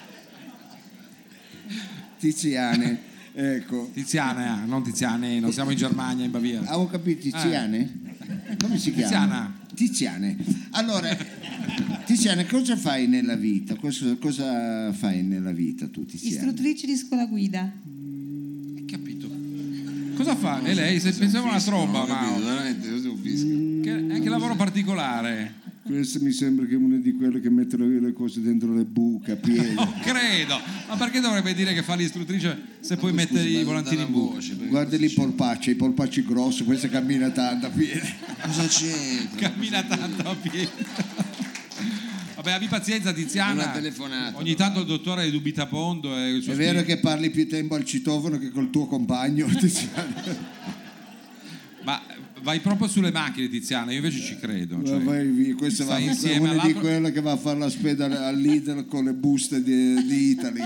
[SPEAKER 4] Tiziane, ecco.
[SPEAKER 3] Tiziana, non Tiziane, non siamo in Germania, in Baviera.
[SPEAKER 4] Avevo capito Tiziane? Come si chiama?
[SPEAKER 3] Tiziana.
[SPEAKER 4] Tiziane. Allora, Tiziane, cosa fai nella vita? Cosa, cosa fai nella vita tu, Tiziane?
[SPEAKER 7] Istruttrice di scuola guida.
[SPEAKER 3] Capito? Cosa fa? E lei se pensava una tromba,
[SPEAKER 1] Ho capito,
[SPEAKER 3] ma
[SPEAKER 1] veramente, cos'è un fischio?
[SPEAKER 3] che, è che lavoro particolare.
[SPEAKER 4] Questo mi sembra che è una di quelle che mette le, le cose dentro le buche a piedi.
[SPEAKER 3] Non credo. Ma perché dovrebbe dire che fa l'istruttrice se poi
[SPEAKER 1] Ma
[SPEAKER 3] mette
[SPEAKER 1] scusi,
[SPEAKER 3] i
[SPEAKER 1] ma
[SPEAKER 3] volantini
[SPEAKER 1] dalla
[SPEAKER 3] in buca?
[SPEAKER 1] voce, perché
[SPEAKER 4] Guarda lì i
[SPEAKER 1] cosa
[SPEAKER 4] polpacci, i polpacci grossi, questa cammina tanto a piedi.
[SPEAKER 1] c'è? Cosa c'entra?
[SPEAKER 3] Cammina tanto a piedi. Vabbè, abbi pazienza Tiziana.
[SPEAKER 1] Una telefonata.
[SPEAKER 3] Ogni tanto il dottore dubita pondo e il suo
[SPEAKER 4] È vero
[SPEAKER 3] spirito-
[SPEAKER 4] che parli più tempo al citofono che col tuo compagno, Tiziana?
[SPEAKER 3] Ma vai proprio sulle macchine Tiziana, io invece ci credo.
[SPEAKER 4] Ma
[SPEAKER 3] Cioè,
[SPEAKER 4] vai via, questa va,
[SPEAKER 3] stai
[SPEAKER 4] è
[SPEAKER 3] insieme
[SPEAKER 4] una di
[SPEAKER 3] all'altro-
[SPEAKER 4] quelle che va a fare la spesa all'Idel con le buste di, di Italy.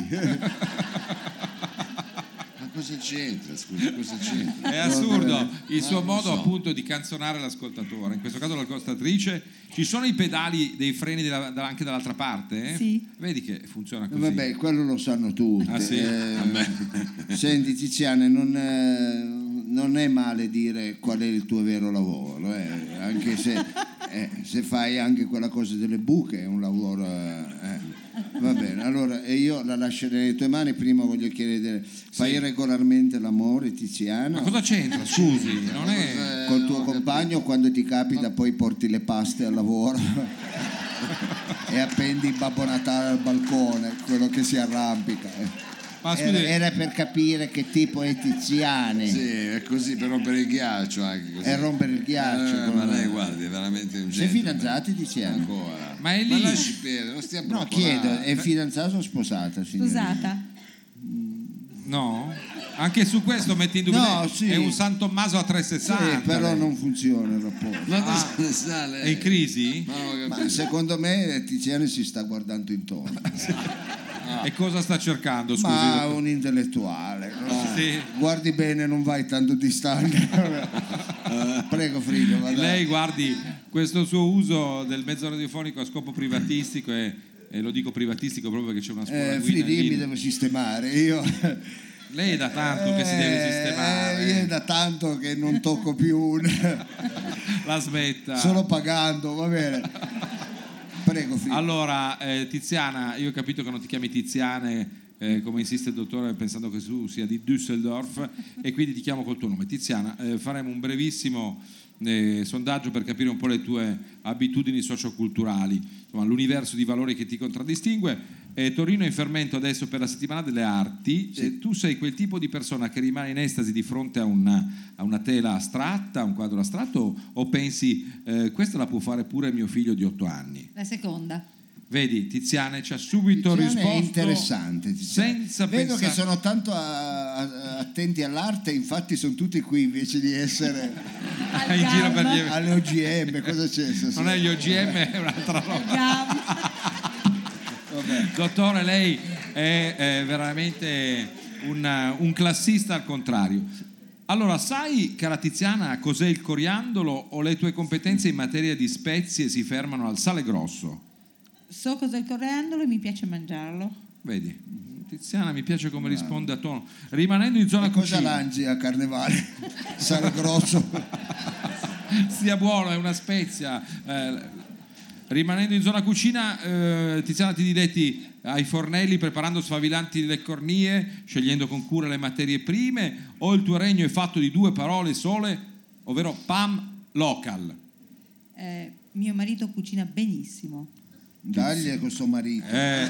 [SPEAKER 1] Ma cosa c'entra? Scusa, cosa c'entra?
[SPEAKER 3] È assurdo il suo
[SPEAKER 1] Ah, non
[SPEAKER 3] modo
[SPEAKER 1] so.
[SPEAKER 3] appunto di canzonare l'ascoltatore, in questo caso l'ascoltatrice. Ci sono i pedali dei freni della- da- anche dall'altra parte? eh?
[SPEAKER 7] Sì.
[SPEAKER 3] Vedi che funziona così.
[SPEAKER 4] Vabbè, quello lo sanno tutti.
[SPEAKER 3] Ah, sì?
[SPEAKER 4] Eh, senti Tiziana, non, eh, non è male dire qual è il tuo vero lavoro, eh, anche se, eh, se fai anche quella cosa delle buche è un lavoro... eh. Va bene, allora e io la lascerei nelle tue mani. Prima voglio chiedere, fai regolarmente l'amore, Tiziana?
[SPEAKER 3] Ma cosa c'entra? Scusi, non è...
[SPEAKER 4] Col tuo compagno o quando ti capita poi porti le paste al lavoro e appendi Babbo Natale al balcone, quello che si arrampica. eh.
[SPEAKER 3] Ma scusi,
[SPEAKER 4] Era, era per capire che tipo è Tiziane
[SPEAKER 1] Sì, è così per rompere il ghiaccio anche così.
[SPEAKER 4] e rompere il ghiaccio.
[SPEAKER 1] Eh,
[SPEAKER 4] come-
[SPEAKER 1] ma lei guardi, è veramente un
[SPEAKER 4] Sei
[SPEAKER 1] gentleman.
[SPEAKER 4] fidanzati, Tiziane?
[SPEAKER 1] Ancora.
[SPEAKER 3] Ma è lì.
[SPEAKER 1] Ma lasci perdere, non stiamo
[SPEAKER 4] No,
[SPEAKER 1] propolando.
[SPEAKER 4] chiedo, è fidanzata o sposata? signorina?
[SPEAKER 7] Scusata.
[SPEAKER 3] No? Anche su questo metti in dubbio.
[SPEAKER 4] No,
[SPEAKER 3] Lei
[SPEAKER 4] sì.
[SPEAKER 3] È un San Tommaso a
[SPEAKER 4] Sì,
[SPEAKER 3] trecentosessanta.
[SPEAKER 4] però
[SPEAKER 3] lei.
[SPEAKER 4] non funziona il rapporto.
[SPEAKER 1] Ma cosa ne sa lei?
[SPEAKER 3] È in crisi?
[SPEAKER 1] Ma non ho
[SPEAKER 4] Ma
[SPEAKER 1] capito.
[SPEAKER 4] secondo me Tiziane si sta guardando intorno.
[SPEAKER 3] E cosa sta cercando? Scusi.
[SPEAKER 4] Ma
[SPEAKER 3] dottor?
[SPEAKER 4] un intellettuale. no?
[SPEAKER 3] Sì.
[SPEAKER 4] Guardi bene, non vai tanto distante. Prego, Frido. vada.
[SPEAKER 3] Lei guardi questo suo uso del mezzo radiofonico a scopo privatistico e, e lo dico privatistico proprio perché c'è una scuola
[SPEAKER 4] Eh,
[SPEAKER 3] guida in
[SPEAKER 4] Fridi, io mi
[SPEAKER 3] linea.
[SPEAKER 4] devo sistemare. Io,
[SPEAKER 3] Lei è da tanto che si deve
[SPEAKER 4] Eh,
[SPEAKER 3] sistemare.
[SPEAKER 4] io è da tanto che non tocco più un-
[SPEAKER 3] La smetta.
[SPEAKER 4] solo pagando, va bene. Prego, Frido.
[SPEAKER 3] Allora, eh, Tiziana, io ho capito che non ti chiami Tiziane, eh, come insiste il dottore, pensando che tu sia di Düsseldorf, e quindi ti chiamo col tuo nome. Tiziana, eh, faremo un brevissimo eh, sondaggio per capire un po' le tue abitudini socioculturali, insomma, l'universo di valori che ti contraddistingue. Eh, Torino è in fermento adesso per la settimana delle arti. Eh, tu sei quel tipo di persona che rimane in estasi di fronte a una, a una tela astratta, a un quadro astratto, o pensi eh, questa la può fare pure mio figlio di otto anni?
[SPEAKER 7] La seconda.
[SPEAKER 3] Vedi, Tiziane ci ha subito
[SPEAKER 4] Tiziane
[SPEAKER 3] risposto.
[SPEAKER 4] è interessante, Tiziane.
[SPEAKER 3] Senza
[SPEAKER 4] Vedo
[SPEAKER 3] pensare...
[SPEAKER 4] che sono tanto a- a- attenti all'arte, infatti sono tutti qui invece di essere
[SPEAKER 7] Al
[SPEAKER 3] in giro per
[SPEAKER 7] gamma.
[SPEAKER 3] gli...
[SPEAKER 4] alle O G M. Cosa c'è stasera?
[SPEAKER 3] Non è gli O G M, è un'altra roba.
[SPEAKER 7] Gamma.
[SPEAKER 3] Dottore, lei è, è veramente un, un classista al contrario. Allora, sai, cara Tiziana, cos'è il coriandolo, o le tue competenze in materia di spezie si fermano al sale grosso?
[SPEAKER 7] So cos'è il coriandolo e mi piace mangiarlo.
[SPEAKER 3] Vedi, Tiziana mi piace come risponde a tono. Rimanendo in zona
[SPEAKER 4] E cosa
[SPEAKER 3] cucina,
[SPEAKER 4] lanci a carnevale? Sale grosso.
[SPEAKER 3] sia buono, è una spezia. Eh, rimanendo in zona cucina, eh, Tiziana, ti diletti ai fornelli preparando sfavillanti le cornie, scegliendo con cura le materie prime, o il tuo regno è fatto di due parole sole, ovvero Pam local?
[SPEAKER 7] Eh, mio marito cucina benissimo.
[SPEAKER 4] Dagli a questo marito.
[SPEAKER 3] Eh,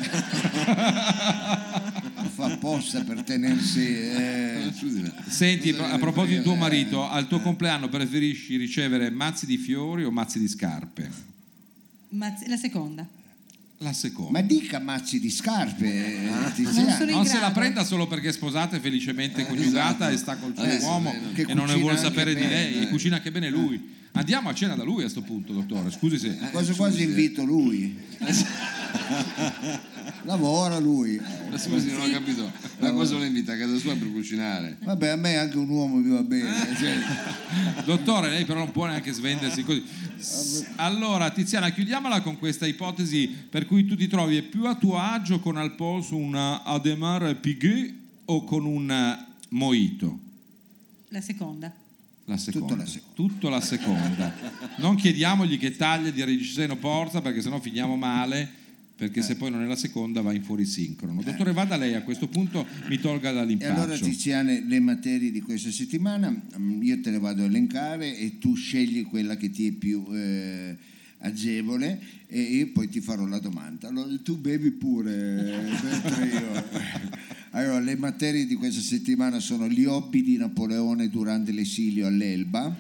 [SPEAKER 4] Fa apposta per tenersi. eh,
[SPEAKER 1] Scusi, ma-
[SPEAKER 3] senti,
[SPEAKER 1] cosa
[SPEAKER 3] a
[SPEAKER 1] ne
[SPEAKER 3] proposito di tuo
[SPEAKER 1] frega?
[SPEAKER 3] marito, al tuo compleanno preferisci ricevere mazzi di fiori o mazzi di scarpe?
[SPEAKER 7] Ma la seconda.
[SPEAKER 3] La seconda.
[SPEAKER 4] Ma dica mazzi di scarpe, eh, Tiziana.
[SPEAKER 7] Non sono in
[SPEAKER 3] Non se la
[SPEAKER 7] grado.
[SPEAKER 3] prenda solo perché è sposata e felicemente coniugata
[SPEAKER 1] esatto.
[SPEAKER 3] e sta col suo
[SPEAKER 1] Adesso,
[SPEAKER 3] uomo
[SPEAKER 1] eh,
[SPEAKER 4] che
[SPEAKER 3] e non ne
[SPEAKER 4] cucina
[SPEAKER 3] vuole
[SPEAKER 4] anche
[SPEAKER 3] sapere di
[SPEAKER 4] bene,
[SPEAKER 3] lei,
[SPEAKER 1] eh.
[SPEAKER 3] e cucina anche bene lui. Andiamo a cena da lui a sto punto, dottore, scusi se...
[SPEAKER 4] Quasi quasi invito lui. Lavora lui.
[SPEAKER 1] Ma scusi, non ho capito. La cosa lo invita a casa sua per cucinare.
[SPEAKER 4] Vabbè, a me anche un uomo mi va bene. cioè,
[SPEAKER 3] Dottore, lei però non può neanche svendersi così. S- Allora, Tiziana, chiudiamola con questa ipotesi per cui tu ti trovi più a tuo agio con al polso un Ademar Piguet o con un Mojito?
[SPEAKER 7] La seconda.
[SPEAKER 3] La seconda.
[SPEAKER 4] Tutto la seconda.
[SPEAKER 3] Tutto la seconda. Non chiediamogli che taglia di Reggiseno porta, perché sennò finiamo male, perché se poi non è la seconda va in fuorisincrono. Dottore, vada lei, a questo punto mi tolga
[SPEAKER 4] E
[SPEAKER 3] dall'impaccio.
[SPEAKER 4] allora Tiziane, le materie di questa settimana mm, io te le vado a elencare e tu scegli quella che ti è più eh, agevole e io poi ti farò la domanda. Allora tu bevi pure, mentre io... Allora, le materie di questa settimana sono gli hobby di Napoleone durante l'esilio all'Elba,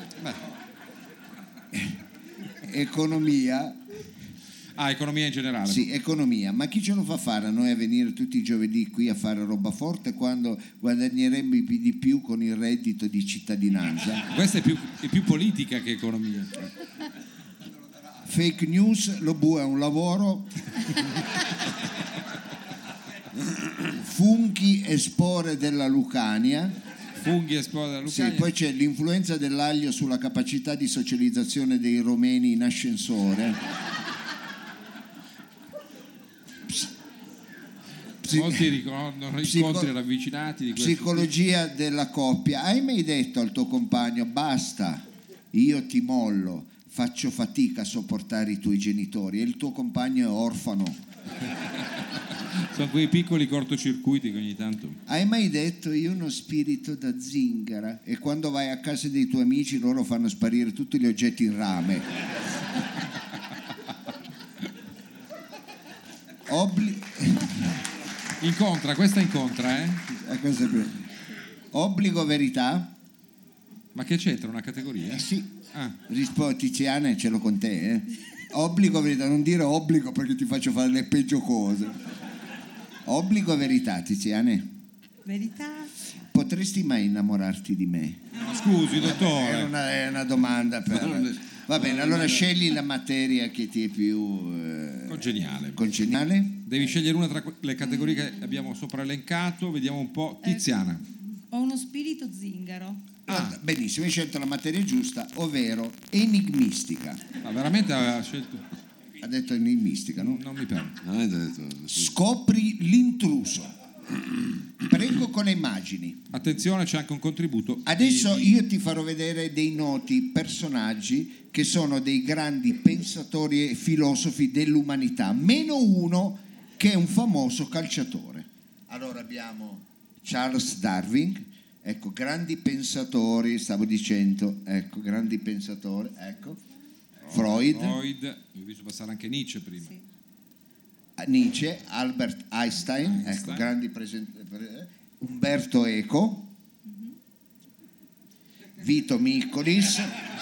[SPEAKER 4] economia.
[SPEAKER 3] Ah, economia in generale.
[SPEAKER 4] Sì, economia, ma chi ce lo fa fare a noi a venire tutti i giovedì qui a fare roba forte quando guadagneremmo di più con il reddito di cittadinanza?
[SPEAKER 3] Questa è più, è più politica che economia.
[SPEAKER 4] Fake news, lo bue è un lavoro. Funghi e spore della Lucania.
[SPEAKER 3] Funghi e spore della
[SPEAKER 4] Sì,
[SPEAKER 3] Lucania.
[SPEAKER 4] poi c'è l'influenza dell'aglio sulla capacità di socializzazione dei romeni in ascensore. Psi-
[SPEAKER 3] Molti ricordano
[SPEAKER 4] Psico-
[SPEAKER 3] incontri ravvicinati di questo
[SPEAKER 4] Psicologia della coppia. Hai mai detto al tuo compagno basta, io ti mollo, faccio fatica a sopportare i tuoi genitori e il tuo compagno è orfano?
[SPEAKER 3] tipo. Sono quei piccoli cortocircuiti che ogni tanto...
[SPEAKER 4] Hai mai detto io ho uno spirito da zingara e quando vai a casa dei tuoi amici loro fanno sparire tutti gli oggetti in rame? Obli-
[SPEAKER 3] Incontra, questa incontra, eh?
[SPEAKER 4] eh, questo è più- Obbligo verità?
[SPEAKER 3] Ma che c'entra una categoria?
[SPEAKER 4] Eh sì,
[SPEAKER 3] Ah,
[SPEAKER 4] rispondi Tiziana, ce l'ho con te, eh? Obbligo verità, non dire obbligo perché ti faccio fare le peggio cose. Obbligo verità, Tiziane?
[SPEAKER 7] Verità.
[SPEAKER 4] Potresti mai innamorarti di me?
[SPEAKER 3] no, scusi,
[SPEAKER 4] È
[SPEAKER 3] dottore.
[SPEAKER 4] una, è una domanda per... Va bene, allora scegli la materia che ti è più eh,
[SPEAKER 3] Congeniale.
[SPEAKER 4] congeniale.
[SPEAKER 3] Devi scegliere una tra que- le categorie che abbiamo sopra elencato, vediamo un po'. Tiziana.
[SPEAKER 7] Ho uno spirito zingaro.
[SPEAKER 4] Guarda, benissimo, hai scelto la materia giusta, ovvero enigmistica.
[SPEAKER 3] Ma veramente aveva scelto...
[SPEAKER 4] Ha detto enigmistica, no?
[SPEAKER 3] Non mi perdo.
[SPEAKER 1] Non avete detto.
[SPEAKER 4] Scopri l'intruso. Prego con le immagini.
[SPEAKER 3] Attenzione, c'è anche un contributo.
[SPEAKER 4] Adesso
[SPEAKER 3] di-
[SPEAKER 4] io ti farò vedere dei noti personaggi che sono dei grandi pensatori e filosofi dell'umanità, meno uno che è un famoso calciatore. Allora abbiamo Charles Darwin, ecco, grandi pensatori, stavo dicendo, ecco, grandi pensatori, ecco, Freud,
[SPEAKER 3] Freud, ho visto passare anche Nietzsche prima.
[SPEAKER 7] Sì.
[SPEAKER 4] Nietzsche, Albert Einstein, ecco, grandi presentatori, Umberto Eco, Vito Miccolis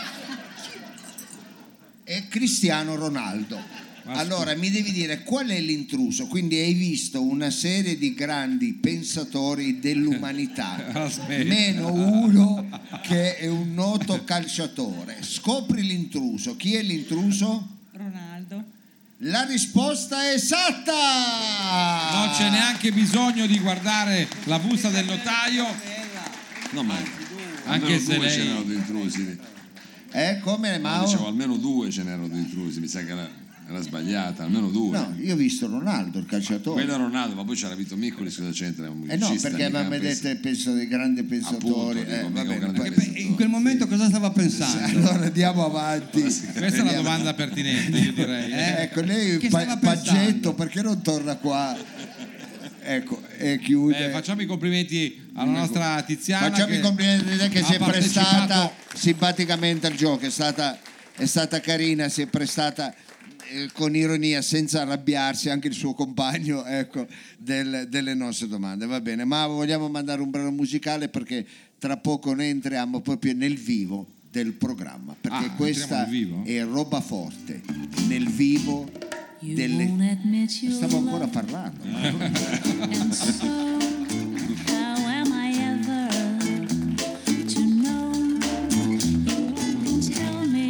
[SPEAKER 4] e Cristiano Ronaldo. Allora mi devi dire qual è l'intruso, quindi hai visto una serie di grandi pensatori dell'umanità, meno uno che è un noto calciatore. Scopri l'intruso, chi è l'intruso?
[SPEAKER 7] Ronaldo.
[SPEAKER 4] La risposta è esatta!
[SPEAKER 3] Non c'è neanche bisogno di guardare la busta del notaio,
[SPEAKER 1] No, ma
[SPEAKER 3] anche se
[SPEAKER 1] due
[SPEAKER 3] lei...
[SPEAKER 1] ce n'erano di intrusi.
[SPEAKER 4] Eh, come
[SPEAKER 1] No,
[SPEAKER 4] Mao?
[SPEAKER 1] dicevo, almeno due ce n'erano di intrusi, mi sa che era, era sbagliata, almeno due.
[SPEAKER 4] No, io ho visto Ronaldo, il calciatore.
[SPEAKER 1] Quello era Ronaldo, ma poi c'era Vito Miccoli, cosa c'entra? Un
[SPEAKER 4] Eh no,
[SPEAKER 1] musicista,
[SPEAKER 4] perché
[SPEAKER 1] mica
[SPEAKER 4] avevamo
[SPEAKER 1] pensa-
[SPEAKER 4] detto penso dei grandi pensatori.
[SPEAKER 1] Appunto,
[SPEAKER 4] eh,
[SPEAKER 1] dico,
[SPEAKER 4] va
[SPEAKER 1] mica un
[SPEAKER 4] bene,
[SPEAKER 1] grande
[SPEAKER 4] poi-
[SPEAKER 2] Perché in quel momento cosa stava pensando?
[SPEAKER 4] allora andiamo avanti.
[SPEAKER 3] Questa è una domanda pertinente, io direi.
[SPEAKER 2] Eh,
[SPEAKER 4] Ecco, lei
[SPEAKER 2] che
[SPEAKER 4] pa-
[SPEAKER 2] stava
[SPEAKER 4] Paggetto,
[SPEAKER 2] pensando?
[SPEAKER 4] perché non torna qua? Ecco, e chiude.
[SPEAKER 3] Eh, facciamo i complimenti alla nostra Tiziana.
[SPEAKER 4] Facciamo
[SPEAKER 3] che
[SPEAKER 4] i complimenti a lei che
[SPEAKER 3] ha
[SPEAKER 4] si è prestata
[SPEAKER 3] partecipato-
[SPEAKER 4] simpaticamente al gioco, è stata, è stata carina, si è prestata eh, con ironia, senza arrabbiarsi, anche il suo compagno, ecco, del- delle nostre domande. Va bene, ma vogliamo mandare un brano musicale perché tra poco ne entriamo proprio nel vivo del programma, perché
[SPEAKER 3] Ah, entriamo
[SPEAKER 4] questa
[SPEAKER 3] nel vivo?
[SPEAKER 4] è roba forte, nel vivo
[SPEAKER 8] You
[SPEAKER 4] delle...
[SPEAKER 8] won't admit you
[SPEAKER 4] Stavo ancora
[SPEAKER 8] love,
[SPEAKER 4] parlando.
[SPEAKER 8] and so how am I ever to know? You won't tell me.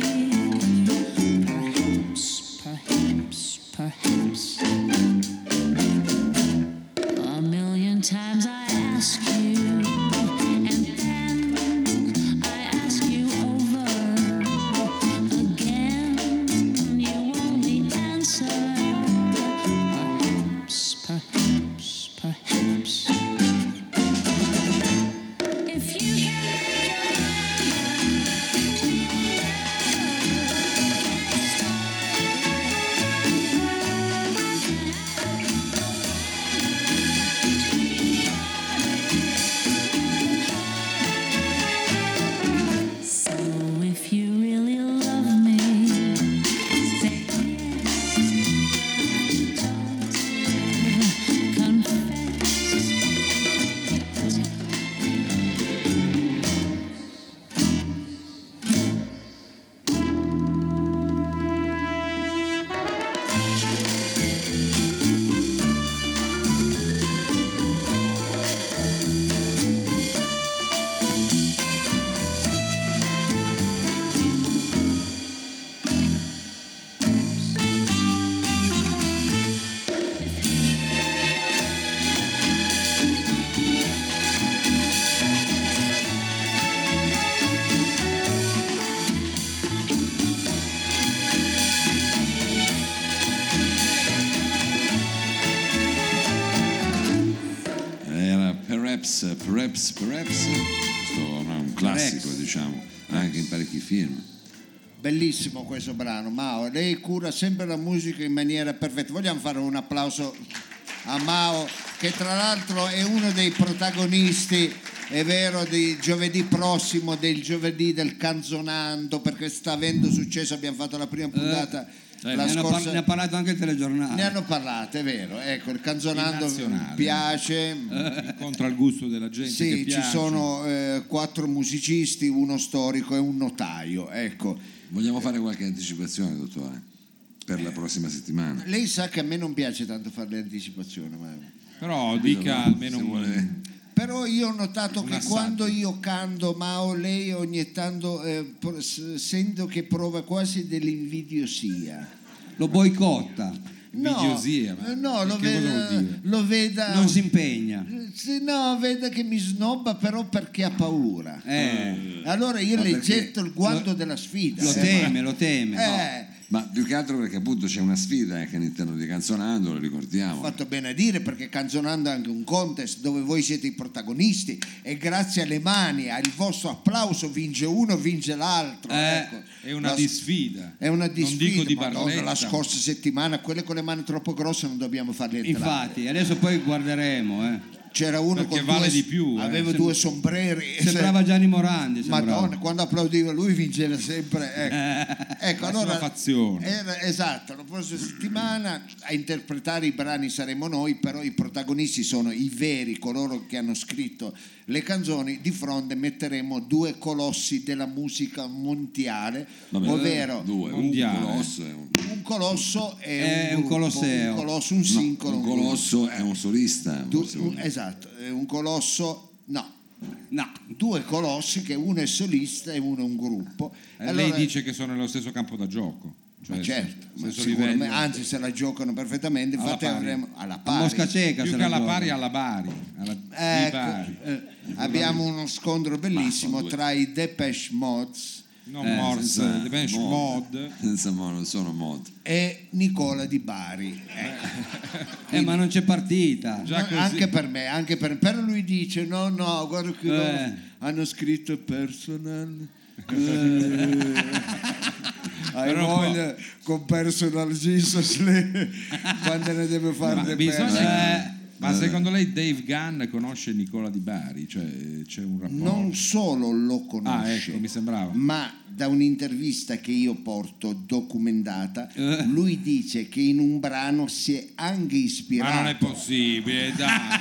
[SPEAKER 8] Perhaps, perhaps, perhaps. A million times I ask you, and then I ask you over again. You only answer. Perhaps, perhaps, perhaps. If you can so if you really love me, say yes. Don't confess.
[SPEAKER 1] Era Perhaps, Perhaps, Perhaps, questo è un classico, diciamo, anche in parecchi film.
[SPEAKER 4] Bellissimo questo brano, Mao. Lei cura sempre la musica in maniera perfetta. Vogliamo fare un applauso a Mao, che tra l'altro è uno dei protagonisti, è vero, di giovedì prossimo, del giovedì del Canzonando, perché sta avendo successo. Abbiamo fatto la prima puntata
[SPEAKER 2] Eh,
[SPEAKER 4] la
[SPEAKER 2] ne, hanno par-
[SPEAKER 4] scorsa.
[SPEAKER 2] ne ha parlato anche il telegiornale.
[SPEAKER 4] Ne hanno parlato, è vero. Ecco, il Canzonando
[SPEAKER 3] In nazionale.
[SPEAKER 4] piace.
[SPEAKER 3] incontra il gusto della gente che
[SPEAKER 4] Sì, ci
[SPEAKER 3] piace.
[SPEAKER 4] sono eh, quattro musicisti, uno storico e un notaio. Ecco.
[SPEAKER 1] Vogliamo fare qualche anticipazione, dottore, per la prossima settimana?
[SPEAKER 4] Lei sa che a me non piace tanto fare le anticipazioni, ma...
[SPEAKER 3] Però dica almeno
[SPEAKER 1] Se
[SPEAKER 3] un...
[SPEAKER 1] vuole-
[SPEAKER 4] Però io ho notato
[SPEAKER 3] Un
[SPEAKER 4] che
[SPEAKER 3] assaggio.
[SPEAKER 4] quando io canto Mao, lei ogni tanto eh, pro- s- sento che prova quasi dell'invidiosia.
[SPEAKER 2] Lo boicotta,
[SPEAKER 3] Invidiosia, ma
[SPEAKER 4] eh, no, lo
[SPEAKER 3] che cosa
[SPEAKER 4] veda,
[SPEAKER 3] vuol dire?
[SPEAKER 4] lo veda
[SPEAKER 2] non si impegna.
[SPEAKER 4] sì, no, veda che mi snobba però perché ha paura.
[SPEAKER 2] Eh,
[SPEAKER 4] Allora io
[SPEAKER 1] Ma
[SPEAKER 4] le
[SPEAKER 1] perché
[SPEAKER 4] getto il guanto
[SPEAKER 2] lo-
[SPEAKER 4] della sfida.
[SPEAKER 2] lo
[SPEAKER 4] Eh,
[SPEAKER 2] teme, lo teme.
[SPEAKER 4] Eh,
[SPEAKER 1] Ma più che altro perché appunto c'è una sfida anche all'interno di Canzonando, lo ricordiamo.
[SPEAKER 4] Ho fatto bene a dire, perché Canzonando è anche un contest dove voi siete i protagonisti e grazie alle mani, al vostro applauso vince uno, vince l'altro.
[SPEAKER 2] Eh,
[SPEAKER 4] ecco.
[SPEAKER 3] È una
[SPEAKER 4] La-
[SPEAKER 3] disfida.
[SPEAKER 4] È una
[SPEAKER 3] Non
[SPEAKER 4] disfida,
[SPEAKER 3] dico di
[SPEAKER 4] Madonna,
[SPEAKER 3] Barletta.
[SPEAKER 4] la scorsa settimana quelle con le mani troppo grosse non dobbiamo farle entrare.
[SPEAKER 2] Infatti, adesso poi guarderemo. Eh.
[SPEAKER 4] c'era uno
[SPEAKER 3] Perché
[SPEAKER 4] con
[SPEAKER 3] vale
[SPEAKER 4] due,
[SPEAKER 3] di più, eh.
[SPEAKER 4] aveva
[SPEAKER 2] Sem-
[SPEAKER 4] due sombreri e
[SPEAKER 2] Sembrava Gianni Morandi. sembrava.
[SPEAKER 4] Madonna, quando applaudiva lui vinceva sempre. Ecco, ecco
[SPEAKER 3] La
[SPEAKER 4] allora
[SPEAKER 3] sua fazione.
[SPEAKER 4] era- esatto, la prossima settimana a interpretare i brani saremo noi, però i protagonisti sono i veri, coloro che hanno scritto le canzoni. Di fronte metteremo due colossi della musica mondiale,
[SPEAKER 1] Vabbè,
[SPEAKER 4] ovvero
[SPEAKER 1] due,
[SPEAKER 3] mondiale.
[SPEAKER 1] un colosso è un,
[SPEAKER 4] un colosso e
[SPEAKER 2] È
[SPEAKER 4] un,
[SPEAKER 2] un
[SPEAKER 4] gruppo,
[SPEAKER 2] colosseo.
[SPEAKER 4] un colosso, un
[SPEAKER 1] no,
[SPEAKER 4] singolo,
[SPEAKER 1] un
[SPEAKER 4] un gruppo.
[SPEAKER 1] colosso è un solista.
[SPEAKER 4] Du-
[SPEAKER 1] forse vuol
[SPEAKER 4] un-
[SPEAKER 1] dire.
[SPEAKER 4] esatto, è un colosso, no,
[SPEAKER 2] No,
[SPEAKER 4] due colossi che uno è solista e uno è un gruppo.
[SPEAKER 3] Eh,
[SPEAKER 4] Allora-
[SPEAKER 3] Lei dice che sono nello stesso campo da gioco. Cioè,
[SPEAKER 4] Ma certo, ma
[SPEAKER 3] stesso
[SPEAKER 4] sicuramente,
[SPEAKER 3] livello.
[SPEAKER 4] anzi se la giocano perfettamente,
[SPEAKER 3] Alla
[SPEAKER 4] infatti
[SPEAKER 3] pari.
[SPEAKER 4] avremo alla
[SPEAKER 2] a
[SPEAKER 4] pari.
[SPEAKER 2] Mosca Cieca.
[SPEAKER 3] Più
[SPEAKER 2] se
[SPEAKER 3] che
[SPEAKER 2] la
[SPEAKER 3] alla
[SPEAKER 2] gioca.
[SPEAKER 3] pari, alla Bari. Alla, di
[SPEAKER 4] Ecco,
[SPEAKER 3] Bari.
[SPEAKER 4] eh, abbiamo uno scontro bellissimo
[SPEAKER 1] Ma sono due.
[SPEAKER 4] tra i Depeche Mods
[SPEAKER 3] Non
[SPEAKER 2] Eh,
[SPEAKER 3] Morse,
[SPEAKER 1] Senza
[SPEAKER 3] The Bench
[SPEAKER 1] mod.
[SPEAKER 3] Mod.
[SPEAKER 1] Senza mod, non sono mod.
[SPEAKER 4] e Nicola Di Bari. Eh,
[SPEAKER 2] Eh, ma non c'è partita.
[SPEAKER 3] Già
[SPEAKER 4] no,
[SPEAKER 3] così.
[SPEAKER 4] anche per me, anche per però lui dice no no, guarda che
[SPEAKER 2] Eh.
[SPEAKER 4] loro hanno scritto personal. Eh. Hai
[SPEAKER 3] Però un po'.
[SPEAKER 4] voglia con personal Jesus le- quando ne deve fare
[SPEAKER 3] Ma
[SPEAKER 4] dei
[SPEAKER 3] bisogna-
[SPEAKER 4] personal.
[SPEAKER 3] eh, ma secondo lei Dave Gunn conosce Nicola Di Bari? Cioè c'è un rapporto?
[SPEAKER 4] Non solo lo conosce,
[SPEAKER 3] Ah, ecco, mi sembrava.
[SPEAKER 4] ma da un'intervista che io porto documentata,
[SPEAKER 2] Eh.
[SPEAKER 4] lui dice che in un brano si è anche
[SPEAKER 3] Ma
[SPEAKER 4] ispirato
[SPEAKER 3] non è possibile, dai.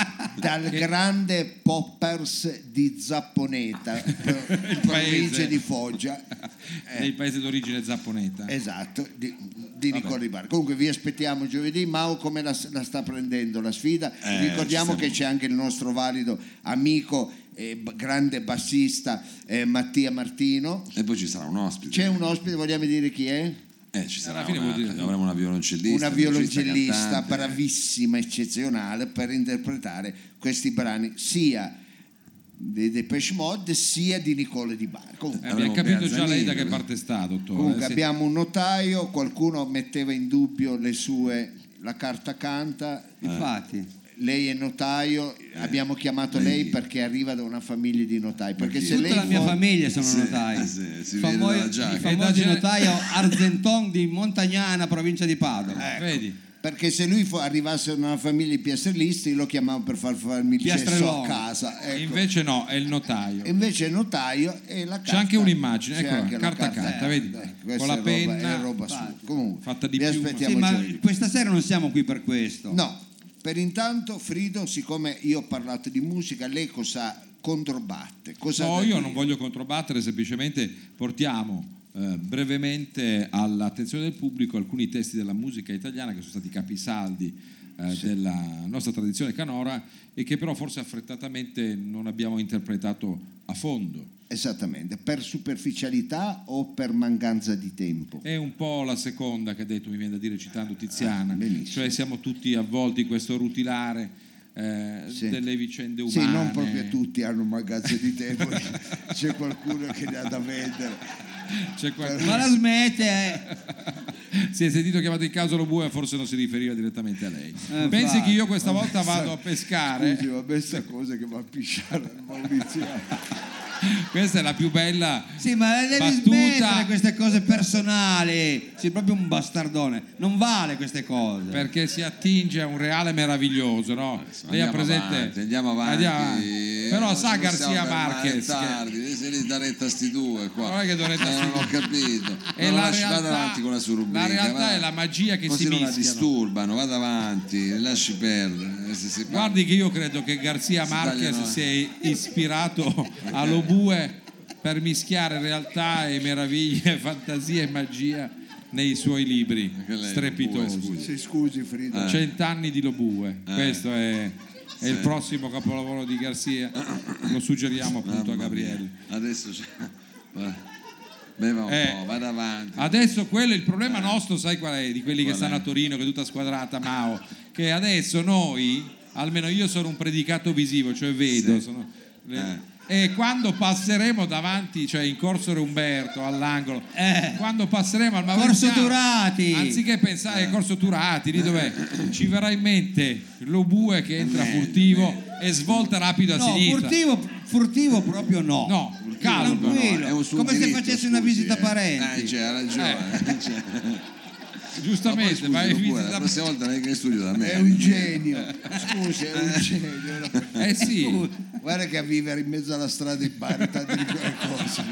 [SPEAKER 4] dal grande Poppers di Zapponeta, provincia
[SPEAKER 3] paese.
[SPEAKER 4] di Foggia. Eh,
[SPEAKER 3] Nel paese d'origine zapponeta.
[SPEAKER 4] Esatto, di, di Nicola Di Bari. Comunque vi aspettiamo giovedì. Mao come la, la sta prendendo la sfida?
[SPEAKER 1] Eh,
[SPEAKER 4] Ricordiamo
[SPEAKER 1] ci stiamo-
[SPEAKER 4] che c'è anche il nostro valido amico e b- grande bassista eh, Mattia Martino.
[SPEAKER 1] E poi ci sarà un ospite.
[SPEAKER 4] C'è un ospite, vogliamo dire chi è?
[SPEAKER 1] Eh, ci sarà
[SPEAKER 3] Alla fine
[SPEAKER 1] una,
[SPEAKER 3] vuol dire-
[SPEAKER 1] avremo una violoncellista.
[SPEAKER 4] Una violoncellista
[SPEAKER 1] cantante.
[SPEAKER 4] bravissima, eccezionale per interpretare questi brani sia dei Depeche Mode sia di Nicola Di Bari. Comunque,
[SPEAKER 3] Eh, abbiamo
[SPEAKER 1] Avremo
[SPEAKER 3] capito già lei da che
[SPEAKER 1] Piazzanini.
[SPEAKER 3] parte sta, dottore.
[SPEAKER 4] Comunque
[SPEAKER 3] Eh, sì.
[SPEAKER 4] abbiamo un notaio, qualcuno metteva in dubbio le sue, la carta canta,
[SPEAKER 2] Infatti.
[SPEAKER 4] lei è notaio, abbiamo chiamato
[SPEAKER 1] lei-
[SPEAKER 4] lei perché arriva da una famiglia di notai, perché se
[SPEAKER 2] Tutta
[SPEAKER 4] lei
[SPEAKER 2] la mia
[SPEAKER 4] fo-
[SPEAKER 2] famiglia sono
[SPEAKER 1] Sì,
[SPEAKER 2] notai.
[SPEAKER 1] eh sì, si
[SPEAKER 2] Famo-
[SPEAKER 1] vede dalla
[SPEAKER 2] I
[SPEAKER 1] giacca.
[SPEAKER 2] famosi
[SPEAKER 3] E da-
[SPEAKER 2] notaio Argenton di Montagnana, provincia di Padova.
[SPEAKER 3] Vedi?
[SPEAKER 4] perché se lui fo- arrivasse da una famiglia di piastrellisti io lo chiamavo per far farmi il cesso
[SPEAKER 2] Piastrellone.
[SPEAKER 4] a casa, ecco.
[SPEAKER 3] Invece no, è il notaio.
[SPEAKER 4] E invece è notaio e la carta,
[SPEAKER 3] C'è anche un'immagine,
[SPEAKER 4] c'è
[SPEAKER 3] eccola,
[SPEAKER 4] anche la
[SPEAKER 3] carta carta, vedi?
[SPEAKER 4] ecco, questa
[SPEAKER 3] Con la
[SPEAKER 4] è roba-
[SPEAKER 3] penna,
[SPEAKER 4] è roba sua. Comunque
[SPEAKER 3] fatta di
[SPEAKER 4] vi
[SPEAKER 3] piuma.
[SPEAKER 4] aspettiamo
[SPEAKER 2] Sì, ma
[SPEAKER 4] giovedì.
[SPEAKER 2] questa sera non siamo qui per questo.
[SPEAKER 4] No, per intanto Frido, siccome io ho parlato di musica, lei cosa controbatte? Cosa
[SPEAKER 3] No,
[SPEAKER 4] da
[SPEAKER 3] io
[SPEAKER 4] dire?
[SPEAKER 3] non voglio controbattere, semplicemente portiamo eh, brevemente all'attenzione del pubblico alcuni testi della musica italiana che sono stati capisaldi eh, della nostra tradizione canora e che però forse affrettatamente non abbiamo interpretato a fondo.
[SPEAKER 4] Esattamente, per superficialità o per mancanza di tempo?
[SPEAKER 3] È un po' la seconda che ha detto, mi viene da dire citando Tiziana,
[SPEAKER 4] Ah, benissimo.
[SPEAKER 3] cioè siamo tutti avvolti in questo rutilare eh,
[SPEAKER 4] Sì.
[SPEAKER 3] delle vicende umane.
[SPEAKER 4] Sì, non proprio tutti hanno mancanza di tempo, c'è qualcuno che ne ha da vendere.
[SPEAKER 3] C'è qualcuno-
[SPEAKER 2] Ma la smette, eh.
[SPEAKER 3] Si è sentito chiamato in causa lo bue, forse non si riferiva direttamente a lei.
[SPEAKER 2] Eh,
[SPEAKER 3] Pensi
[SPEAKER 2] infatti.
[SPEAKER 3] che io questa volta vado a pescare?
[SPEAKER 4] Scusi, vabbè, sta cosa che va a pisciare al Maurizio.
[SPEAKER 3] Questa è la più bella
[SPEAKER 2] Sì, ma devi
[SPEAKER 3] battuta.
[SPEAKER 2] smettere queste cose personali. Sei proprio un bastardone. Non vale queste cose.
[SPEAKER 3] Perché si attinge a un reale meraviglioso, no? Lei ha
[SPEAKER 1] Andiamo
[SPEAKER 3] presente?
[SPEAKER 1] avanti, andiamo avanti.
[SPEAKER 3] Andiamo avanti. Però
[SPEAKER 1] Non
[SPEAKER 3] sa
[SPEAKER 1] ci possiamo
[SPEAKER 3] Garcia
[SPEAKER 1] fermare
[SPEAKER 3] Marquez che-
[SPEAKER 1] tardi, se li dà retta sti due qua.
[SPEAKER 3] Non è che do retta
[SPEAKER 1] Eh,
[SPEAKER 3] sti
[SPEAKER 1] non ho
[SPEAKER 3] due.
[SPEAKER 1] capito.
[SPEAKER 3] E
[SPEAKER 1] Non
[SPEAKER 3] la
[SPEAKER 1] lasci- vada
[SPEAKER 3] realtà-
[SPEAKER 1] avanti con la sua rubrica.
[SPEAKER 3] la realtà
[SPEAKER 1] va.
[SPEAKER 3] è la magia che
[SPEAKER 1] Così
[SPEAKER 3] si
[SPEAKER 1] non la
[SPEAKER 3] mischiano.
[SPEAKER 1] disturbano, vada avanti, lasci perdere. Eh, se si parla-
[SPEAKER 3] Guardi che io credo che Garcia
[SPEAKER 1] Si
[SPEAKER 3] Marquez
[SPEAKER 1] tagliano-
[SPEAKER 3] si è ispirato allo bue per mischiare realtà e meraviglie, fantasia e magia nei suoi libri
[SPEAKER 1] Anche lei,
[SPEAKER 3] strepitosi.
[SPEAKER 1] Lobue, scusi.
[SPEAKER 4] Sì, scusi Frido.
[SPEAKER 3] Cent'anni di Lobue,
[SPEAKER 1] Eh.
[SPEAKER 3] questo è, è il prossimo capolavoro di Garcia, lo suggeriamo appunto a
[SPEAKER 1] Mamma
[SPEAKER 3] Gabriele.
[SPEAKER 1] mia. Adesso c'è... va. Beva un
[SPEAKER 3] Eh.
[SPEAKER 1] po', vada avanti.
[SPEAKER 3] Adesso quello, il problema nostro, sai qual è? Di quelli che
[SPEAKER 1] Qual
[SPEAKER 3] stanno
[SPEAKER 1] è?
[SPEAKER 3] a Torino, che è tutta squadrata, Mao, che adesso noi, almeno io sono un predicato visivo, cioè vedo,
[SPEAKER 1] Sì.
[SPEAKER 3] sono le- e quando passeremo davanti, cioè in Corso Re Umberto all'angolo,
[SPEAKER 2] Eh.
[SPEAKER 3] quando passeremo al
[SPEAKER 2] Corso
[SPEAKER 3] Mauriziano,
[SPEAKER 2] Turati.
[SPEAKER 3] anziché pensare a Corso Turati, lì dov'è? Ci verrà in mente lo bue che entra
[SPEAKER 1] Meglio,
[SPEAKER 3] furtivo e svolta rapido a
[SPEAKER 2] No,
[SPEAKER 3] sinistra.
[SPEAKER 2] furtivo, furtivo proprio no.
[SPEAKER 3] No, calmo.
[SPEAKER 2] Tranquillo.
[SPEAKER 1] No, è un suo
[SPEAKER 2] Come se
[SPEAKER 1] diritto,
[SPEAKER 2] facessi una
[SPEAKER 1] scusi,
[SPEAKER 2] visita
[SPEAKER 1] eh.
[SPEAKER 2] parenti.
[SPEAKER 1] Eh, c'è, ha ragione. Cioè,
[SPEAKER 3] giustamente,
[SPEAKER 1] ma
[SPEAKER 3] vai
[SPEAKER 1] poi, scusi,
[SPEAKER 3] via
[SPEAKER 1] la
[SPEAKER 3] da-
[SPEAKER 1] prossima volta non è che studio da me.
[SPEAKER 4] È un genio, scusi, è un genio.
[SPEAKER 3] Eh sì,
[SPEAKER 4] Guarda che a vivere in mezzo alla strada impari tante di quelle cose.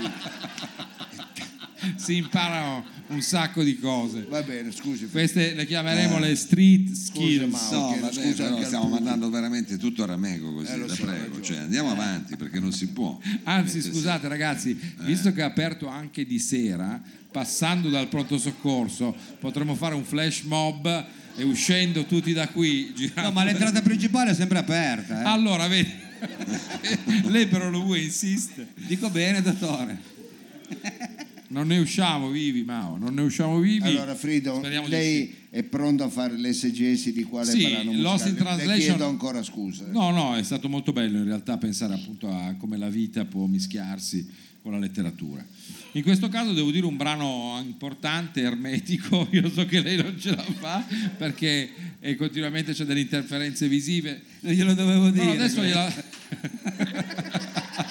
[SPEAKER 3] si imparano un sacco di cose.
[SPEAKER 4] Va bene, scusi.
[SPEAKER 3] Queste le chiameremo le street skills.
[SPEAKER 4] Mao.
[SPEAKER 1] No,
[SPEAKER 4] Chiedo
[SPEAKER 1] vabbè,
[SPEAKER 4] scusa
[SPEAKER 1] però
[SPEAKER 4] anche al
[SPEAKER 1] stiamo
[SPEAKER 4] pubblico.
[SPEAKER 1] mandando veramente tutto a ramego così,
[SPEAKER 4] Eh, lo
[SPEAKER 1] la
[SPEAKER 4] so,
[SPEAKER 1] prego,
[SPEAKER 4] ragione.
[SPEAKER 1] cioè, andiamo avanti perché non si può.
[SPEAKER 3] Anzi,
[SPEAKER 1] Mettersi-
[SPEAKER 3] scusate ragazzi, visto che è aperto anche di sera, passando dal pronto soccorso, potremmo fare un flash mob e uscendo tutti da qui girando.
[SPEAKER 2] No, ma l'entrata principale è sempre aperta. Eh.
[SPEAKER 3] Allora, vedi, lei però lo vuoi insiste.
[SPEAKER 2] Dico bene, dottore.
[SPEAKER 3] Non ne usciamo vivi, Mao, non ne usciamo vivi.
[SPEAKER 4] Allora Frido,
[SPEAKER 3] Speriamo di
[SPEAKER 4] lei è pronto a fare l'esegesi di quale
[SPEAKER 3] Sì,
[SPEAKER 4] brano
[SPEAKER 3] Lost in
[SPEAKER 4] musicale? Le
[SPEAKER 3] Translation-
[SPEAKER 4] chiedo ancora scusa.
[SPEAKER 3] No, no, è stato molto bello in realtà pensare appunto a come la vita può mischiarsi con la letteratura. In questo caso devo dire un brano importante, ermetico, io so che lei non ce la fa perché eh, continuamente c'è delle interferenze visive.
[SPEAKER 2] Non glielo dovevo dire.
[SPEAKER 3] No, adesso
[SPEAKER 2] questo.
[SPEAKER 3] gliela...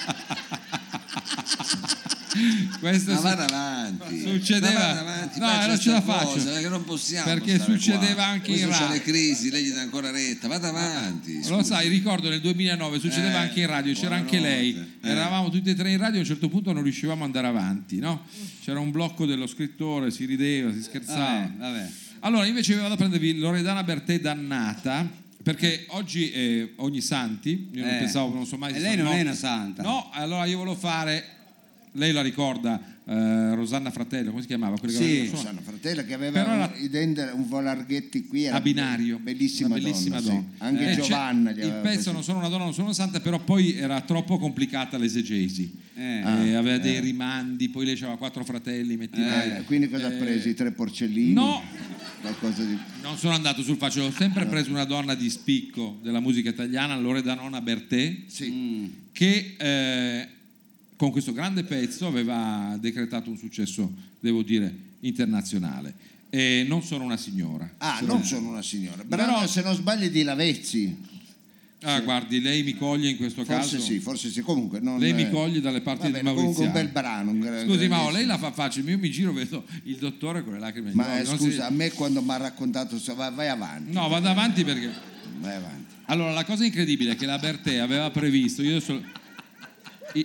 [SPEAKER 3] Questo
[SPEAKER 1] Ma
[SPEAKER 3] su-
[SPEAKER 1] vada avanti,
[SPEAKER 3] succedeva-
[SPEAKER 1] ma vada avanti,
[SPEAKER 3] No,
[SPEAKER 1] faccia
[SPEAKER 3] non ce la
[SPEAKER 1] sta
[SPEAKER 3] faccio.
[SPEAKER 1] cosa, che non possiamo
[SPEAKER 3] Perché
[SPEAKER 1] stare
[SPEAKER 3] succedeva
[SPEAKER 1] qua.
[SPEAKER 3] anche in
[SPEAKER 1] Questo c'ha
[SPEAKER 3] radio.
[SPEAKER 1] le crisi, lei gli dà ancora retta, vada avanti.
[SPEAKER 3] Lo
[SPEAKER 1] scusi.
[SPEAKER 3] sai, ricordo nel duemilanove succedeva
[SPEAKER 1] Eh,
[SPEAKER 3] anche in radio, c'era anche lei,
[SPEAKER 1] buonanotte. Eh.
[SPEAKER 3] eravamo tutti e tre in radio, a un certo punto non riuscivamo ad andare avanti, no? C'era un blocco dello scrittore, si rideva, si scherzava.
[SPEAKER 2] Vabbè, vabbè.
[SPEAKER 3] Allora invece vado a prendervi Loredana Bertè Dannata, perché oggi è ogni santi, io non
[SPEAKER 2] Eh.
[SPEAKER 3] pensavo, non so mai
[SPEAKER 2] E
[SPEAKER 3] se
[SPEAKER 2] lei
[SPEAKER 3] sono-
[SPEAKER 2] non
[SPEAKER 3] no.
[SPEAKER 2] è una santa.
[SPEAKER 3] No, allora io volevo fare, lei la ricorda, eh, Rosanna Fratello, come si chiamava? Quella che
[SPEAKER 2] Sì.
[SPEAKER 3] aveva-
[SPEAKER 4] Rossana Fratella che aveva
[SPEAKER 3] Però
[SPEAKER 4] un,
[SPEAKER 3] la-
[SPEAKER 4] i denti- un volarghetti qui era
[SPEAKER 3] a binario,
[SPEAKER 4] bellissima,
[SPEAKER 3] una bellissima
[SPEAKER 4] donna,
[SPEAKER 3] donna.
[SPEAKER 4] sì. Anche
[SPEAKER 3] Eh,
[SPEAKER 4] Giovanna
[SPEAKER 3] c'è-
[SPEAKER 4] gli
[SPEAKER 3] il
[SPEAKER 4] aveva
[SPEAKER 3] pezzo
[SPEAKER 4] preso.
[SPEAKER 3] non sono una donna, non sono una santa, però poi era troppo complicata l'esegesi.
[SPEAKER 2] Eh.
[SPEAKER 3] Eh, aveva dei rimandi, poi lei aveva quattro fratelli, metteva-
[SPEAKER 4] Eh, quindi cosa ha preso? I tre porcellini?
[SPEAKER 3] No,
[SPEAKER 4] Qualcosa di...
[SPEAKER 3] non sono andato sul facile, ho sempre preso una donna di spicco della musica italiana, Loredana Bertè,
[SPEAKER 4] Sì.
[SPEAKER 3] che eh, con questo grande pezzo aveva decretato un successo, devo dire, internazionale. E non sono una signora.
[SPEAKER 4] Ah, non sono una signora. Brano,
[SPEAKER 3] Però-
[SPEAKER 4] se non sbaglio, di Lavezzi.
[SPEAKER 3] Ah, guardi, lei mi coglie in questo
[SPEAKER 4] Forse
[SPEAKER 3] caso.
[SPEAKER 4] sì, forse sì. Comunque non,
[SPEAKER 3] Lei mi
[SPEAKER 4] eh,
[SPEAKER 3] coglie dalle parti
[SPEAKER 4] va
[SPEAKER 3] di
[SPEAKER 4] bene,
[SPEAKER 3] Maurizio.
[SPEAKER 4] comunque un bel brano. Un gra-
[SPEAKER 3] Scusi, ma
[SPEAKER 4] grandissimo.
[SPEAKER 3] lei la fa facile, io mi giro vedo il dottore con le lacrime agli
[SPEAKER 4] Ma
[SPEAKER 3] occhi,
[SPEAKER 4] eh,
[SPEAKER 3] non
[SPEAKER 4] scusa,
[SPEAKER 3] si-
[SPEAKER 4] a me quando mi ha raccontato, so- vai, vai avanti.
[SPEAKER 3] No, vado avanti perché...
[SPEAKER 4] Vai avanti.
[SPEAKER 3] Allora, la cosa incredibile è che la Bertè aveva previsto, io adesso... I-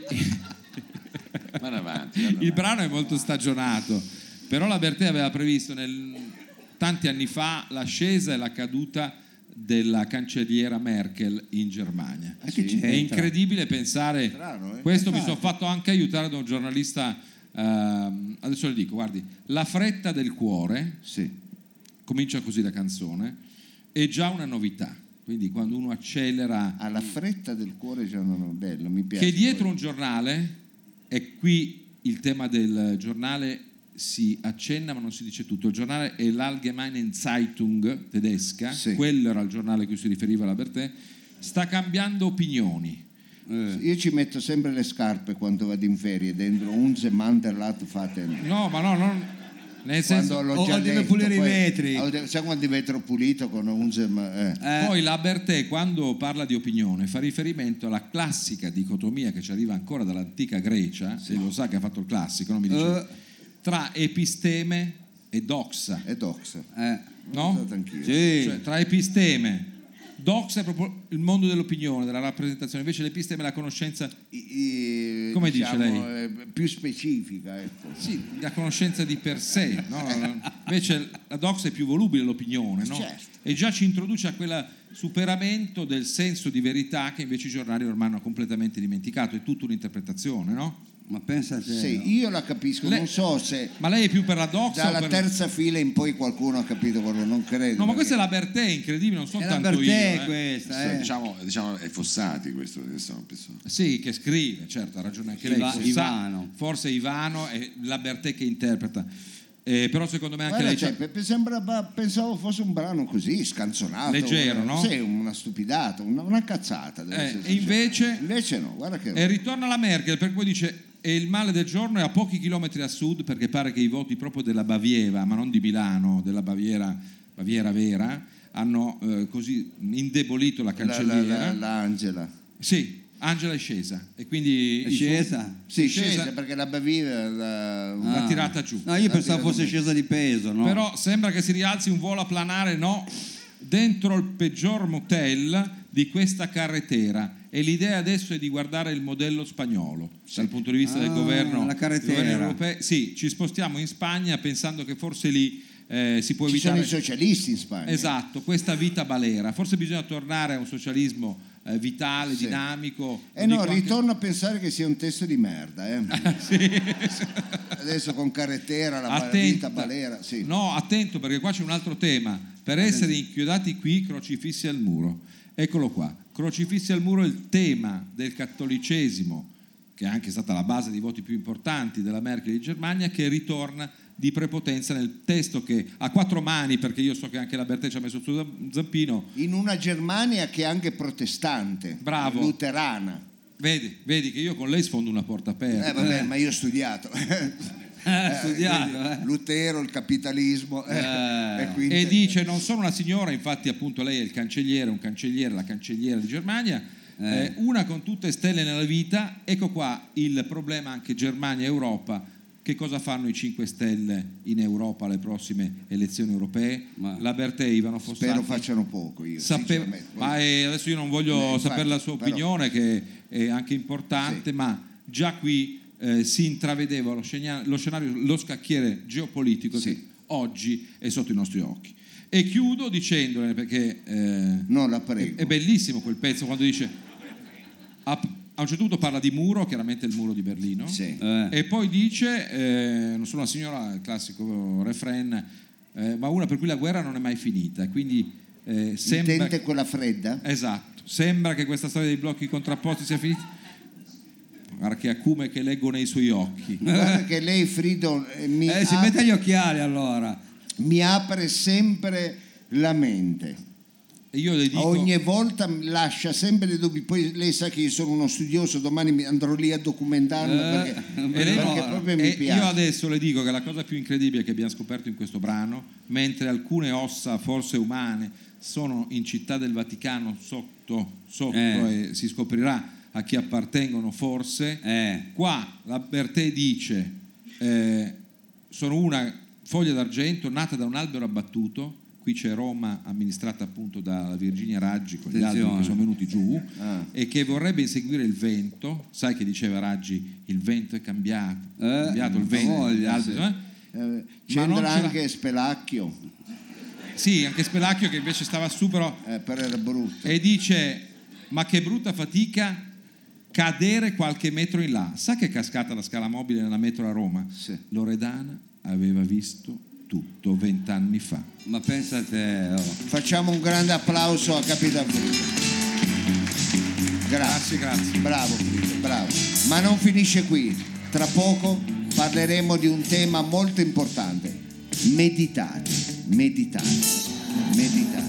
[SPEAKER 1] Vada avanti, vada
[SPEAKER 3] Il brano è molto stagionato, però la Bertè aveva previsto nel- tanti anni fa l'ascesa e la caduta della cancelliera Merkel in Germania.
[SPEAKER 2] Ma che c'entra?
[SPEAKER 3] È incredibile pensare,
[SPEAKER 4] Strano, eh?
[SPEAKER 3] questo mi sono fatto anche aiutare da un giornalista, ehm, adesso le dico, guardi, La fretta del cuore,
[SPEAKER 4] Sì.
[SPEAKER 3] comincia così la canzone, è già una novità, quindi quando uno accelera,
[SPEAKER 4] Alla fretta del cuore già non è bello, mi piace.
[SPEAKER 3] che dietro un giornale, e qui il tema del giornale si accenna ma non si dice tutto, il giornale è l'Allgemeine Zeitung tedesca,
[SPEAKER 4] Sì.
[SPEAKER 3] quello era il giornale a cui si riferiva la Bertè, sta cambiando opinioni.
[SPEAKER 4] Io ci metto sempre le scarpe quando vado in ferie, dentro Unze Manderlat Faten.
[SPEAKER 3] No, ma no, non, nel senso,
[SPEAKER 4] Quando l'ho
[SPEAKER 2] o-
[SPEAKER 4] già
[SPEAKER 2] o deve
[SPEAKER 4] letto,
[SPEAKER 2] pulire i
[SPEAKER 4] poi-
[SPEAKER 2] vetri.
[SPEAKER 4] o de- sai quando il vetro pulito con Unze ma- eh.
[SPEAKER 2] Eh,
[SPEAKER 3] poi la Bertè quando parla di opinione fa riferimento alla classica dicotomia che ci arriva ancora dall'antica Grecia, e lo sa che ha fatto il classico, non mi dice,
[SPEAKER 2] Eh.
[SPEAKER 3] tra episteme e doxa,
[SPEAKER 4] E doxa.
[SPEAKER 3] no?
[SPEAKER 2] eh.
[SPEAKER 4] L'ho usato anch'io.
[SPEAKER 2] Sì.
[SPEAKER 3] Cioè, tra episteme, doxa è proprio il mondo dell'opinione, della rappresentazione, invece l'episteme è la conoscenza,
[SPEAKER 4] I- i-
[SPEAKER 3] Come dice
[SPEAKER 4] diciamo, eh, più specifica, ecco.
[SPEAKER 3] sì, la conoscenza di per sé, no? Invece la doxa è più volubile l'opinione, no?
[SPEAKER 4] Certo.
[SPEAKER 3] E già ci introduce a quel superamento del senso di verità che invece i giornali ormai hanno completamente dimenticato, è tutta un'interpretazione, no?
[SPEAKER 2] Ma pensa a te.
[SPEAKER 4] Sì, io la capisco,
[SPEAKER 3] Le-
[SPEAKER 4] non so se
[SPEAKER 3] Ma lei è più per la doxa
[SPEAKER 4] dalla
[SPEAKER 3] o per...
[SPEAKER 4] terza fila in poi qualcuno ha capito quello, non credo.
[SPEAKER 3] No, ma
[SPEAKER 4] perché-
[SPEAKER 3] questa è la Bertè, incredibile, non
[SPEAKER 2] È la
[SPEAKER 3] soltanto io.
[SPEAKER 2] Bertè
[SPEAKER 3] eh.
[SPEAKER 2] questa,
[SPEAKER 1] Sì,
[SPEAKER 2] eh.
[SPEAKER 1] diciamo, diciamo è Fossati questo, questo è un pezzo.
[SPEAKER 3] Sì, che scrive, certo, ha ragione anche lei.
[SPEAKER 2] Iva-
[SPEAKER 3] forse,
[SPEAKER 2] Ivano.
[SPEAKER 3] forse Ivano è la Bertè che interpreta. Eh, però secondo me anche
[SPEAKER 4] Guarda,
[SPEAKER 3] lei
[SPEAKER 4] cioè,
[SPEAKER 3] c'ha-
[SPEAKER 4] pe- sembra- ma pensavo fosse un brano così scanzonato,
[SPEAKER 3] Leggero,
[SPEAKER 4] una-
[SPEAKER 3] no?
[SPEAKER 4] Sì, una stupidata, una, una cazzata. deve
[SPEAKER 3] Eh,
[SPEAKER 4] essere
[SPEAKER 3] e
[SPEAKER 4] sincero.
[SPEAKER 3] invece-
[SPEAKER 4] invece no, guarda che
[SPEAKER 3] E ritorna la Merkel, per cui dice e il male del giorno è a pochi chilometri a sud, perché pare che i voti proprio della Baviera, ma non di Milano, della Baviera, Baviera vera, hanno eh, così indebolito la
[SPEAKER 4] la,
[SPEAKER 3] cancelliera.
[SPEAKER 4] la, la, l'Angela.
[SPEAKER 3] Sì, Angela è scesa e quindi
[SPEAKER 2] È
[SPEAKER 3] il suo-
[SPEAKER 2] scesa?
[SPEAKER 4] Sì,
[SPEAKER 3] Scesa.
[SPEAKER 4] scesa perché la Baviera la,
[SPEAKER 2] Ah.
[SPEAKER 3] l'ha tirata giù.
[SPEAKER 2] No, io pensavo fosse scesa di peso, no?
[SPEAKER 3] Però sembra che si rialzi un volo a planare, no, dentro il peggior motel di questa carretera. E l'idea adesso è di guardare il modello spagnolo dal punto di vista
[SPEAKER 2] Ah,
[SPEAKER 3] del governo,
[SPEAKER 2] la carretera.
[SPEAKER 3] del governo europeo. Sì, ci spostiamo in Spagna pensando che forse lì eh, si può
[SPEAKER 4] Ci sono
[SPEAKER 3] evitare.
[SPEAKER 4] i socialisti in Spagna.
[SPEAKER 3] Esatto, questa vita balera. Forse bisogna tornare a un socialismo eh, vitale,
[SPEAKER 4] Sì.
[SPEAKER 3] dinamico.
[SPEAKER 4] Eh
[SPEAKER 3] Lo
[SPEAKER 4] no,
[SPEAKER 3] dico anche-
[SPEAKER 4] ritorno a pensare che sia un testo di merda. Eh. Adesso con carretera, la ba-
[SPEAKER 3] Attenta.
[SPEAKER 4] vita balera. Sì.
[SPEAKER 3] No, attento perché qua c'è un altro tema. Per essere inchiodati qui, crocifissi al muro. Eccolo qua, crocifissi al muro è il tema del cattolicesimo, che è anche stata la base dei voti più importanti della Merkel in Germania, che ritorna di prepotenza nel testo che a quattro mani, perché io so che anche la Bertè ci ha messo su zampino.
[SPEAKER 4] In una Germania che è anche protestante,
[SPEAKER 3] Bravo.
[SPEAKER 4] luterana.
[SPEAKER 3] Vedi, vedi che io con lei sfondo una porta aperta.
[SPEAKER 4] Eh vabbè, ma io ho studiato.
[SPEAKER 2] Eh, studiato,
[SPEAKER 4] quindi
[SPEAKER 2] eh.
[SPEAKER 4] Lutero, il capitalismo. eh,
[SPEAKER 2] Eh.
[SPEAKER 4] e, quindi-
[SPEAKER 3] E dice non sono una signora, infatti appunto lei è il cancelliere, un cancelliere, la cancelliera di Germania, eh, una con tutte stelle nella vita. Ecco qua il problema anche Germania e Europa. Che cosa fanno i cinque Stelle in Europa alle prossime elezioni europee?
[SPEAKER 2] Ma-
[SPEAKER 3] La Bertè, Ivano Fossati
[SPEAKER 4] Spero facciano poco io,
[SPEAKER 3] Sapevo-
[SPEAKER 4] sinceramente.
[SPEAKER 3] ma eh, adesso io non voglio
[SPEAKER 4] Eh, infatti,
[SPEAKER 3] sapere la sua
[SPEAKER 4] però-
[SPEAKER 3] opinione, che è anche importante,
[SPEAKER 4] Sì.
[SPEAKER 3] ma già qui eh, si intravedeva lo, scena- lo scenario, lo scacchiere geopolitico
[SPEAKER 4] Sì.
[SPEAKER 3] che oggi è sotto i nostri occhi. E chiudo dicendole, perché eh,
[SPEAKER 4] No, la prego.
[SPEAKER 3] è, è bellissimo quel pezzo quando dice a, a un certo punto parla di muro, chiaramente il muro di Berlino,
[SPEAKER 4] Sì.
[SPEAKER 2] Eh.
[SPEAKER 3] e poi dice eh, non sono una signora, il classico refrain, eh, ma una per cui la guerra non è mai finita, quindi eh, sembra
[SPEAKER 4] Intende quella fredda?
[SPEAKER 3] esatto, sembra che questa storia dei blocchi contrapposti sia finita. Guarda che acume che leggo nei suoi occhi.
[SPEAKER 4] Guarda che lei, Frido, eh, mi,
[SPEAKER 2] Eh, si
[SPEAKER 4] ap-
[SPEAKER 2] mette gli occhiali allora.
[SPEAKER 4] mi apre sempre la mente.
[SPEAKER 3] E io le dico
[SPEAKER 4] Ogni volta mi lascia sempre dei dubbi. Poi lei sa che io sono uno studioso, domani mi andrò lì a documentarmi
[SPEAKER 2] Eh,
[SPEAKER 4] perché,
[SPEAKER 2] non
[SPEAKER 3] E lei-
[SPEAKER 2] vedo
[SPEAKER 4] perché
[SPEAKER 2] l'ora.
[SPEAKER 4] proprio
[SPEAKER 3] e
[SPEAKER 4] mi piace.
[SPEAKER 3] io adesso le dico che la cosa più incredibile che abbiamo scoperto in questo brano, mentre alcune ossa forse umane sono in Città del Vaticano sotto, sotto
[SPEAKER 2] Eh.
[SPEAKER 3] e si scoprirà a chi appartengono forse,
[SPEAKER 2] Eh.
[SPEAKER 3] qua la Bertè dice eh, sono una foglia d'argento nata da un albero abbattuto. Qui c'è Roma amministrata appunto da Virginia Raggi con gli alberi
[SPEAKER 2] Attenzione.
[SPEAKER 3] che sono venuti giù
[SPEAKER 4] Ah.
[SPEAKER 3] e che vorrebbe inseguire il vento. Sai che diceva Raggi, il vento è cambiato, è
[SPEAKER 2] Eh,
[SPEAKER 3] cambiato il
[SPEAKER 2] ha
[SPEAKER 3] vento,
[SPEAKER 2] voglia,
[SPEAKER 3] gli alberi,
[SPEAKER 2] sì.
[SPEAKER 3] eh?
[SPEAKER 4] Eh,
[SPEAKER 3] Ma non
[SPEAKER 4] c'entra
[SPEAKER 3] ce la-
[SPEAKER 4] anche Spelacchio,
[SPEAKER 3] Sì, anche Spelacchio che invece stava su però
[SPEAKER 4] eh, però era brutto.
[SPEAKER 3] e dice ma che brutta fatica cadere qualche metro in là. Sa che è cascata la scala mobile nella metro a Roma?
[SPEAKER 4] Sì.
[SPEAKER 3] Loredana aveva visto tutto vent'anni fa.
[SPEAKER 2] Ma pensa a te. oh.
[SPEAKER 4] Facciamo un grande applauso a Capitan Frido. Grazie,
[SPEAKER 3] grazie.
[SPEAKER 4] Bravo Frido, bravo. Ma non finisce qui. Tra poco parleremo di un tema molto importante. Meditate, meditate, meditate.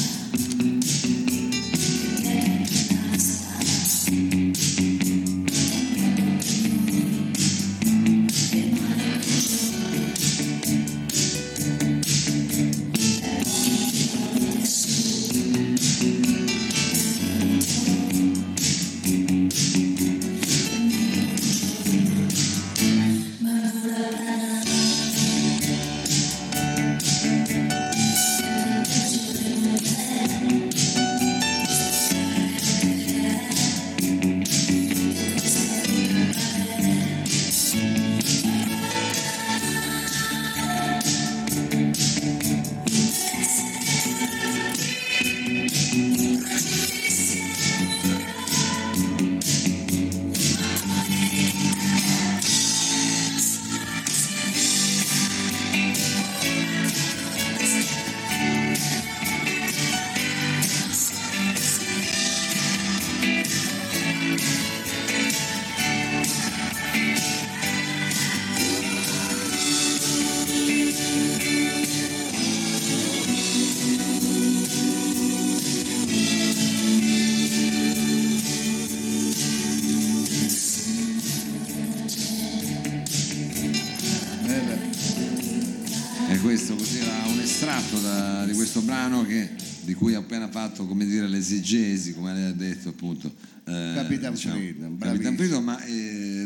[SPEAKER 1] E questo così era un estratto da- di questo brano che, di cui ha appena fatto, come dire, l'esegesi, come lei ha detto appunto. eh,
[SPEAKER 4] Capitan
[SPEAKER 1] diciamo,
[SPEAKER 4] Frido,
[SPEAKER 1] Capitan
[SPEAKER 4] bravissimo.
[SPEAKER 1] Frido, ma eh,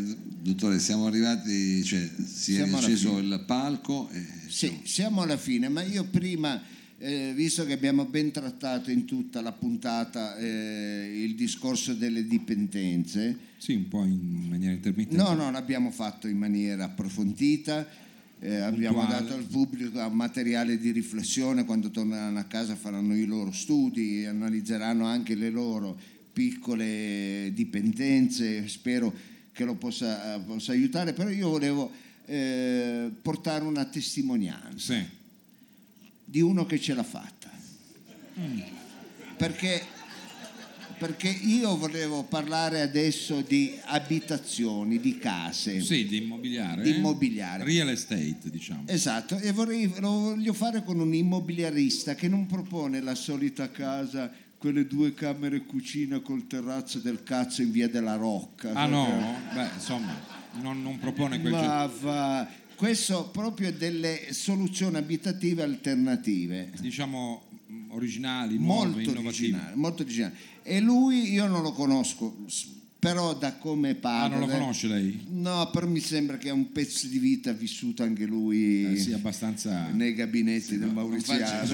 [SPEAKER 1] Dottore, siamo arrivati, cioè si
[SPEAKER 4] Siamo
[SPEAKER 1] è
[SPEAKER 4] alla
[SPEAKER 1] acceso
[SPEAKER 4] fine.
[SPEAKER 1] il palco. E,
[SPEAKER 4] Sì, siamo alla fine, ma io prima, eh, visto che abbiamo ben trattato in tutta la puntata eh, il discorso delle dipendenze,
[SPEAKER 3] Sì, un po' in maniera intermittente.
[SPEAKER 4] no, no, l'abbiamo fatto in maniera approfondita, eh, abbiamo
[SPEAKER 3] Puntuale.
[SPEAKER 4] dato al pubblico un materiale di riflessione, quando torneranno a casa faranno i loro studi, analizzeranno anche le loro piccole dipendenze, spero che lo possa, possa aiutare, però io volevo eh, portare una testimonianza
[SPEAKER 3] Sì.
[SPEAKER 4] di uno che ce l'ha fatta. Perché, perché io volevo parlare adesso di abitazioni, di case.
[SPEAKER 3] Sì, di immobiliare.
[SPEAKER 4] Di
[SPEAKER 3] eh?
[SPEAKER 4] immobiliare.
[SPEAKER 3] Real estate, diciamo.
[SPEAKER 4] Esatto, e vorrei, lo voglio fare con un immobiliarista che non propone la solita casa, quelle due camere e cucina col terrazzo del cazzo in via della Rocca.
[SPEAKER 3] Ah no? Beh, insomma, non, non propone quel genere.
[SPEAKER 4] Ma va, questo proprio delle soluzioni abitative alternative.
[SPEAKER 3] Diciamo originali, nuove,
[SPEAKER 4] Molto
[SPEAKER 3] innovative.
[SPEAKER 4] originale, molto originale. E lui io non lo conosco, s- però da come
[SPEAKER 3] Ah,
[SPEAKER 4] parla...
[SPEAKER 3] non lo conosce lei?
[SPEAKER 4] No, però mi sembra che ha un pezzo di vita vissuto anche lui
[SPEAKER 3] Eh, sì, abbastanza.
[SPEAKER 4] nei gabinetti del Mauriziano.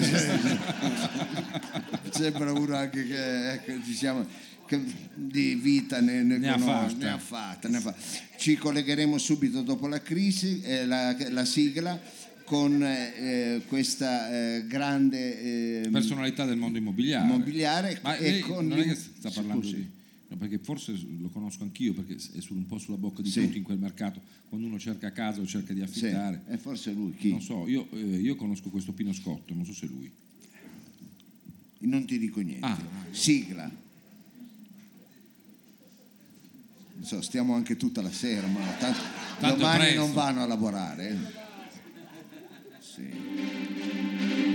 [SPEAKER 4] Sembra uno anche che, ecco, diciamo, che di vita ne, ne
[SPEAKER 3] Ne ha
[SPEAKER 4] conosce,
[SPEAKER 3] fatta.
[SPEAKER 4] ne ha fatta, ne ha fatta. Ci collegheremo subito dopo la crisi, eh, la, la sigla, con eh, questa eh, grande eh,
[SPEAKER 3] Personalità del mondo immobiliare.
[SPEAKER 4] immobiliare
[SPEAKER 3] Ma
[SPEAKER 4] e
[SPEAKER 3] lei
[SPEAKER 4] con
[SPEAKER 3] non è che
[SPEAKER 4] l'im-
[SPEAKER 3] sta parlando
[SPEAKER 4] Scusi.
[SPEAKER 3] di. No, perché forse lo conosco anch'io, perché è sul- un po' sulla bocca di
[SPEAKER 4] Sì.
[SPEAKER 3] tutti in quel mercato. Quando uno cerca casa o cerca di
[SPEAKER 4] Sì,
[SPEAKER 3] affittare.
[SPEAKER 4] e forse lui chi?
[SPEAKER 3] Non so, io, eh, io conosco questo Pino Scotto, non so se è lui.
[SPEAKER 4] Non ti dico niente.
[SPEAKER 3] Ah.
[SPEAKER 4] Sigla. Non so, stiamo anche tutta la sera, ma tanto,
[SPEAKER 3] Tanto è
[SPEAKER 4] domani
[SPEAKER 3] presto.
[SPEAKER 4] non vanno a lavorare. eh. Sì.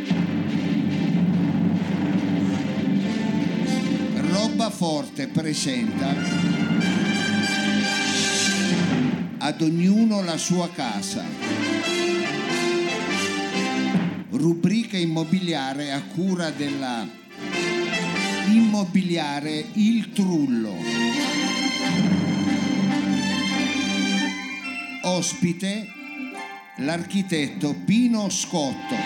[SPEAKER 4] Roba Forte presenta Ad ognuno la sua casa. Rubrica immobiliare a cura della Immobiliare Il Trullo. Ospite l'architetto Pino Scotto.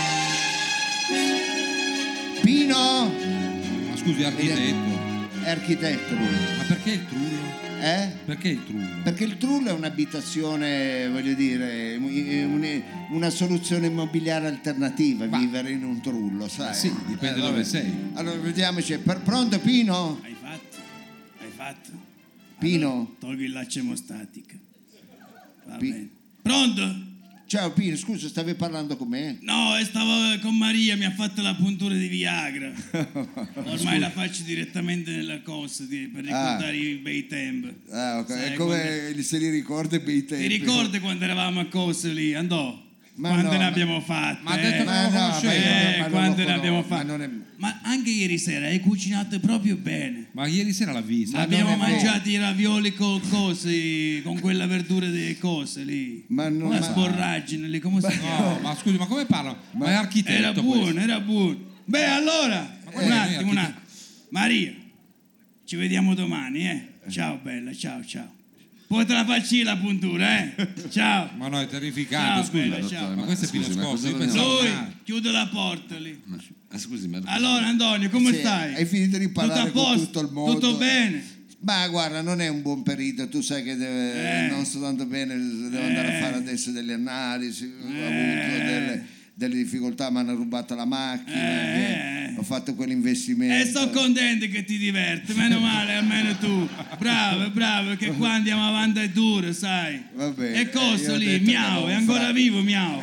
[SPEAKER 4] Pino
[SPEAKER 3] Ma scusi, architetto.
[SPEAKER 4] è architetto lui,
[SPEAKER 3] Ma perché il trullo?
[SPEAKER 4] eh?
[SPEAKER 3] Perché il trullo?
[SPEAKER 4] Perché il trullo è un'abitazione, voglio dire, un- una soluzione immobiliare alternativa,
[SPEAKER 3] Ma-
[SPEAKER 4] vivere in un trullo, sai?
[SPEAKER 3] Sì, dipende
[SPEAKER 4] vabbè.
[SPEAKER 3] dove sei.
[SPEAKER 4] Allora vediamoci, per- pronto Pino?
[SPEAKER 9] Hai fatto? Hai fatto?
[SPEAKER 4] Pino?
[SPEAKER 9] Allora, tolgo il laccio emostatica. Va
[SPEAKER 4] Pi-
[SPEAKER 9] bene. Pronto?
[SPEAKER 4] Ciao Pino, scusa, stavi parlando con me?
[SPEAKER 9] No, eh, stavo con Maria, mi ha fatto la puntura di Viagra. Ormai la faccio direttamente nella cosa di- per ricordare i bei tempi.
[SPEAKER 4] Ah, ok,
[SPEAKER 9] Sai,
[SPEAKER 4] è come
[SPEAKER 9] quando-
[SPEAKER 4] se li ricorda i bei
[SPEAKER 9] Ti
[SPEAKER 4] tempi.
[SPEAKER 9] ricordi quando eravamo a cose lì? Andò?
[SPEAKER 4] Ma
[SPEAKER 9] quante
[SPEAKER 4] no,
[SPEAKER 9] ne
[SPEAKER 4] ma-
[SPEAKER 9] abbiamo fatte?
[SPEAKER 3] Ma ha
[SPEAKER 9] eh?
[SPEAKER 3] detto che
[SPEAKER 4] Ma
[SPEAKER 3] non lo
[SPEAKER 4] no,
[SPEAKER 3] conoscevo.
[SPEAKER 4] ma io-
[SPEAKER 9] Eh,
[SPEAKER 4] ma non
[SPEAKER 9] quante
[SPEAKER 4] lo
[SPEAKER 9] ne abbiamo
[SPEAKER 4] conosco, ma
[SPEAKER 9] fatte?
[SPEAKER 4] non è-
[SPEAKER 9] Ma anche ieri sera hai cucinato proprio bene.
[SPEAKER 3] Ma ieri sera l'ha vista.
[SPEAKER 4] Ma
[SPEAKER 9] Abbiamo
[SPEAKER 4] non è vero.
[SPEAKER 9] mangiato i ravioli con cose, con quella verdura delle cose lì.
[SPEAKER 4] Ma non-
[SPEAKER 9] Una
[SPEAKER 4] ma-
[SPEAKER 9] sborraggine lì, come si chiama?
[SPEAKER 3] No, ma scusi, ma come parla? Ma, è architetto.
[SPEAKER 9] Era
[SPEAKER 3] questo.
[SPEAKER 9] buono, era buono. Beh, allora,
[SPEAKER 3] quello
[SPEAKER 9] un
[SPEAKER 3] è
[SPEAKER 9] attimo, un
[SPEAKER 3] architetto.
[SPEAKER 9] attimo. Maria, ci vediamo domani, eh? Ciao bella, ciao, ciao. Poi te la faccio io la puntura, eh? Ciao.
[SPEAKER 3] Ma no, è terrificante,
[SPEAKER 9] Ciao,
[SPEAKER 3] scusa.
[SPEAKER 9] bella, ciao.
[SPEAKER 3] Ma questo è Pino
[SPEAKER 1] Scusi, ma
[SPEAKER 3] Scotto.
[SPEAKER 1] cosa
[SPEAKER 3] Io
[SPEAKER 1] vogliamo-
[SPEAKER 3] pensavo
[SPEAKER 9] Lui,
[SPEAKER 3] male.
[SPEAKER 9] chiude la porta lì.
[SPEAKER 1] Ah, scusi, ma
[SPEAKER 9] Allora, Antonio, come
[SPEAKER 4] Sì,
[SPEAKER 9] stai?
[SPEAKER 4] hai finito di parlare
[SPEAKER 9] tutto a
[SPEAKER 4] con
[SPEAKER 9] posto?
[SPEAKER 4] tutto il mondo?
[SPEAKER 9] Tutto bene?
[SPEAKER 4] Ma guarda, non è un buon periodo, tu sai che deve,
[SPEAKER 9] Eh.
[SPEAKER 4] non sto tanto bene, devo andare a
[SPEAKER 9] Eh.
[SPEAKER 4] fare adesso delle analisi, ho
[SPEAKER 9] Eh.
[SPEAKER 4] avuto delle, delle difficoltà, mi hanno rubato la macchina,
[SPEAKER 9] Eh.
[SPEAKER 4] che ho fatto quell'investimento.
[SPEAKER 9] E sto contento che ti diverti, meno male, almeno tu. Bravo, bravo, che qua andiamo avanti è duro, sai.
[SPEAKER 4] Va bene,
[SPEAKER 9] E cosa
[SPEAKER 4] io ho
[SPEAKER 9] lì,
[SPEAKER 4] detto che
[SPEAKER 9] miau,
[SPEAKER 4] non
[SPEAKER 9] è ancora
[SPEAKER 4] fa-
[SPEAKER 9] vivo, miau.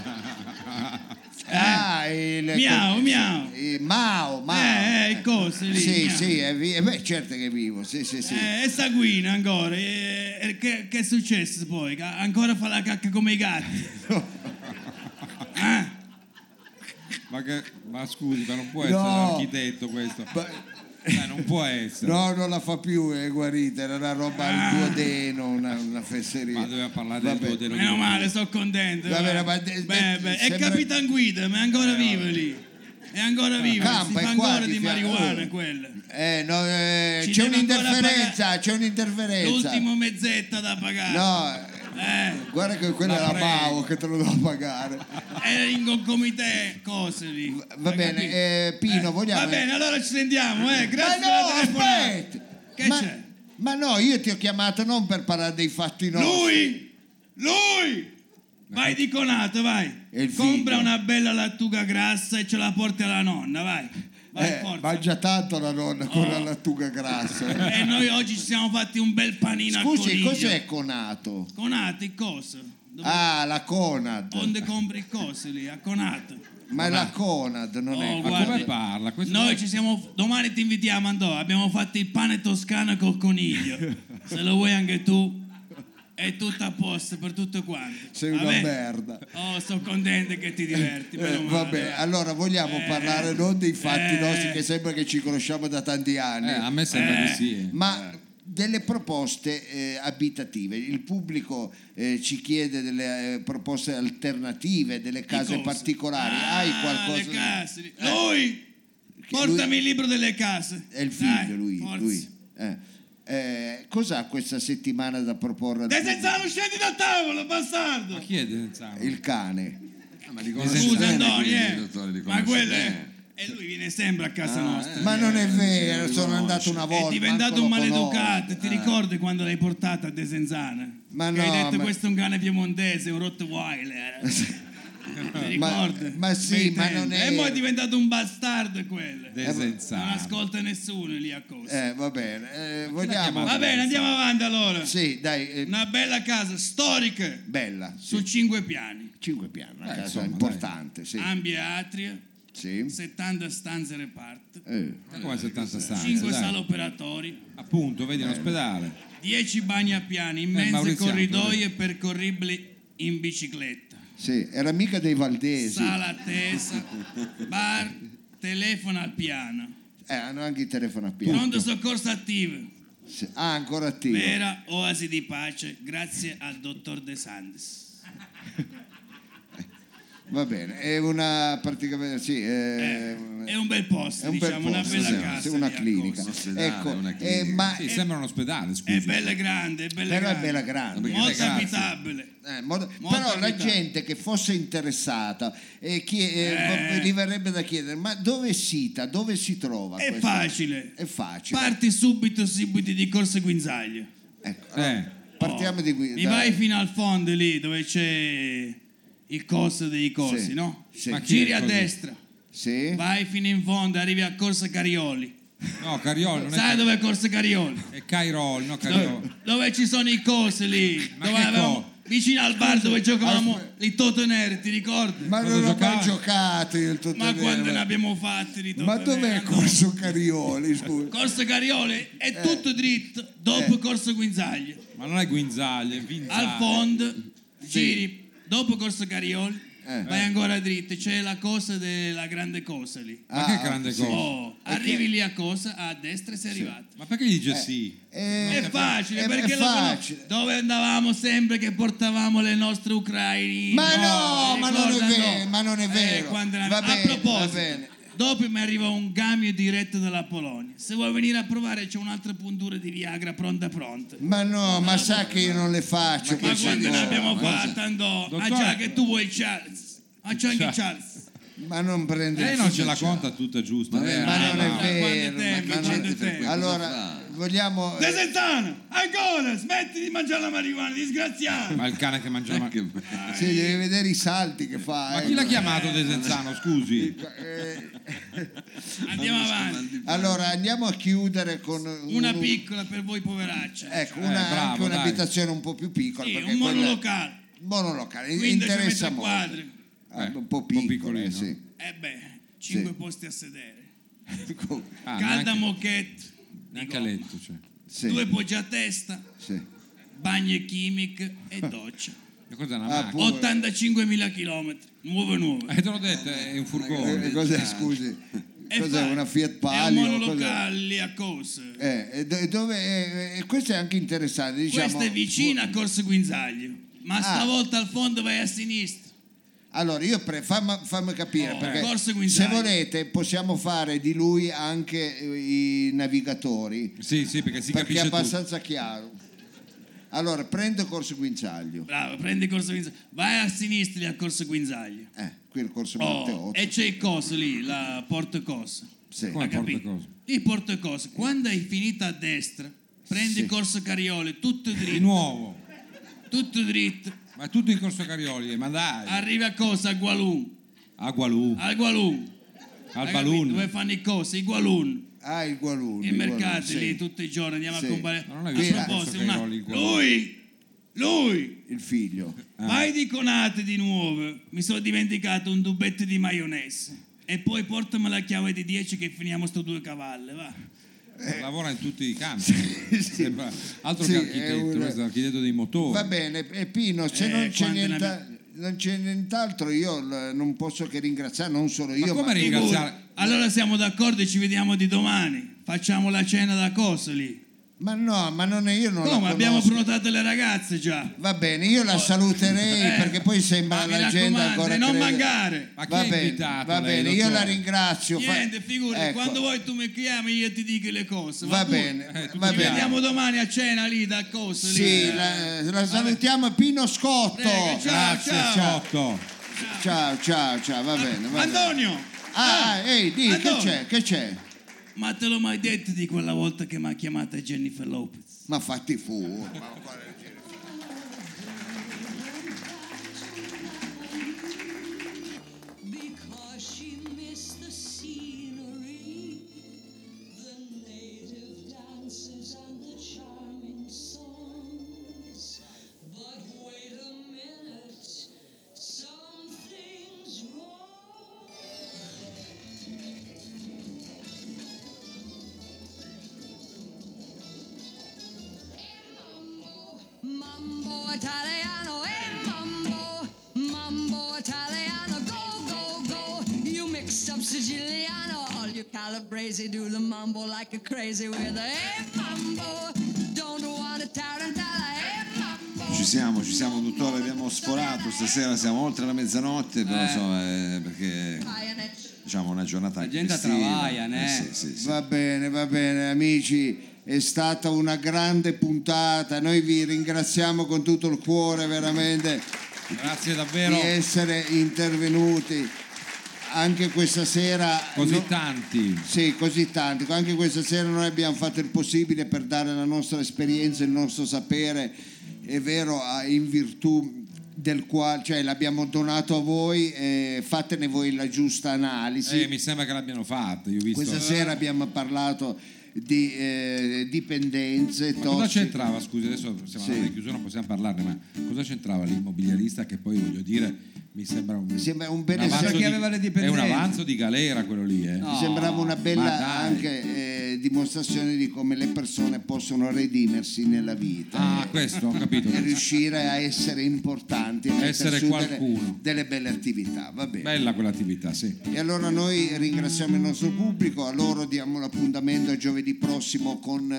[SPEAKER 4] Ah, il,
[SPEAKER 9] Miau, miau.
[SPEAKER 4] il- Mao, Mao.
[SPEAKER 9] Eh, eh, cose lì.
[SPEAKER 4] Sì,
[SPEAKER 9] miau.
[SPEAKER 4] sì, è vi- eh, beh, certo che è vivo, sì, sì, sì.
[SPEAKER 9] Eh, e sanguina ancora. E, e che, che è successo poi? Che ancora fa la cacca come i gatti. Eh?
[SPEAKER 3] Ma, che, ma scusi, ma non può essere
[SPEAKER 4] No.
[SPEAKER 3] architetto questo.
[SPEAKER 4] Ma-
[SPEAKER 3] Eh, non può essere.
[SPEAKER 4] No, non la fa più, è guarita, era una roba al duodeno, una, una fesseria.
[SPEAKER 3] Ma doveva parlare del
[SPEAKER 4] Vabbè.
[SPEAKER 3] duodeno.
[SPEAKER 9] Meno male, sto contento.
[SPEAKER 4] Va bene,
[SPEAKER 9] eh.
[SPEAKER 4] ma de-
[SPEAKER 9] Beh,
[SPEAKER 4] de-
[SPEAKER 9] beh,
[SPEAKER 4] sembra-
[SPEAKER 9] E Capitan Guida, ma è ancora vivo lì. È ancora viva, si
[SPEAKER 4] Campa,
[SPEAKER 9] fa
[SPEAKER 4] è qua
[SPEAKER 9] ancora
[SPEAKER 4] di
[SPEAKER 9] di
[SPEAKER 4] fianco.
[SPEAKER 9] marijuana quella.
[SPEAKER 4] Eh, no, eh,
[SPEAKER 9] Ci
[SPEAKER 4] c'è
[SPEAKER 9] deve ancora
[SPEAKER 4] un'interferenza,
[SPEAKER 9] pagare
[SPEAKER 4] c'è un'interferenza.
[SPEAKER 9] L'ultimo mezzetta da pagare.
[SPEAKER 4] No,
[SPEAKER 9] Eh,
[SPEAKER 4] guarda che quella
[SPEAKER 3] La
[SPEAKER 4] è la
[SPEAKER 3] prego.
[SPEAKER 4] Mao che te lo devo pagare.
[SPEAKER 9] era in concomitè, cose lì.
[SPEAKER 4] Va
[SPEAKER 9] Hai
[SPEAKER 4] bene,
[SPEAKER 9] capito?
[SPEAKER 4] eh, Pino,
[SPEAKER 9] Eh,
[SPEAKER 4] vogliamo...
[SPEAKER 9] Va bene, allora ci sentiamo, eh.
[SPEAKER 4] Ma
[SPEAKER 9] Grazie
[SPEAKER 4] no,
[SPEAKER 9] per la telefonata.
[SPEAKER 4] aspetta!
[SPEAKER 9] Che
[SPEAKER 4] ma,
[SPEAKER 9] c'è?
[SPEAKER 4] ma no, io ti ho chiamato non per parlare dei fatti nostri.
[SPEAKER 9] Lui! Lui! Vai di conato, vai.
[SPEAKER 4] E il
[SPEAKER 9] Compra
[SPEAKER 4] figlio?
[SPEAKER 9] una bella lattuga grassa e ce la porti alla nonna, vai. Vai,
[SPEAKER 4] Eh,
[SPEAKER 9] forza.
[SPEAKER 4] mangia tanto la nonna con
[SPEAKER 9] Oh.
[SPEAKER 4] la lattuga grassa.
[SPEAKER 9] E noi oggi ci siamo fatti un bel panino a
[SPEAKER 4] Scusi,
[SPEAKER 9] coniglio.
[SPEAKER 4] cos'è Conato?
[SPEAKER 9] Conato, il coso? Dove,
[SPEAKER 4] Ah, la Conad.
[SPEAKER 9] Onde compri il coso lì, a Conato.
[SPEAKER 4] Ma è la Conad, non
[SPEAKER 9] Oh,
[SPEAKER 4] è...
[SPEAKER 3] Ma
[SPEAKER 9] guarda.
[SPEAKER 3] come parla? Questo
[SPEAKER 9] Noi ci siamo. Domani ti invitiamo, Andò. Abbiamo fatto il pane toscano col coniglio. Se lo vuoi anche tu, è tutto a posto per tutto quanto.
[SPEAKER 4] Sei una
[SPEAKER 9] Vabbè.
[SPEAKER 4] merda.
[SPEAKER 9] Oh, sto contento che ti diverti.
[SPEAKER 4] Eh,
[SPEAKER 9] meno male.
[SPEAKER 4] vabbè, allora vogliamo
[SPEAKER 9] Eh,
[SPEAKER 4] parlare non dei fatti
[SPEAKER 9] eh.
[SPEAKER 4] nostri, che sembra che ci conosciamo da tanti anni,
[SPEAKER 3] Eh, a me sembra
[SPEAKER 9] Eh.
[SPEAKER 3] di sì.
[SPEAKER 4] ma delle proposte eh, abitative. Il pubblico eh, ci chiede delle eh, proposte alternative, delle case
[SPEAKER 9] Di cosa?
[SPEAKER 4] particolari.
[SPEAKER 9] Ah,
[SPEAKER 4] Hai qualcosa?
[SPEAKER 9] Le case. lì.
[SPEAKER 4] Eh.
[SPEAKER 9] Lui! Portami il libro delle case.
[SPEAKER 4] È il figlio,
[SPEAKER 9] Dai,
[SPEAKER 4] lui.
[SPEAKER 9] forza.
[SPEAKER 4] lui. Eh. Eh, cos'ha questa settimana da proporre? al
[SPEAKER 9] De
[SPEAKER 4] pubblico?
[SPEAKER 9] Senzano, scendi dal tavolo, bastardo!
[SPEAKER 3] Ma chi è Desenzano?
[SPEAKER 4] Il cane.
[SPEAKER 1] Ma li
[SPEAKER 9] Scusa,
[SPEAKER 1] conosce bene,
[SPEAKER 9] Antonio,
[SPEAKER 1] quindi,
[SPEAKER 9] eh.
[SPEAKER 1] dottore, li
[SPEAKER 9] Ma
[SPEAKER 1] conosce
[SPEAKER 9] quello
[SPEAKER 1] bene.
[SPEAKER 9] è. E lui viene sempre a casa
[SPEAKER 1] Ah,
[SPEAKER 9] nostra.
[SPEAKER 4] Ma non è vero,
[SPEAKER 1] sì,
[SPEAKER 4] sono
[SPEAKER 1] lo
[SPEAKER 4] andato una volta.
[SPEAKER 9] È diventato
[SPEAKER 4] manco
[SPEAKER 9] un
[SPEAKER 4] lo
[SPEAKER 9] maleducato.
[SPEAKER 4] conosco.
[SPEAKER 9] Ti ricordi quando l'hai portato a Desenzana?
[SPEAKER 4] Ma
[SPEAKER 9] Che
[SPEAKER 4] no,
[SPEAKER 9] hai detto
[SPEAKER 4] ma-
[SPEAKER 9] questo è un cane piemontese, un Rottweiler. Ti
[SPEAKER 4] Ma-
[SPEAKER 9] ricordi?
[SPEAKER 4] ma sì,
[SPEAKER 9] Bei
[SPEAKER 4] ma
[SPEAKER 9] tempi.
[SPEAKER 4] non è-
[SPEAKER 9] E poi è diventato un bastardo quello. Non
[SPEAKER 3] Desenzano.
[SPEAKER 9] ascolta nessuno lì a cosa.
[SPEAKER 4] Eh, va bene, eh, vogliamo...
[SPEAKER 9] Va bene, andiamo avanti allora.
[SPEAKER 4] Sì, dai, eh,
[SPEAKER 9] Una bella casa storica
[SPEAKER 4] bella. Sì.
[SPEAKER 9] su cinque piani.
[SPEAKER 4] Cinque piani, una
[SPEAKER 3] Eh,
[SPEAKER 4] casa
[SPEAKER 3] insomma,
[SPEAKER 4] importante, sì.
[SPEAKER 9] Ampia atria,
[SPEAKER 4] Sì.
[SPEAKER 9] settanta stanze reparto,
[SPEAKER 4] Eh,
[SPEAKER 3] Ma come settanta stanze?
[SPEAKER 9] cinque
[SPEAKER 3] dai.
[SPEAKER 9] sale operatori,
[SPEAKER 3] Appunto, vedi in ospedale.
[SPEAKER 9] dieci bagni a piani, immense
[SPEAKER 3] Mauriziano,
[SPEAKER 9] corridoie percorribili in bicicletta,
[SPEAKER 4] sì, era mica dei Valdesi.
[SPEAKER 9] sala attesa, bar, telefono al piano,
[SPEAKER 4] Eh, hanno anche il telefono a piedi.
[SPEAKER 9] pronto soccorso attivo,
[SPEAKER 4] Sì. Ah, ancora attivo.
[SPEAKER 9] vera oasi di pace grazie al dottor De Santis.
[SPEAKER 4] Va bene, è una praticamente sì, è,
[SPEAKER 9] È un bel posto,
[SPEAKER 4] è un bel
[SPEAKER 9] diciamo, una
[SPEAKER 4] posto,
[SPEAKER 9] bella
[SPEAKER 4] sì,
[SPEAKER 9] casa.
[SPEAKER 4] sì, una
[SPEAKER 9] lì a
[SPEAKER 4] clinica.
[SPEAKER 9] Cosa.
[SPEAKER 1] Ospedale,
[SPEAKER 4] Ecco,
[SPEAKER 1] una
[SPEAKER 4] eh,
[SPEAKER 1] clinica.
[SPEAKER 4] ma
[SPEAKER 3] Sì, sembra un ospedale, scusa.
[SPEAKER 9] È bella grande, è bella
[SPEAKER 4] però è
[SPEAKER 9] grande.
[SPEAKER 4] bella grande.
[SPEAKER 1] Perché
[SPEAKER 9] Molto
[SPEAKER 1] le case-
[SPEAKER 9] abitabile.
[SPEAKER 4] Eh, mod-
[SPEAKER 9] Molto
[SPEAKER 4] però la
[SPEAKER 9] abitabile.
[SPEAKER 4] gente che fosse interessata eh, chie- eh,
[SPEAKER 9] Eh.
[SPEAKER 4] gli verrebbe da chiedere ma dove è sita, dove si trova
[SPEAKER 9] È
[SPEAKER 4] questa-
[SPEAKER 9] facile.
[SPEAKER 4] è facile.
[SPEAKER 9] Parti subito, subito di Corso Guinzaglio.
[SPEAKER 4] Ecco,
[SPEAKER 3] Eh.
[SPEAKER 4] allora, partiamo
[SPEAKER 9] Oh,
[SPEAKER 4] di qui
[SPEAKER 9] Mi
[SPEAKER 4] da-
[SPEAKER 9] vai fino al fondo lì dove c'è il costo dei cosi,
[SPEAKER 4] Sì,
[SPEAKER 9] no?
[SPEAKER 4] sì.
[SPEAKER 3] Ma chi è
[SPEAKER 9] Giri a
[SPEAKER 3] così?
[SPEAKER 9] destra,
[SPEAKER 4] sì?
[SPEAKER 9] vai fino in fondo, arrivi a Corso Carioli.
[SPEAKER 3] No, Carioli, non
[SPEAKER 9] Sai
[SPEAKER 3] è...
[SPEAKER 9] dove è Corso Carioli?
[SPEAKER 3] È Cairoli, no Carioli.
[SPEAKER 9] Dove ci sono i cosi lì,
[SPEAKER 3] Ma
[SPEAKER 9] dove
[SPEAKER 3] che
[SPEAKER 9] avevamo,
[SPEAKER 3] co-
[SPEAKER 9] vicino al bar dove giocavamo
[SPEAKER 4] aspetta.
[SPEAKER 9] i Totoneri, ti ricordi?
[SPEAKER 4] Ma
[SPEAKER 3] Quando
[SPEAKER 4] non ho mai
[SPEAKER 3] giocavi?
[SPEAKER 4] giocato io il
[SPEAKER 9] Ma quando
[SPEAKER 4] Tottenere.
[SPEAKER 9] ne abbiamo fatti di
[SPEAKER 4] Ma
[SPEAKER 9] Totoneri?
[SPEAKER 4] dov'è Corso Carioli, scusa?
[SPEAKER 9] Corso Carioli
[SPEAKER 4] Eh.
[SPEAKER 9] è tutto dritto dopo Corso Guinzaglio.
[SPEAKER 3] Ma non è Guinzaglia, è Vinzaglia.
[SPEAKER 9] Al fondo giri dopo Corso Carioli,
[SPEAKER 4] Eh.
[SPEAKER 9] vai ancora dritto, c'è la cosa della grande cosa lì.
[SPEAKER 3] Ma
[SPEAKER 4] Ah,
[SPEAKER 3] che grande
[SPEAKER 4] sì.
[SPEAKER 3] cosa.
[SPEAKER 9] Oh, arrivi lì a cosa, a destra e sei arrivato.
[SPEAKER 3] Ma perché gli dice sì?
[SPEAKER 4] Eh,
[SPEAKER 9] È facile
[SPEAKER 4] è-
[SPEAKER 9] perché
[SPEAKER 4] è
[SPEAKER 9] lo conosco.
[SPEAKER 4] facile.
[SPEAKER 9] Dove andavamo sempre che portavamo le nostre ucraine.
[SPEAKER 4] Ma no, ma non è
[SPEAKER 9] Ricorda,
[SPEAKER 4] vero,
[SPEAKER 9] no?
[SPEAKER 4] ma non è
[SPEAKER 9] Eh,
[SPEAKER 4] vero.
[SPEAKER 9] quando ne-
[SPEAKER 4] Va
[SPEAKER 9] a
[SPEAKER 4] bene,
[SPEAKER 9] proposito,
[SPEAKER 4] va bene.
[SPEAKER 9] dopo mi arriva un camion diretto dalla Polonia. Se vuoi venire a provare c'è un'altra puntura di Viagra pronta pronta.
[SPEAKER 4] Ma no, ma sa che io non le faccio
[SPEAKER 9] Ma
[SPEAKER 4] queste
[SPEAKER 9] quando ne
[SPEAKER 4] cose.
[SPEAKER 9] abbiamo fatto andò? Ah
[SPEAKER 3] Dottore-
[SPEAKER 9] già che tu vuoi Charles. Ah c'è anche
[SPEAKER 3] Cioè-
[SPEAKER 9] Charles.
[SPEAKER 4] Ma non prende
[SPEAKER 3] Lei
[SPEAKER 4] il
[SPEAKER 3] non ce la
[SPEAKER 4] figlio.
[SPEAKER 3] conta tutta giusta,
[SPEAKER 1] Ma
[SPEAKER 3] vero?
[SPEAKER 4] Ma
[SPEAKER 1] Eh,
[SPEAKER 4] non
[SPEAKER 1] ma-
[SPEAKER 4] è
[SPEAKER 9] quando
[SPEAKER 4] vero.
[SPEAKER 9] tempi,
[SPEAKER 4] ma non-
[SPEAKER 9] quando tempi.
[SPEAKER 4] Allora,
[SPEAKER 1] Cosa
[SPEAKER 4] vogliamo...
[SPEAKER 9] De Senzano, ancora, smetti di mangiare la marijuana, disgraziato.
[SPEAKER 3] Ma il cane che mangia la
[SPEAKER 1] fa?
[SPEAKER 3] ma...
[SPEAKER 1] Che bello.
[SPEAKER 4] Sì, devi vedere i salti che fa.
[SPEAKER 3] Ma
[SPEAKER 4] eh.
[SPEAKER 3] chi l'ha chiamato Desenzano, scusi?
[SPEAKER 4] Eh,
[SPEAKER 9] Andiamo avanti.
[SPEAKER 4] allora, andiamo a chiudere con... un-
[SPEAKER 9] Una piccola per voi poveracci.
[SPEAKER 4] Ecco,
[SPEAKER 3] Eh,
[SPEAKER 4] una,
[SPEAKER 3] bravo,
[SPEAKER 4] anche
[SPEAKER 3] dai.
[SPEAKER 4] un'abitazione un po' più piccola.
[SPEAKER 9] Sì,
[SPEAKER 4] perché
[SPEAKER 9] un
[SPEAKER 4] quella-
[SPEAKER 9] monolocale.
[SPEAKER 4] Monolocale,
[SPEAKER 9] quindici
[SPEAKER 4] interessa
[SPEAKER 9] metri
[SPEAKER 4] molto.
[SPEAKER 9] quadri.
[SPEAKER 4] Ah,
[SPEAKER 3] Eh,
[SPEAKER 4] un po'
[SPEAKER 3] un po'
[SPEAKER 4] piccolo,
[SPEAKER 3] piccolino.
[SPEAKER 4] eh, sì.
[SPEAKER 9] Eh beh, cinque
[SPEAKER 4] Sì.
[SPEAKER 9] posti a sedere.
[SPEAKER 3] Ah,
[SPEAKER 9] Calda
[SPEAKER 3] neanche,
[SPEAKER 9] moquette.
[SPEAKER 3] neanche a letto, cioè.
[SPEAKER 4] Sì,
[SPEAKER 9] Due poggi a testa,
[SPEAKER 4] sì.
[SPEAKER 9] bagno chimiche e doccia.
[SPEAKER 3] E cos'è una
[SPEAKER 4] Ah,
[SPEAKER 3] macchina?
[SPEAKER 4] pure.
[SPEAKER 9] ottantacinquemila chilometri, nuove nuove.
[SPEAKER 3] Eh, te l'ho detto, è un furgone.
[SPEAKER 4] Eh, cos'è, scusi?
[SPEAKER 9] E
[SPEAKER 4] Cos'è,
[SPEAKER 9] fai-
[SPEAKER 4] una Fiat
[SPEAKER 9] È un
[SPEAKER 4] Palio? Cos'è?
[SPEAKER 9] monolocale lì a cosa.
[SPEAKER 4] Eh, e do- dove, eh, eh, questo è anche interessante, diciamo...
[SPEAKER 9] Questa è vicina a Corso Guinzaglio, ma
[SPEAKER 4] Ah.
[SPEAKER 9] stavolta al fondo vai a sinistra.
[SPEAKER 4] Allora, io pre- fammi, fammi capire,
[SPEAKER 9] Oh,
[SPEAKER 4] perché
[SPEAKER 9] Corso
[SPEAKER 4] se
[SPEAKER 9] Guinzagli.
[SPEAKER 4] volete possiamo fare di lui anche eh, i navigatori,
[SPEAKER 3] Sì, sì, perché si
[SPEAKER 4] perché è
[SPEAKER 3] capisce tutto.
[SPEAKER 4] abbastanza chiaro. Allora, prendo Corso Guinzaglio.
[SPEAKER 9] Bravo, prendi Corso Guinzaglio. Vai a sinistra al Corso Guinzaglio.
[SPEAKER 4] Eh, qui il Corso
[SPEAKER 9] Oh,
[SPEAKER 4] Monte otto.
[SPEAKER 9] e c'è il coso lì, la Porto Coso.
[SPEAKER 4] Sì.
[SPEAKER 3] Come
[SPEAKER 9] Hai capito?
[SPEAKER 3] Porto Coso?
[SPEAKER 9] Il Porto Coso. Quando hai finito a destra, prendi
[SPEAKER 4] Sì.
[SPEAKER 9] il Corso Carioli, tutto
[SPEAKER 3] Di
[SPEAKER 9] dritto.
[SPEAKER 3] nuovo.
[SPEAKER 9] Tutto dritto.
[SPEAKER 3] Ma è tutto in Corso Carioli, ma dai.
[SPEAKER 9] Arrivi a cosa? A Gualun.
[SPEAKER 3] A Gualù,
[SPEAKER 9] Al Gualun.
[SPEAKER 3] al
[SPEAKER 9] Hai
[SPEAKER 3] Balloon.
[SPEAKER 9] capito? Dove fanno i cosi? I Gualun.
[SPEAKER 4] Ah, il Gualun.
[SPEAKER 9] I
[SPEAKER 4] il Gualun,
[SPEAKER 9] mercati
[SPEAKER 4] sì.
[SPEAKER 9] lì tutti i giorni andiamo
[SPEAKER 4] Sì.
[SPEAKER 9] a comprare.
[SPEAKER 3] Ma non hai
[SPEAKER 9] A
[SPEAKER 3] visto il
[SPEAKER 9] proposito,
[SPEAKER 3] Corso
[SPEAKER 9] una-
[SPEAKER 3] Carioli in Gualun?
[SPEAKER 9] lui, lui,
[SPEAKER 4] Il figlio.
[SPEAKER 9] vai di Conate di nuovo. Mi sono dimenticato un tubetto di maionese. E poi portami la chiave di dieci che finiamo sto due cavalli, va.
[SPEAKER 3] Lavora in tutti i campi. Sembra altro
[SPEAKER 4] Sì,
[SPEAKER 3] che
[SPEAKER 4] è
[SPEAKER 3] architetto,
[SPEAKER 4] un-
[SPEAKER 3] questo è l'architetto dei motori.
[SPEAKER 4] Va bene, e Pino, se
[SPEAKER 9] Eh,
[SPEAKER 4] non, c'è
[SPEAKER 9] quante ne
[SPEAKER 4] nienta- non c'è nient'altro, io l- non posso che ringraziare, non solo io,
[SPEAKER 3] come
[SPEAKER 4] ma
[SPEAKER 3] ringraziare?
[SPEAKER 9] Allora siamo d'accordo e ci vediamo di domani. Facciamo la cena da cosa lì?
[SPEAKER 4] Ma no, ma non è io non
[SPEAKER 9] Come?
[SPEAKER 4] la
[SPEAKER 9] Abbiamo
[SPEAKER 4] conosco.
[SPEAKER 9] prenotato le ragazze già.
[SPEAKER 4] Va bene, io la saluterei
[SPEAKER 9] Eh,
[SPEAKER 4] perché poi sembra
[SPEAKER 9] ma mi
[SPEAKER 4] la gente
[SPEAKER 9] raccomando,
[SPEAKER 4] ancora
[SPEAKER 9] e non
[SPEAKER 4] crede-
[SPEAKER 9] mancare.
[SPEAKER 3] Ma chi
[SPEAKER 4] Va
[SPEAKER 3] ha
[SPEAKER 4] bene,
[SPEAKER 3] invitato
[SPEAKER 4] va
[SPEAKER 3] lei,
[SPEAKER 4] bene, io
[SPEAKER 3] dottore?
[SPEAKER 4] la ringrazio. fa-
[SPEAKER 9] Niente, figurati,
[SPEAKER 4] Ecco,
[SPEAKER 9] quando vuoi tu mi chiami io ti dico le cose.
[SPEAKER 4] Va
[SPEAKER 9] pure.
[SPEAKER 4] bene,
[SPEAKER 3] Eh, tu
[SPEAKER 4] va
[SPEAKER 3] ti
[SPEAKER 9] Ci
[SPEAKER 4] bene.
[SPEAKER 9] vediamo domani a cena lì da cosa lì.
[SPEAKER 4] Sì, la, la salutiamo Pino Scotto.
[SPEAKER 9] Prego, ciao,
[SPEAKER 3] Grazie,
[SPEAKER 9] ciao.
[SPEAKER 3] Ciotto.
[SPEAKER 4] Ciao, ciao, ciao, va bene. Va bene.
[SPEAKER 9] Antonio!
[SPEAKER 4] Ah, ah, ehi, di, che
[SPEAKER 9] Antonio.
[SPEAKER 4] c'è? Che c'è?
[SPEAKER 9] Ma te l'ho mai detto di quella volta che mi ha chiamata Jennifer Lopez?
[SPEAKER 4] Ma fatti fu.
[SPEAKER 8] Because she missed the scenery, the native dances and the charming songs. But wait a minute, something's wrong. Mambo Italiano, eh mambo, mambo Italiano, go, go, go. You mix up Siciliano, all you Calabrese do the mambo like a crazy with a eh mambo. Don't want a tarantella, eh mambo.
[SPEAKER 1] Ci siamo, ci siamo dottore, abbiamo sforato stasera, siamo oltre la mezzanotte, però insomma, eh, perché diciamo una giornata
[SPEAKER 2] La gente
[SPEAKER 1] festiva.
[SPEAKER 2] travaia, né?
[SPEAKER 1] Eh, sì, sì, sì.
[SPEAKER 4] Va bene, va bene, amici. È stata una grande puntata. Noi vi ringraziamo con tutto il cuore, veramente,
[SPEAKER 3] Grazie davvero.
[SPEAKER 4] di essere intervenuti. Anche questa sera.
[SPEAKER 3] Così
[SPEAKER 4] no-
[SPEAKER 3] tanti.
[SPEAKER 4] Sì, così tanti. Anche questa sera noi abbiamo fatto il possibile per dare la nostra esperienza, il nostro sapere, è vero, a- in virtù del quale, cioè l'abbiamo donato a voi, eh, fatene voi la giusta analisi.
[SPEAKER 3] Eh, mi sembra che l'abbiano fatta. Io ho visto.
[SPEAKER 4] Questa sera abbiamo parlato di eh, dipendenze,
[SPEAKER 3] Ma cosa
[SPEAKER 4] tossiche.
[SPEAKER 3] c'entrava? Scusi, adesso siamo
[SPEAKER 4] Sì.
[SPEAKER 3] alla chiusura, non possiamo parlarne, ma cosa c'entrava l'immobiliarista che poi voglio dire mi sembra un,
[SPEAKER 4] Sembra un
[SPEAKER 3] un
[SPEAKER 4] bene-
[SPEAKER 3] avanzo
[SPEAKER 2] Chi
[SPEAKER 3] di-
[SPEAKER 2] aveva le
[SPEAKER 3] è un
[SPEAKER 2] dipendenze?
[SPEAKER 3] avanzo di galera quello lì, eh.
[SPEAKER 2] No.
[SPEAKER 4] Mi sembrava una
[SPEAKER 3] ma
[SPEAKER 4] bella
[SPEAKER 3] dai.
[SPEAKER 4] anche eh, dimostrazione di come le persone possono redimersi nella vita.
[SPEAKER 3] Ah, questo ho capito.
[SPEAKER 4] E riuscire a essere importanti, a mettere
[SPEAKER 3] Essere
[SPEAKER 4] su delle,
[SPEAKER 3] qualcuno.
[SPEAKER 4] delle belle attività, va bene.
[SPEAKER 3] Bella quell'attività, sì.
[SPEAKER 4] E allora noi ringraziamo il nostro pubblico, a loro diamo l'appuntamento a giovedì prossimo con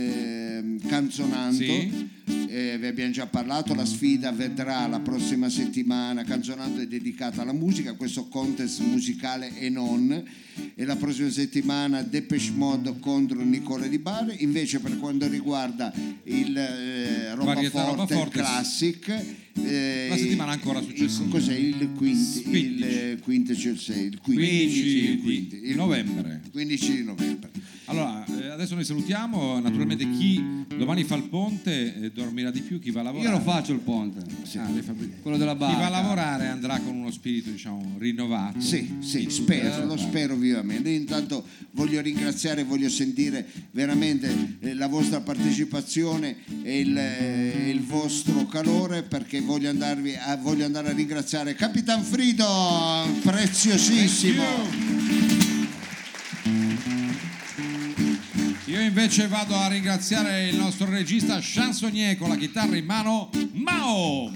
[SPEAKER 4] eh, Canzonando.
[SPEAKER 3] Sì.
[SPEAKER 4] Eh, vi abbiamo già parlato, la sfida vedrà la prossima settimana. Canzonando è dedicata alla musica, questo contest musicale e non, e la prossima settimana Depeche Mode contro Nicola Di Bari. Invece per quanto riguarda il eh, roba,
[SPEAKER 3] Varietà
[SPEAKER 4] forte,
[SPEAKER 3] roba forte,
[SPEAKER 4] classic, eh,
[SPEAKER 3] La settimana ancora
[SPEAKER 4] il-
[SPEAKER 3] successiva.
[SPEAKER 4] cos'è il quinti, il
[SPEAKER 3] quindici.
[SPEAKER 4] eh, quintecensei, il
[SPEAKER 3] quindici
[SPEAKER 4] il
[SPEAKER 3] di
[SPEAKER 4] il
[SPEAKER 3] novembre.
[SPEAKER 4] quindici di novembre.
[SPEAKER 3] Allora, eh, adesso noi salutiamo, naturalmente chi domani fa il ponte eh, dormirà di più, chi va a lavorare.
[SPEAKER 2] Io lo faccio il ponte,
[SPEAKER 3] Ah, lei fa-
[SPEAKER 2] quello della
[SPEAKER 3] Chi
[SPEAKER 2] barca.
[SPEAKER 3] va a lavorare andrà con uno spirito, diciamo, rinnovato.
[SPEAKER 4] Sì, sì,
[SPEAKER 3] In tutte
[SPEAKER 4] spero,
[SPEAKER 3] le
[SPEAKER 4] lo
[SPEAKER 3] parti.
[SPEAKER 4] spero vivamente. Intanto voglio ringraziare, voglio sentire veramente eh, la vostra partecipazione e il, eh, il vostro calore, perché voglio, andarvi a, voglio andare a ringraziare Capitan Frido, preziosissimo.
[SPEAKER 3] Io invece vado a ringraziare il nostro regista chansonnier con la chitarra in mano, Mao.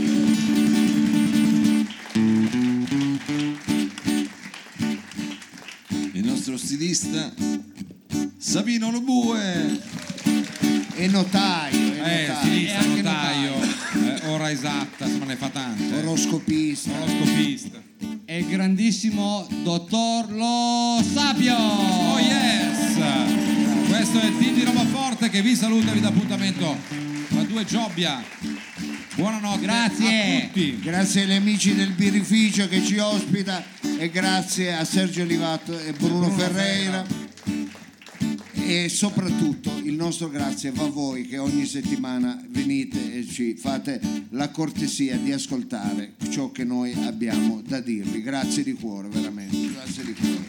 [SPEAKER 1] Il nostro stilista Sabino Lobue.
[SPEAKER 4] E notaio, e
[SPEAKER 3] Eh,
[SPEAKER 4] notaio.
[SPEAKER 3] stilista,
[SPEAKER 2] E anche
[SPEAKER 3] notaio, eh, ora esatta, insomma, ne fa tante.
[SPEAKER 4] Oroscopista.
[SPEAKER 3] Oroscopista.
[SPEAKER 2] E il grandissimo dottor Lo Sapio.
[SPEAKER 3] Oh yes! Questo è il team di Robaforte che vi saluta e vi dà appuntamento a due Giobbia. Buonanotte
[SPEAKER 2] Grazie.
[SPEAKER 3] a tutti.
[SPEAKER 4] Grazie agli amici del birrificio che ci ospita e grazie a Sergio Olivato e Bruno,
[SPEAKER 3] Bruno
[SPEAKER 4] Ferreira. E soprattutto il nostro grazie va a voi che ogni settimana venite e ci fate la cortesia di ascoltare ciò che noi abbiamo da dirvi. Grazie di cuore, veramente. Grazie di cuore.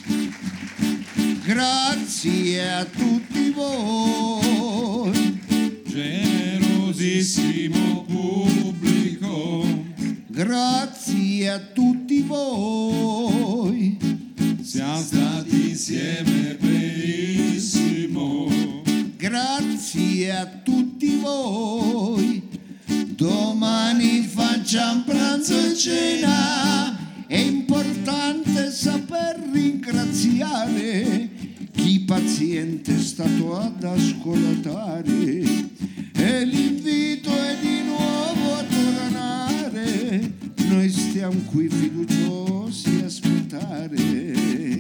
[SPEAKER 4] Grazie a tutti voi.
[SPEAKER 3] Generosissimo pubblico,
[SPEAKER 4] Grazie a tutti voi.
[SPEAKER 3] siamo stati insieme benissimo.
[SPEAKER 4] Grazie a tutti voi. Domani facciamo pranzo e cena. È importante saper ringraziare chi paziente è stato ad ascoltare. E l'invito è di nuovo a tornare. Noi stiamo qui fiduciosi a aspettare.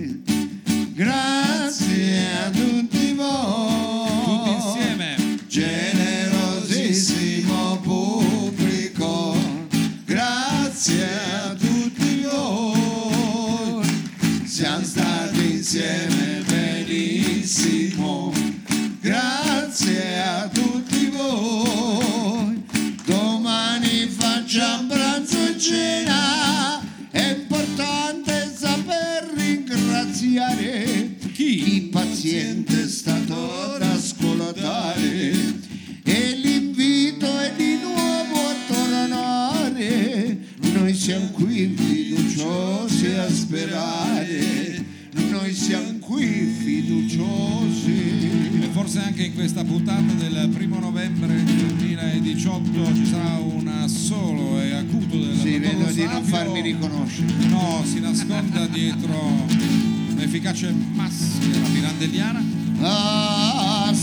[SPEAKER 4] Grazie a tutti voi.
[SPEAKER 3] Tutti insieme.
[SPEAKER 4] Generosissimo pubblico. Grazie a tutti voi. Siamo stati insieme benissimo. Grazie a tutti voi. Domani facciamo pranzo e cena. È importante saper ringraziare
[SPEAKER 3] Chi?
[SPEAKER 4] chi paziente è stato ad ascoltare. E l'invito è di nuovo a tornare. Noi siamo qui fiduciosi a sperare. Noi siamo qui fiduciosi.
[SPEAKER 3] E forse anche in questa puntata del primo novembre duemiladiciotto ci sarà un assolo e acuto del
[SPEAKER 4] Sì,
[SPEAKER 3] dottor
[SPEAKER 4] vedo
[SPEAKER 3] Lo
[SPEAKER 4] di non
[SPEAKER 3] Sapio.
[SPEAKER 4] farmi riconoscere.
[SPEAKER 3] No, si nasconda dietro un'efficace maschera pirandelliana.
[SPEAKER 4] A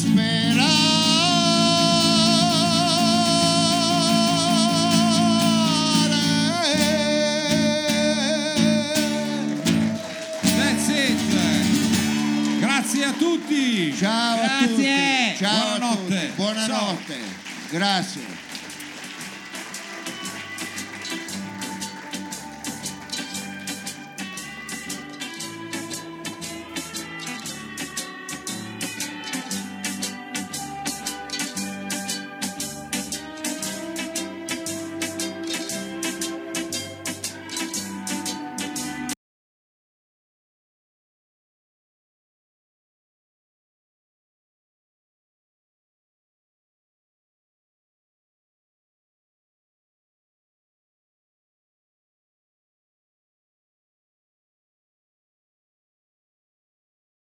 [SPEAKER 4] sperare.
[SPEAKER 3] That's it. Grazie a tutti.
[SPEAKER 4] Ciao a
[SPEAKER 2] Grazie.
[SPEAKER 4] tutti. Ciao
[SPEAKER 2] Buonanotte.
[SPEAKER 4] a tutti. Buonanotte. Grazie.